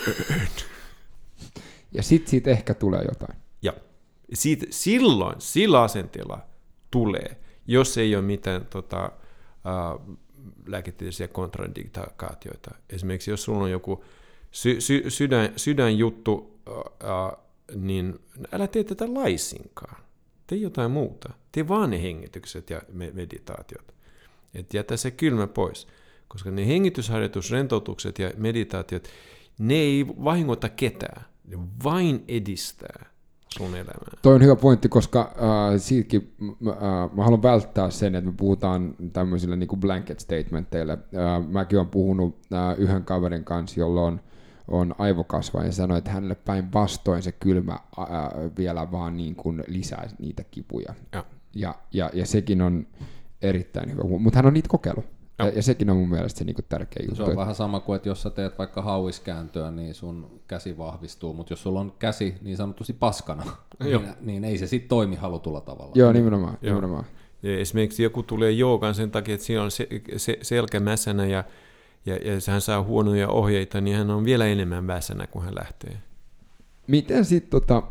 Ja sit siitä ehkä tulee jotain. Ja siitä, silloin, sillä asenteella tulee, jos ei ole mitään tota, uh, lääketieteellisiä kontradikaatioita. Esimerkiksi jos sulla on joku sy- sy- sydän, sydänjuttu, uh, uh, niin älä tee tätä laisinkaan. Tee jotain muuta. Tee vaan ne hengitykset ja meditaatiot. Et jätä se kylmä pois. Koska ne hengitysharjoitus, rentoutukset ja meditaatiot, ne ei vahingoita ketään. Ne vain edistää sun elämää. Toi on hyvä pointti, koska äh, siitäkin äh, mä haluan välttää sen, että me puhutaan tämmöisillä niin kuin blanket statementeille. Äh, mäkin olen puhunut äh, yhden kaverin kanssa, jolla on on aivokasva, ja sanoi, että hänelle päinvastoin se kylmä ää, vielä vaan niin kuin lisää niitä kipuja. Ja, ja, ja, ja sekin on erittäin hyvä, mutta hän on niitä kokeillut. Ja, ja sekin on mun mielestä se niin kuin tärkeä juttu. Se on vähän sama kuin, että jos sä teet vaikka hauiskääntöä, niin sun käsi vahvistuu, mutta jos sulla on käsi niin sanotusti paskana, niin, niin ei se sitten toimi halutulla tavalla. Joo, nimenomaan. nimenomaan. Ja esimerkiksi joku tulee joogaan sen takia, että siinä on se, se, selkä mäsänä ja Ja, ja hän saa huonoja ohjeita, niin hän on vielä enemmän väsänä, kun hän lähtee. Miten sitten, tota,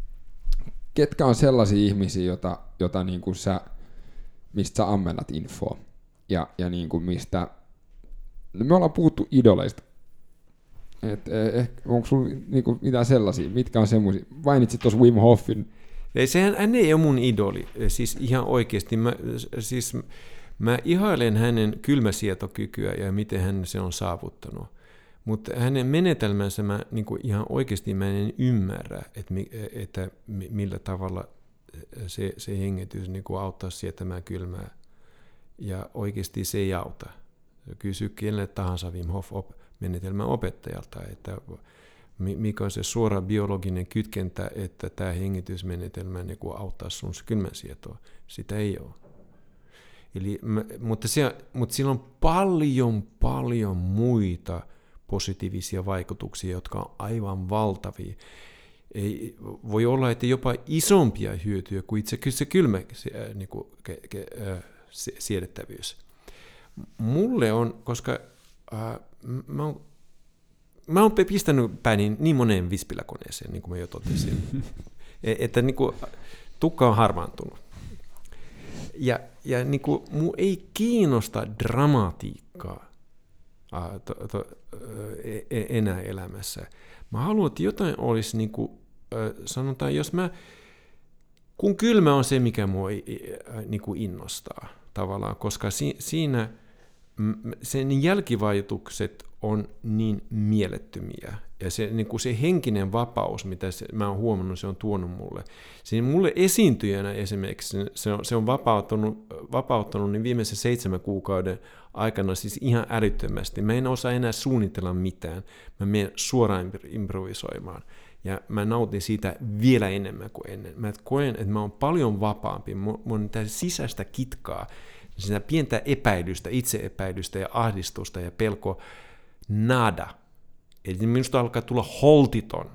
ketkä on sellaisia ihmisiä, jota, jota niin kuin sä, mistä sä ammennat infoa? Ja, ja niin kuin mistä, no me ollaan puhuttu idoleista. Et, eh, onko sulla niin kuin mitään sellaisia? Mitkä on semmoisia? Mainitsit tuossa Wim Hofin. Sehän hän ei ole mun idoli. Siis ihan oikeasti. Mä, siis, Mä ihailen hänen kylmäsietokykyä ja miten hän se on saavuttanut, mutta hänen menetelmänsä mä niin kuin ihan oikeasti mä en ymmärrä, että, että millä tavalla se, se hengitys niin kuin auttaa sietämään kylmää, ja oikeasti se ei auta. Kysy kenelle tahansa Wim Hof-menetelmän opettajalta, että mikä on se suora biologinen kytkentä, että tämä hengitysmenetelmä niin kuin auttaa sun kylmänsietoa. Sitä ei ole. Eli, mutta, se, mutta sillä on paljon, paljon muita positiivisia vaikutuksia, jotka on aivan valtavia. Ei, voi olla, että jopa isompia hyötyjä kuin itse se kylmä niin kuin, ke, ke, äh, siedettävyys. Mulle on, koska äh, mä oon mä oon pistänyt pääni niin moneen vispiläkoneeseen, niin kuin mä jo totesin, että niin kuin, tukka on harmaantunut. Ja, ja niin kuin, mun ei kiinnosta dramatiikkaa ää, to, to, ä, enää elämässä. Mä haluan, että jotain olisi, niin kuin, ä, sanotaan, jos mä, kun kylmä on se, mikä mua ä, niin kuin innostaa tavallaan, koska si, siinä sen jälkivaikutukset on niin mielettömiä. Ja se, niin kuin se henkinen vapaus, mitä se, mä oon huomannut, se on tuonut mulle. Se mulle esiintyjänä esimerkiksi, se on, se on vapauttanut, vapauttanut niin viimeisen seitsemän kuukauden aikana siis ihan älyttömästi. Mä en osaa enää suunnitella mitään. Mä menen suoraan improvisoimaan. Ja mä nautin siitä vielä enemmän kuin ennen. Mä koen, että mä oon paljon vapaampi. Mun, mun sisäistä kitkaa, sitä pientä epäilystä, itseepäilystä ja ahdistusta ja pelko, nada. Eli minusta alkaa tulla holtiton.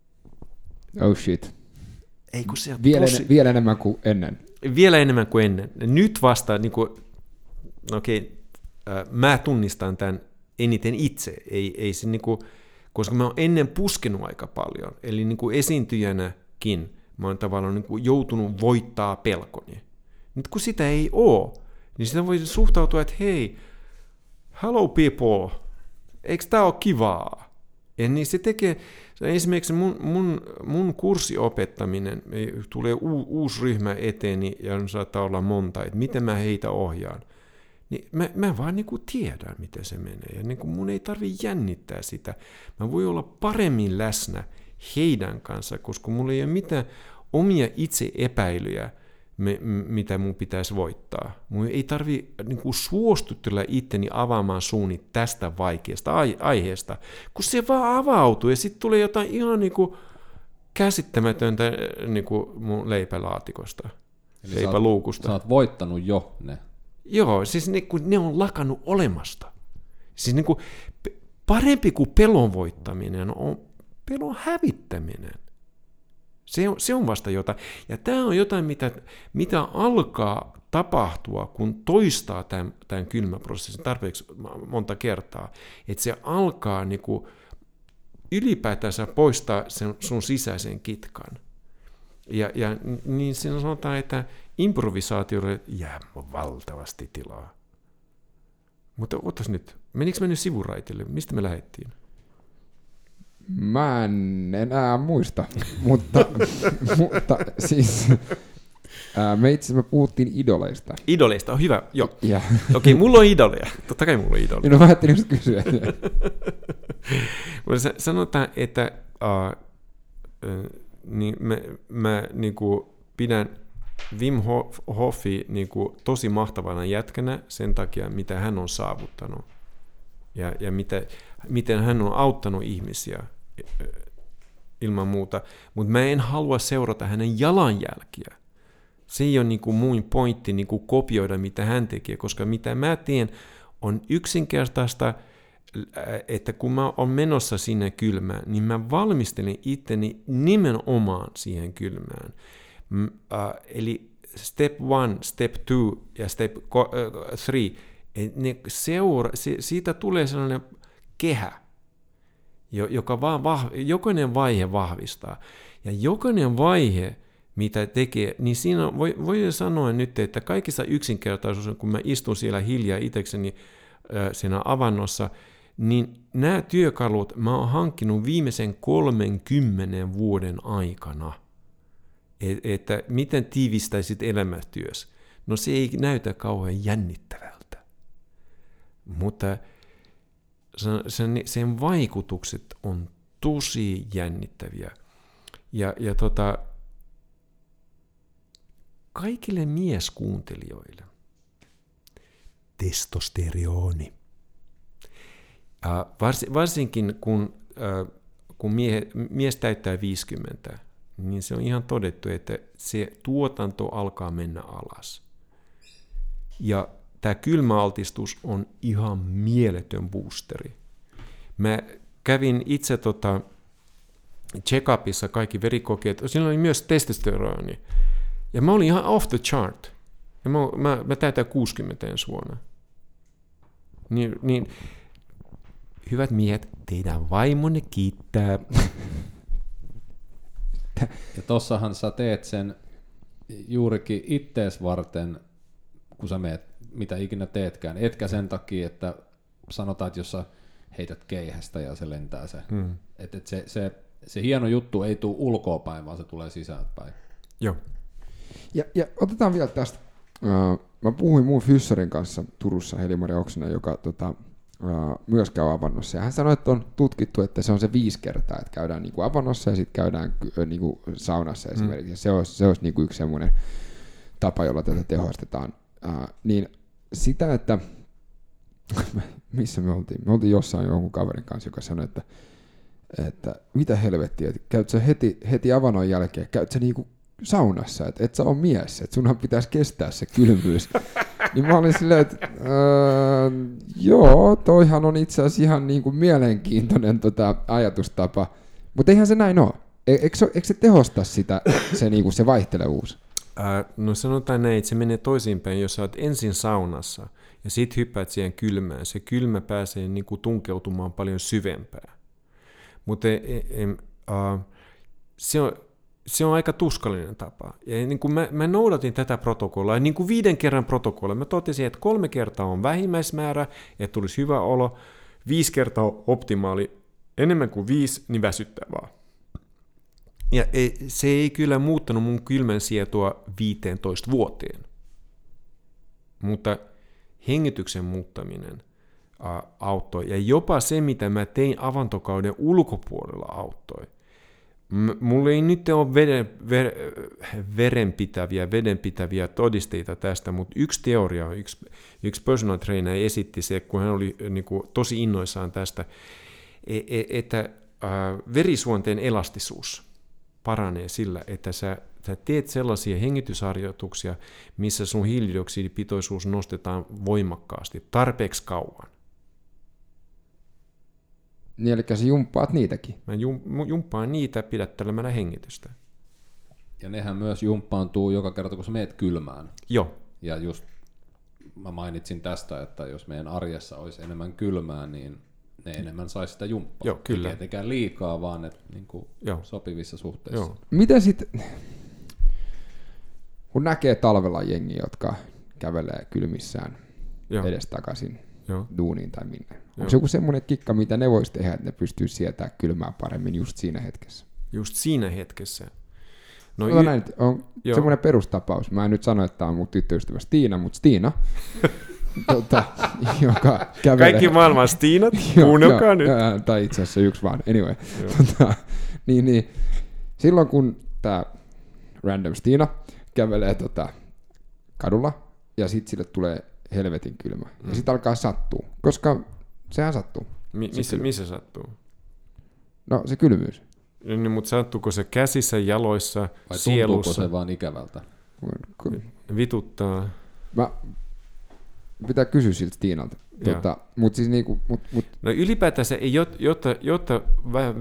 Oh shit. Ei, kun se vielä, tosi... en, vielä enemmän kuin ennen. Vielä enemmän kuin ennen. Nyt vasta, niin kuin, okei, äh, mä tunnistan tämän eniten itse. Ei, ei se, niin kuin, koska mä oon ennen puskenut aika paljon. Eli niin kuin esiintyjänäkin mä oon tavallaan niin kuin joutunut voittaa pelkoni. Nyt kun sitä ei ole, niin sitä voi suhtautua, että hei, hello people, eikö tää ole kivaa? Ja niin se tekee, esimerkiksi mun, mun, mun kurssiopettaminen, tulee u, uusi ryhmä eteeni ja saattaa olla monta, että miten mä heitä ohjaan. Niin mä, mä vaan niin kuin tiedän, miten se menee. Ja niin kuin mun ei tarvitse jännittää sitä. Mä voin olla paremmin läsnä heidän kanssa, koska mulla ei ole mitään omia itseepäilyjä, Me, mitä mun pitäisi voittaa. Mun ei tarvi niin kuin suostutella itteni avaamaan suuni tästä vaikeasta aiheesta, kun se vaan avautuu ja sitten tulee jotain ihan niin kuin käsittämätöntä niin kuin mun leipälaatikosta, eli leipäluukusta. Sä oot, sä oot voittanut jo ne. Joo, siis ne, kun ne on lakannut olemasta. Siis niin kuin, parempi kuin pelon voittaminen on pelon hävittäminen. Se on, se on vasta jotain. Ja tämä on jotain, mitä, mitä alkaa tapahtua, kun toistaa tämän, tämän kylmäprosessin tarpeeksi monta kertaa. Että se alkaa niinku ylipäätänsä poistaa sen, sun sisäisen kitkan. Ja, ja niin siinä sanotaan, että improvisaatiolle jää valtavasti tilaa. Mutta otas nyt, menikö me nyt sivuraitille? Mistä me lähdettiin? Mä en enää muista, mutta, mutta siis ää, me itse asiassa me puhuttiin idoleista. Idoleista on hyvä, joo. Ja. Okei, mulla on idoleja. Totta kai mulla on idoleja. No mä ajattelin just kysyä. Sanotaan, että uh, niin mä, mä niin kuin pidän Wim Hofi niin kuin tosi mahtavana jätkänä sen takia, mitä hän on saavuttanut ja, ja mitä, miten hän on auttanut ihmisiä ilman muuta, mutta mä en halua seurata hänen jalanjälkiä. Se ei ole niin kuin mun pointti niin kuin kopioida, mitä hän tekee, koska mitä mä teen on yksinkertaista, että kun mä oon menossa sinne kylmään, niin mä valmistelen itteni nimenomaan siihen kylmään. Uh, eli step one, step two ja step uh, three, ne seura, se, siitä tulee sellainen kehä, joka vaan vahv, jokainen vaihe vahvistaa. Ja jokainen vaihe, mitä tekee, niin siinä voi, voi sanoa nyt, että kaikissa yksinkertaisuus, kun mä istun siellä hiljaa itsekseni äh, siinä avannossa, niin nämä työkalut mä oon hankkinut viimeisen kolmenkymmenen vuoden aikana. Et, että miten tiivistäisit elämätyössä? No se ei näytä kauhean jännittävältä. Mutta sen, sen vaikutukset on tosi jännittäviä. Ja, ja tota, kaikille mieskuuntelijoille testosterooni. Vars, varsinkin kun, kun mie, mies täyttää viisikymmentä, niin se on ihan todettu, että se tuotanto alkaa mennä alas. Ja tämä kylmäaltistus on ihan mieletön boosteri. Mä kävin itse tota check-upissa kaikki verikokeet, siinä oli myös testosteroni. Ja mä olin ihan off the chart. Ja mä, mä, mä täytän kuusikymmentä ensi vuonna. Niin, niin hyvät miehet, teidän vaimonne kiittää. Ja tossahan sä teet sen juurikin ittees varten, kun sä meet, mitä ikinä teetkään, etkä sen takia, että sanotaan, että jos sä heität keihästä ja se lentää se. Hmm. Että et se, se, se hieno juttu ei tule ulkoapäin, vaan se tulee sisäänpäin. Joo. Ja, ja otetaan vielä tästä. Uh, mä puhuin muun fyssarin kanssa Turussa, Heli-Mari Oksinen, joka tota, uh, myös käy avannossa. Ja hän sanoi, että on tutkittu, että se on se viisi kertaa, että käydään niinku avannossa ja sitten käydään uh, niinku saunassa esimerkiksi. Mm. Se olisi, se olisi niinku yksi semmoinen tapa, jolla tätä tehostetaan. Uh, niin sitä, että missä me oltiin? Me oltiin jossain jonkun kaverin kanssa, joka sanoi, että, että mitä helvettiä, että käyt sä heti, heti avannon jälkeen, käyt sä niinku saunassa, että et sä on mies, että sunhan pitäisi kestää se kylmyys. Niin mä olin silleen, että öö, joo, toihan on itse asiassa ihan niinku mielenkiintoinen tota ajatustapa, mutta eihän se näin ole. E- eikö, se, eikö se tehosta sitä, se, niinku, se vaihtelevuus? Äh, no sanotaan näin, että se menee toisinpäin, jos sä oot ensin saunassa ja sit hyppäät siihen kylmään. Se kylmä pääsee niinku tunkeutumaan paljon syvempään. Mutta e- e- e- uh, se on... Se on aika tuskallinen tapa. Ja niin kuin mä, mä noudatin tätä protokollaa, niin kuin viiden kerran protokolla. Mä totesin, että kolme kertaa on vähimmäismäärä, että tulisi hyvä olo. Viisi kertaa on optimaali. Enemmän kuin viisi, niin väsyttävää. Ja ei, se ei kyllä muuttanut mun kylmän sietoa viiteentoista vuoteen. Mutta hengityksen muuttaminen ä, auttoi. Ja jopa se, mitä mä tein avantokauden ulkopuolella, auttoi. Mulla ei nyt ole veden, ver, verenpitäviä, vedenpitäviä todisteita tästä, mutta yksi teoria, yksi, yksi personal trainer esitti se, kun hän oli niin kuin, tosi innoissaan tästä, että äh, verisuonteen elastisuus paranee sillä, että sä, sä teet sellaisia hengitysharjoituksia, missä sun hiilidioksidipitoisuus nostetaan voimakkaasti, tarpeeksi kauan. Niin, eli sä jumppaat niitäkin. Mä jumppaan niitä pidättelemällä hengitystä. Ja nehän myös jumppaantuu joka kerta, kun sä meet kylmään. Joo. Ja just mä mainitsin tästä, että jos meidän arjessa olisi enemmän kylmää, niin ne enemmän saisi sitä jumppaa. Joo, kyllä. Ei tietenkään liikaa, vaan et, niin kuin sopivissa suhteissa. Joo. Miten sitten, kun näkee talvella jengiä, jotka kävelee kylmissään Joo. edestakaisin Joo. duuniin tai minne? Onko se joku semmoinen kikka, mitä ne voisi tehdä, että ne pystyy sietämään kylmää paremmin just siinä hetkessä? Just siinä hetkessä. No, no y- näin, on Joo. semmoinen perustapaus. Mä en nyt sano, että tämä on mun tyttöystävä Stiina, mutta Stiina, tota, joka kävelee... Kaikki maailman Stiinat, kuunnelkaa nyt. Jo, tai itse asiassa yksi vaan, anyway. tota, niin, niin, silloin kun tämä random Stiina kävelee tota, kadulla, ja sitten sille tulee helvetin kylmä. Mm. Ja sitten alkaa sattua, koska sehän sattuu. Mi- missä, missä sattuu? No se kylmyys. Niin, mutta sattuuko se käsissä, jaloissa, vai sielussa? Vai se vaan ikävältä? Vituttaa. Mä pitää kysyä siltä Tiinalta. Tota, mut siis niinku, mut, mut. No ylipäätänsä, jotta, jotta vähän,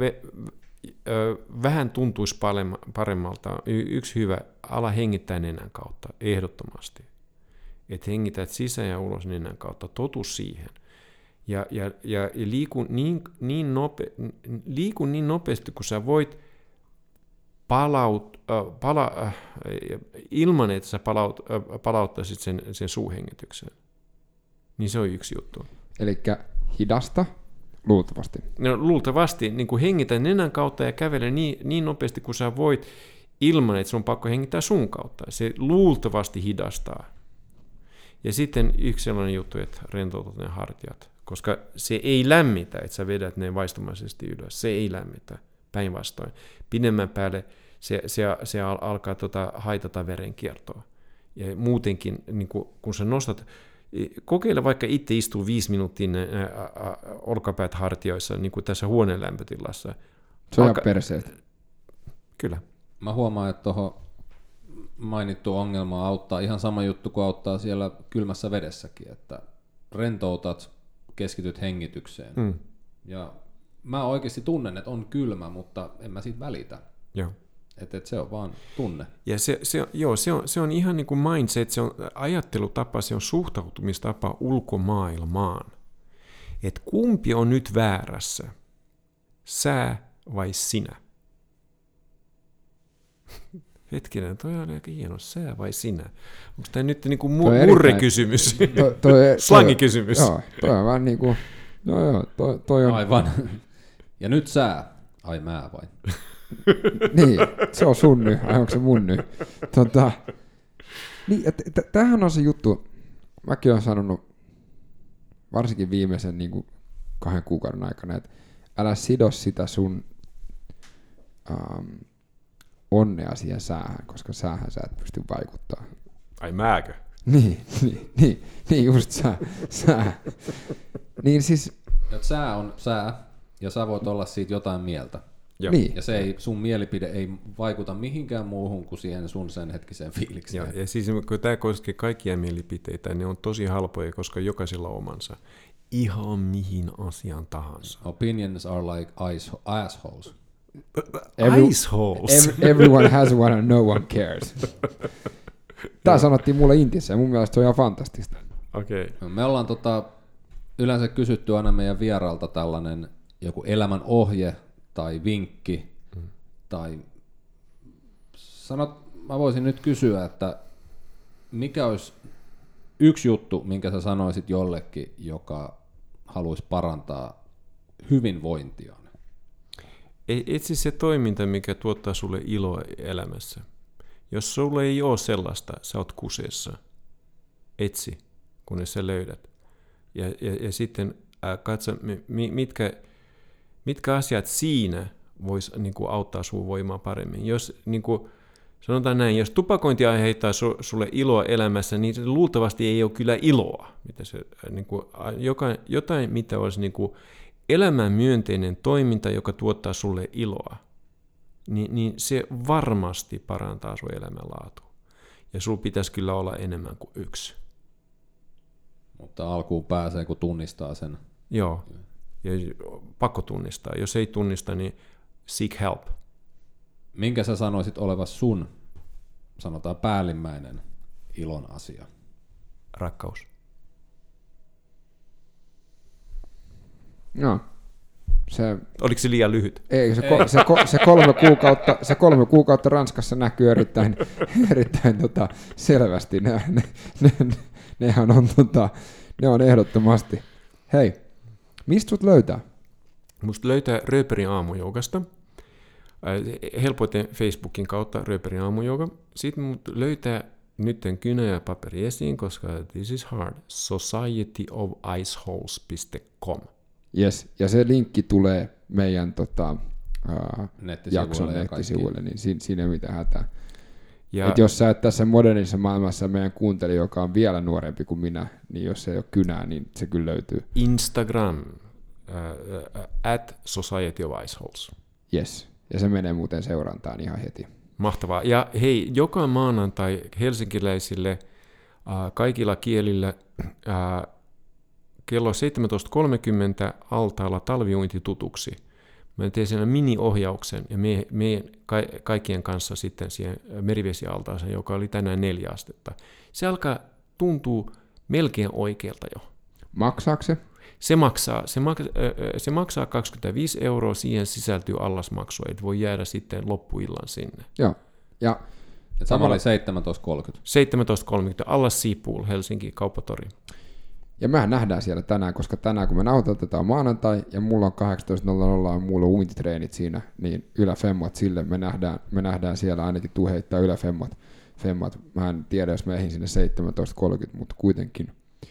vähän tuntuisi paremmalta, yksi hyvä, ala hengittää nenän kautta, ehdottomasti. Että hengität sisään ja ulos nenän kautta, totu siihen. Ja, ja, ja, ja liiku, niin, niin nope, liiku niin nopeasti, kun sä voit palaut, äh, pala, äh, ilman, että sä palaut, äh, palauttaisit sen, sen suuhengityksen. Niin se on yksi juttu. Elikkä hidasta, luultavasti. No, luultavasti, niin kuin hengitä nenän kautta ja kävele niin, niin nopeasti, kun sä voit, ilman, että sun on pakko hengittää sun kautta. Se luultavasti hidastaa. Ja sitten yksi sellainen juttu, että rentoutat ne hartiat, koska se ei lämmitä, että sä vedät ne vaistomaisesti ylös. Se ei lämmitä, päinvastoin. Pidemmän päälle se, se, se alkaa tota, haitata verenkiertoa. Ja muutenkin, niin kun, kun sä nostat, kokeile vaikka itse istuu viisi minuuttia olkapäät hartioissa, niin kuin tässä huoneen lämpötilassa. Se on Alka... perseet. Kyllä. Mä huomaan, että tuohon mainittu ongelma auttaa ihan sama juttu kuin auttaa siellä kylmässä vedessäkin, että rentoutat, keskityt hengitykseen. Mm. Ja mä oikeasti tunnen, että on kylmä, mutta en mä siitä välitä. Joo. Että et se on vaan tunne. Ja se, se, joo, se, on, se on ihan niin kuin mindset, se on ajattelutapa, se on suhtautumistapa ulkomaailmaan. että kumpi on nyt väärässä, sä vai sinä? Hetkinen, toi on aika hieno, sä vai sinä? Onko tämä nyt niinku mu- murrekysymys? Slangikysymys. Joo, toi on vähän niin kuin, no joo, toi, toi on... Aivan. Ja nyt sä, ai mä vai? Niin, se on sun nyt, ai onko se mun nyt? Tota, niin, t- t- tämähän on se juttu, mäkin olen sanonut varsinkin viimeisen niin kuin kahden kuukauden aikana, että älä sido sitä sun um, onnea siihen säähän, koska säähän sä et pysty vaikuttaa. Ai määkö? Niin, niin, niin, niin just sää, sää. Niin siis... Ja sää on sää, ja sä voit olla siitä jotain mieltä. Niin. Ja se ei, sun mielipide ei vaikuta mihinkään muuhun kuin siihen sun sen hetkiseen fiilikseen. Ja, ja siis kun tämä koskee kaikkia mielipiteitä, ne on tosi halpoja, koska jokaisella on omansa. Ihan mihin asiaan tahansa. Opinions are like ice, assholes. Every, Iceholes. Every, everyone has one and no one cares. Tämä sanottiin mulle Intissä ja mun mielestä se on ihan fantastista. Okay. Me ollaan tota, yleensä kysytty aina meidän vieraalta tällainen joku elämän ohje tai vinkki, mm. tai sanot, mä voisin nyt kysyä, että mikä olisi yksi juttu, minkä sä sanoisit jollekin, joka haluaisi parantaa hyvinvointiaan? Etsi se toiminta, mikä tuottaa sulle iloa elämässä. Jos sulle ei ole sellaista, sä oot kuseessa. Etsi, kunnes sä löydät. Ja, ja, ja sitten äh, katso, mitkä, mitkä asiat siinä vois niin kuin, auttaa sun voimaa paremmin. Jos, niin kuin, sanotaan näin, jos tupakointi aiheuttaa su, sulle iloa elämässä, niin luultavasti ei ole kyllä iloa. Mitä se, niin kuin, joka, jotain, mitä olisi niin kuin, elämän myönteinen toiminta, joka tuottaa sulle iloa, niin, niin se varmasti parantaa sun elämänlaatua. Ja sulla pitäisi kyllä olla enemmän kuin yksi. Mutta alkuun pääsee, kun tunnistaa sen. Joo, ja pakko tunnistaa. Jos ei tunnista, niin seek help. Minkä sä sanoisit oleva sun, sanotaan päällimmäinen ilon asia? Rakkaus. No, se... Oliko se liian lyhyt? Ei, se, ko, se, ko, se, kolme, kuukautta, se kolme kuukautta Ranskassa näkyy erittäin, erittäin tota, selvästi. Ne, ne, ne, nehän on, tota, ne on ehdottomasti. Hei, mistä sut löytää? Musta löytää Rööperin aamujougasta. Helpoiten Facebookin kautta Rööperin aamujouga. Sitten mut löytää nytten kynä ja paperi esiin, koska this is hard. society of iceholes dot com. Yes, ja se linkki tulee meidän tota, uh, nettisivuille jakson nettisivuille, niin siinä, siinä ei mitään hätää. Ja et jos sä et tässä modernissa maailmassa meidän kuuntelija, joka on vielä nuorempi kuin minä, niin jos se ei ole kynää, niin se kyllä löytyy. Instagram, uh, uh, at society of iceholes. Yes, ja se menee muuten seurantaan ihan heti. Mahtavaa. Ja hei, joka maanantai helsinkiläisille uh, kaikilla kielillä uh, kello seitsemäntoista kolmekymmentä altaalla talviuinti tutuksi. Mä teen siinä mini-ohjauksen ja me, me ka, kaikkien kanssa sitten siihen merivesialtaaseen, joka oli tänään neljä astetta. Se alkaa tuntua melkein oikealta jo. Maksaako se? Se maksaa, se, mak, se maksaa kaksikymmentäviisi euroa, siihen sisältyy allasmaksua, et voi jäädä sitten loppuillan sinne. Joo. Ja tämä oli seitsemäntoista kolmekymmentä. seitsemäntoista kolmekymmentä, Allas Seapool, Helsinki, Kauppatori. Ja mehän nähdään siellä tänään, koska tänään kun me nauhoitetaan tätä on maanantai ja mulla on kahdeksantoista nolla nolla on mulla uintitreenit siinä, niin yläfemmat sille me nähdään, me nähdään siellä ainakin tuu heittää yläfemmat. Femmat. Mä en tiedä, jos mä ehdin sinne seitsemäntoista kolmekymmentä, mutta kuitenkin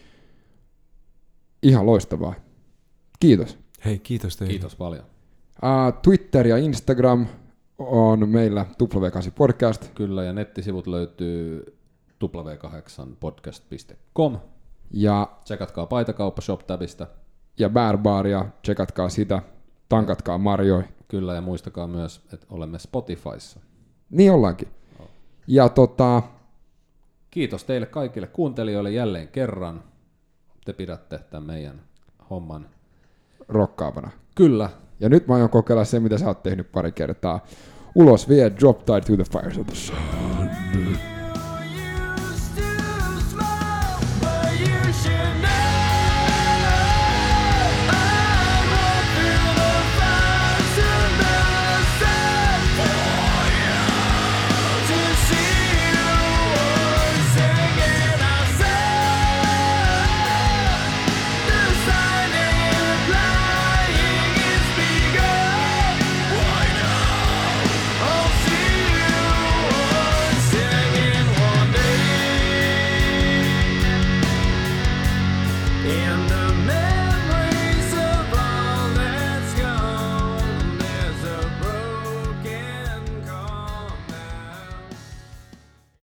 ihan loistavaa. Kiitos. Hei, kiitos teille. Kiitos paljon. Uh, Twitter ja Instagram on meillä W kahdeksan podcast. Kyllä, ja nettisivut löytyy double-u kahdeksan podcast piste com. Ja tsekatkaa paitakauppa ShopTabista. Ja Bärbaaria, tsekatkaa sitä, tankatkaa marjoi. Kyllä, ja muistakaa myös, että olemme Spotifyssa. Niin ollaankin. No. Ja tota... Kiitos teille kaikille kuuntelijoille jälleen kerran. Te pidätte tämän meidän homman rokkaavana. Kyllä. Ja nyt mä aion kokeilla se, mitä sä oot tehnyt pari kertaa. Ulos vie, drop tide to the fires of the sun. Should know in the middle.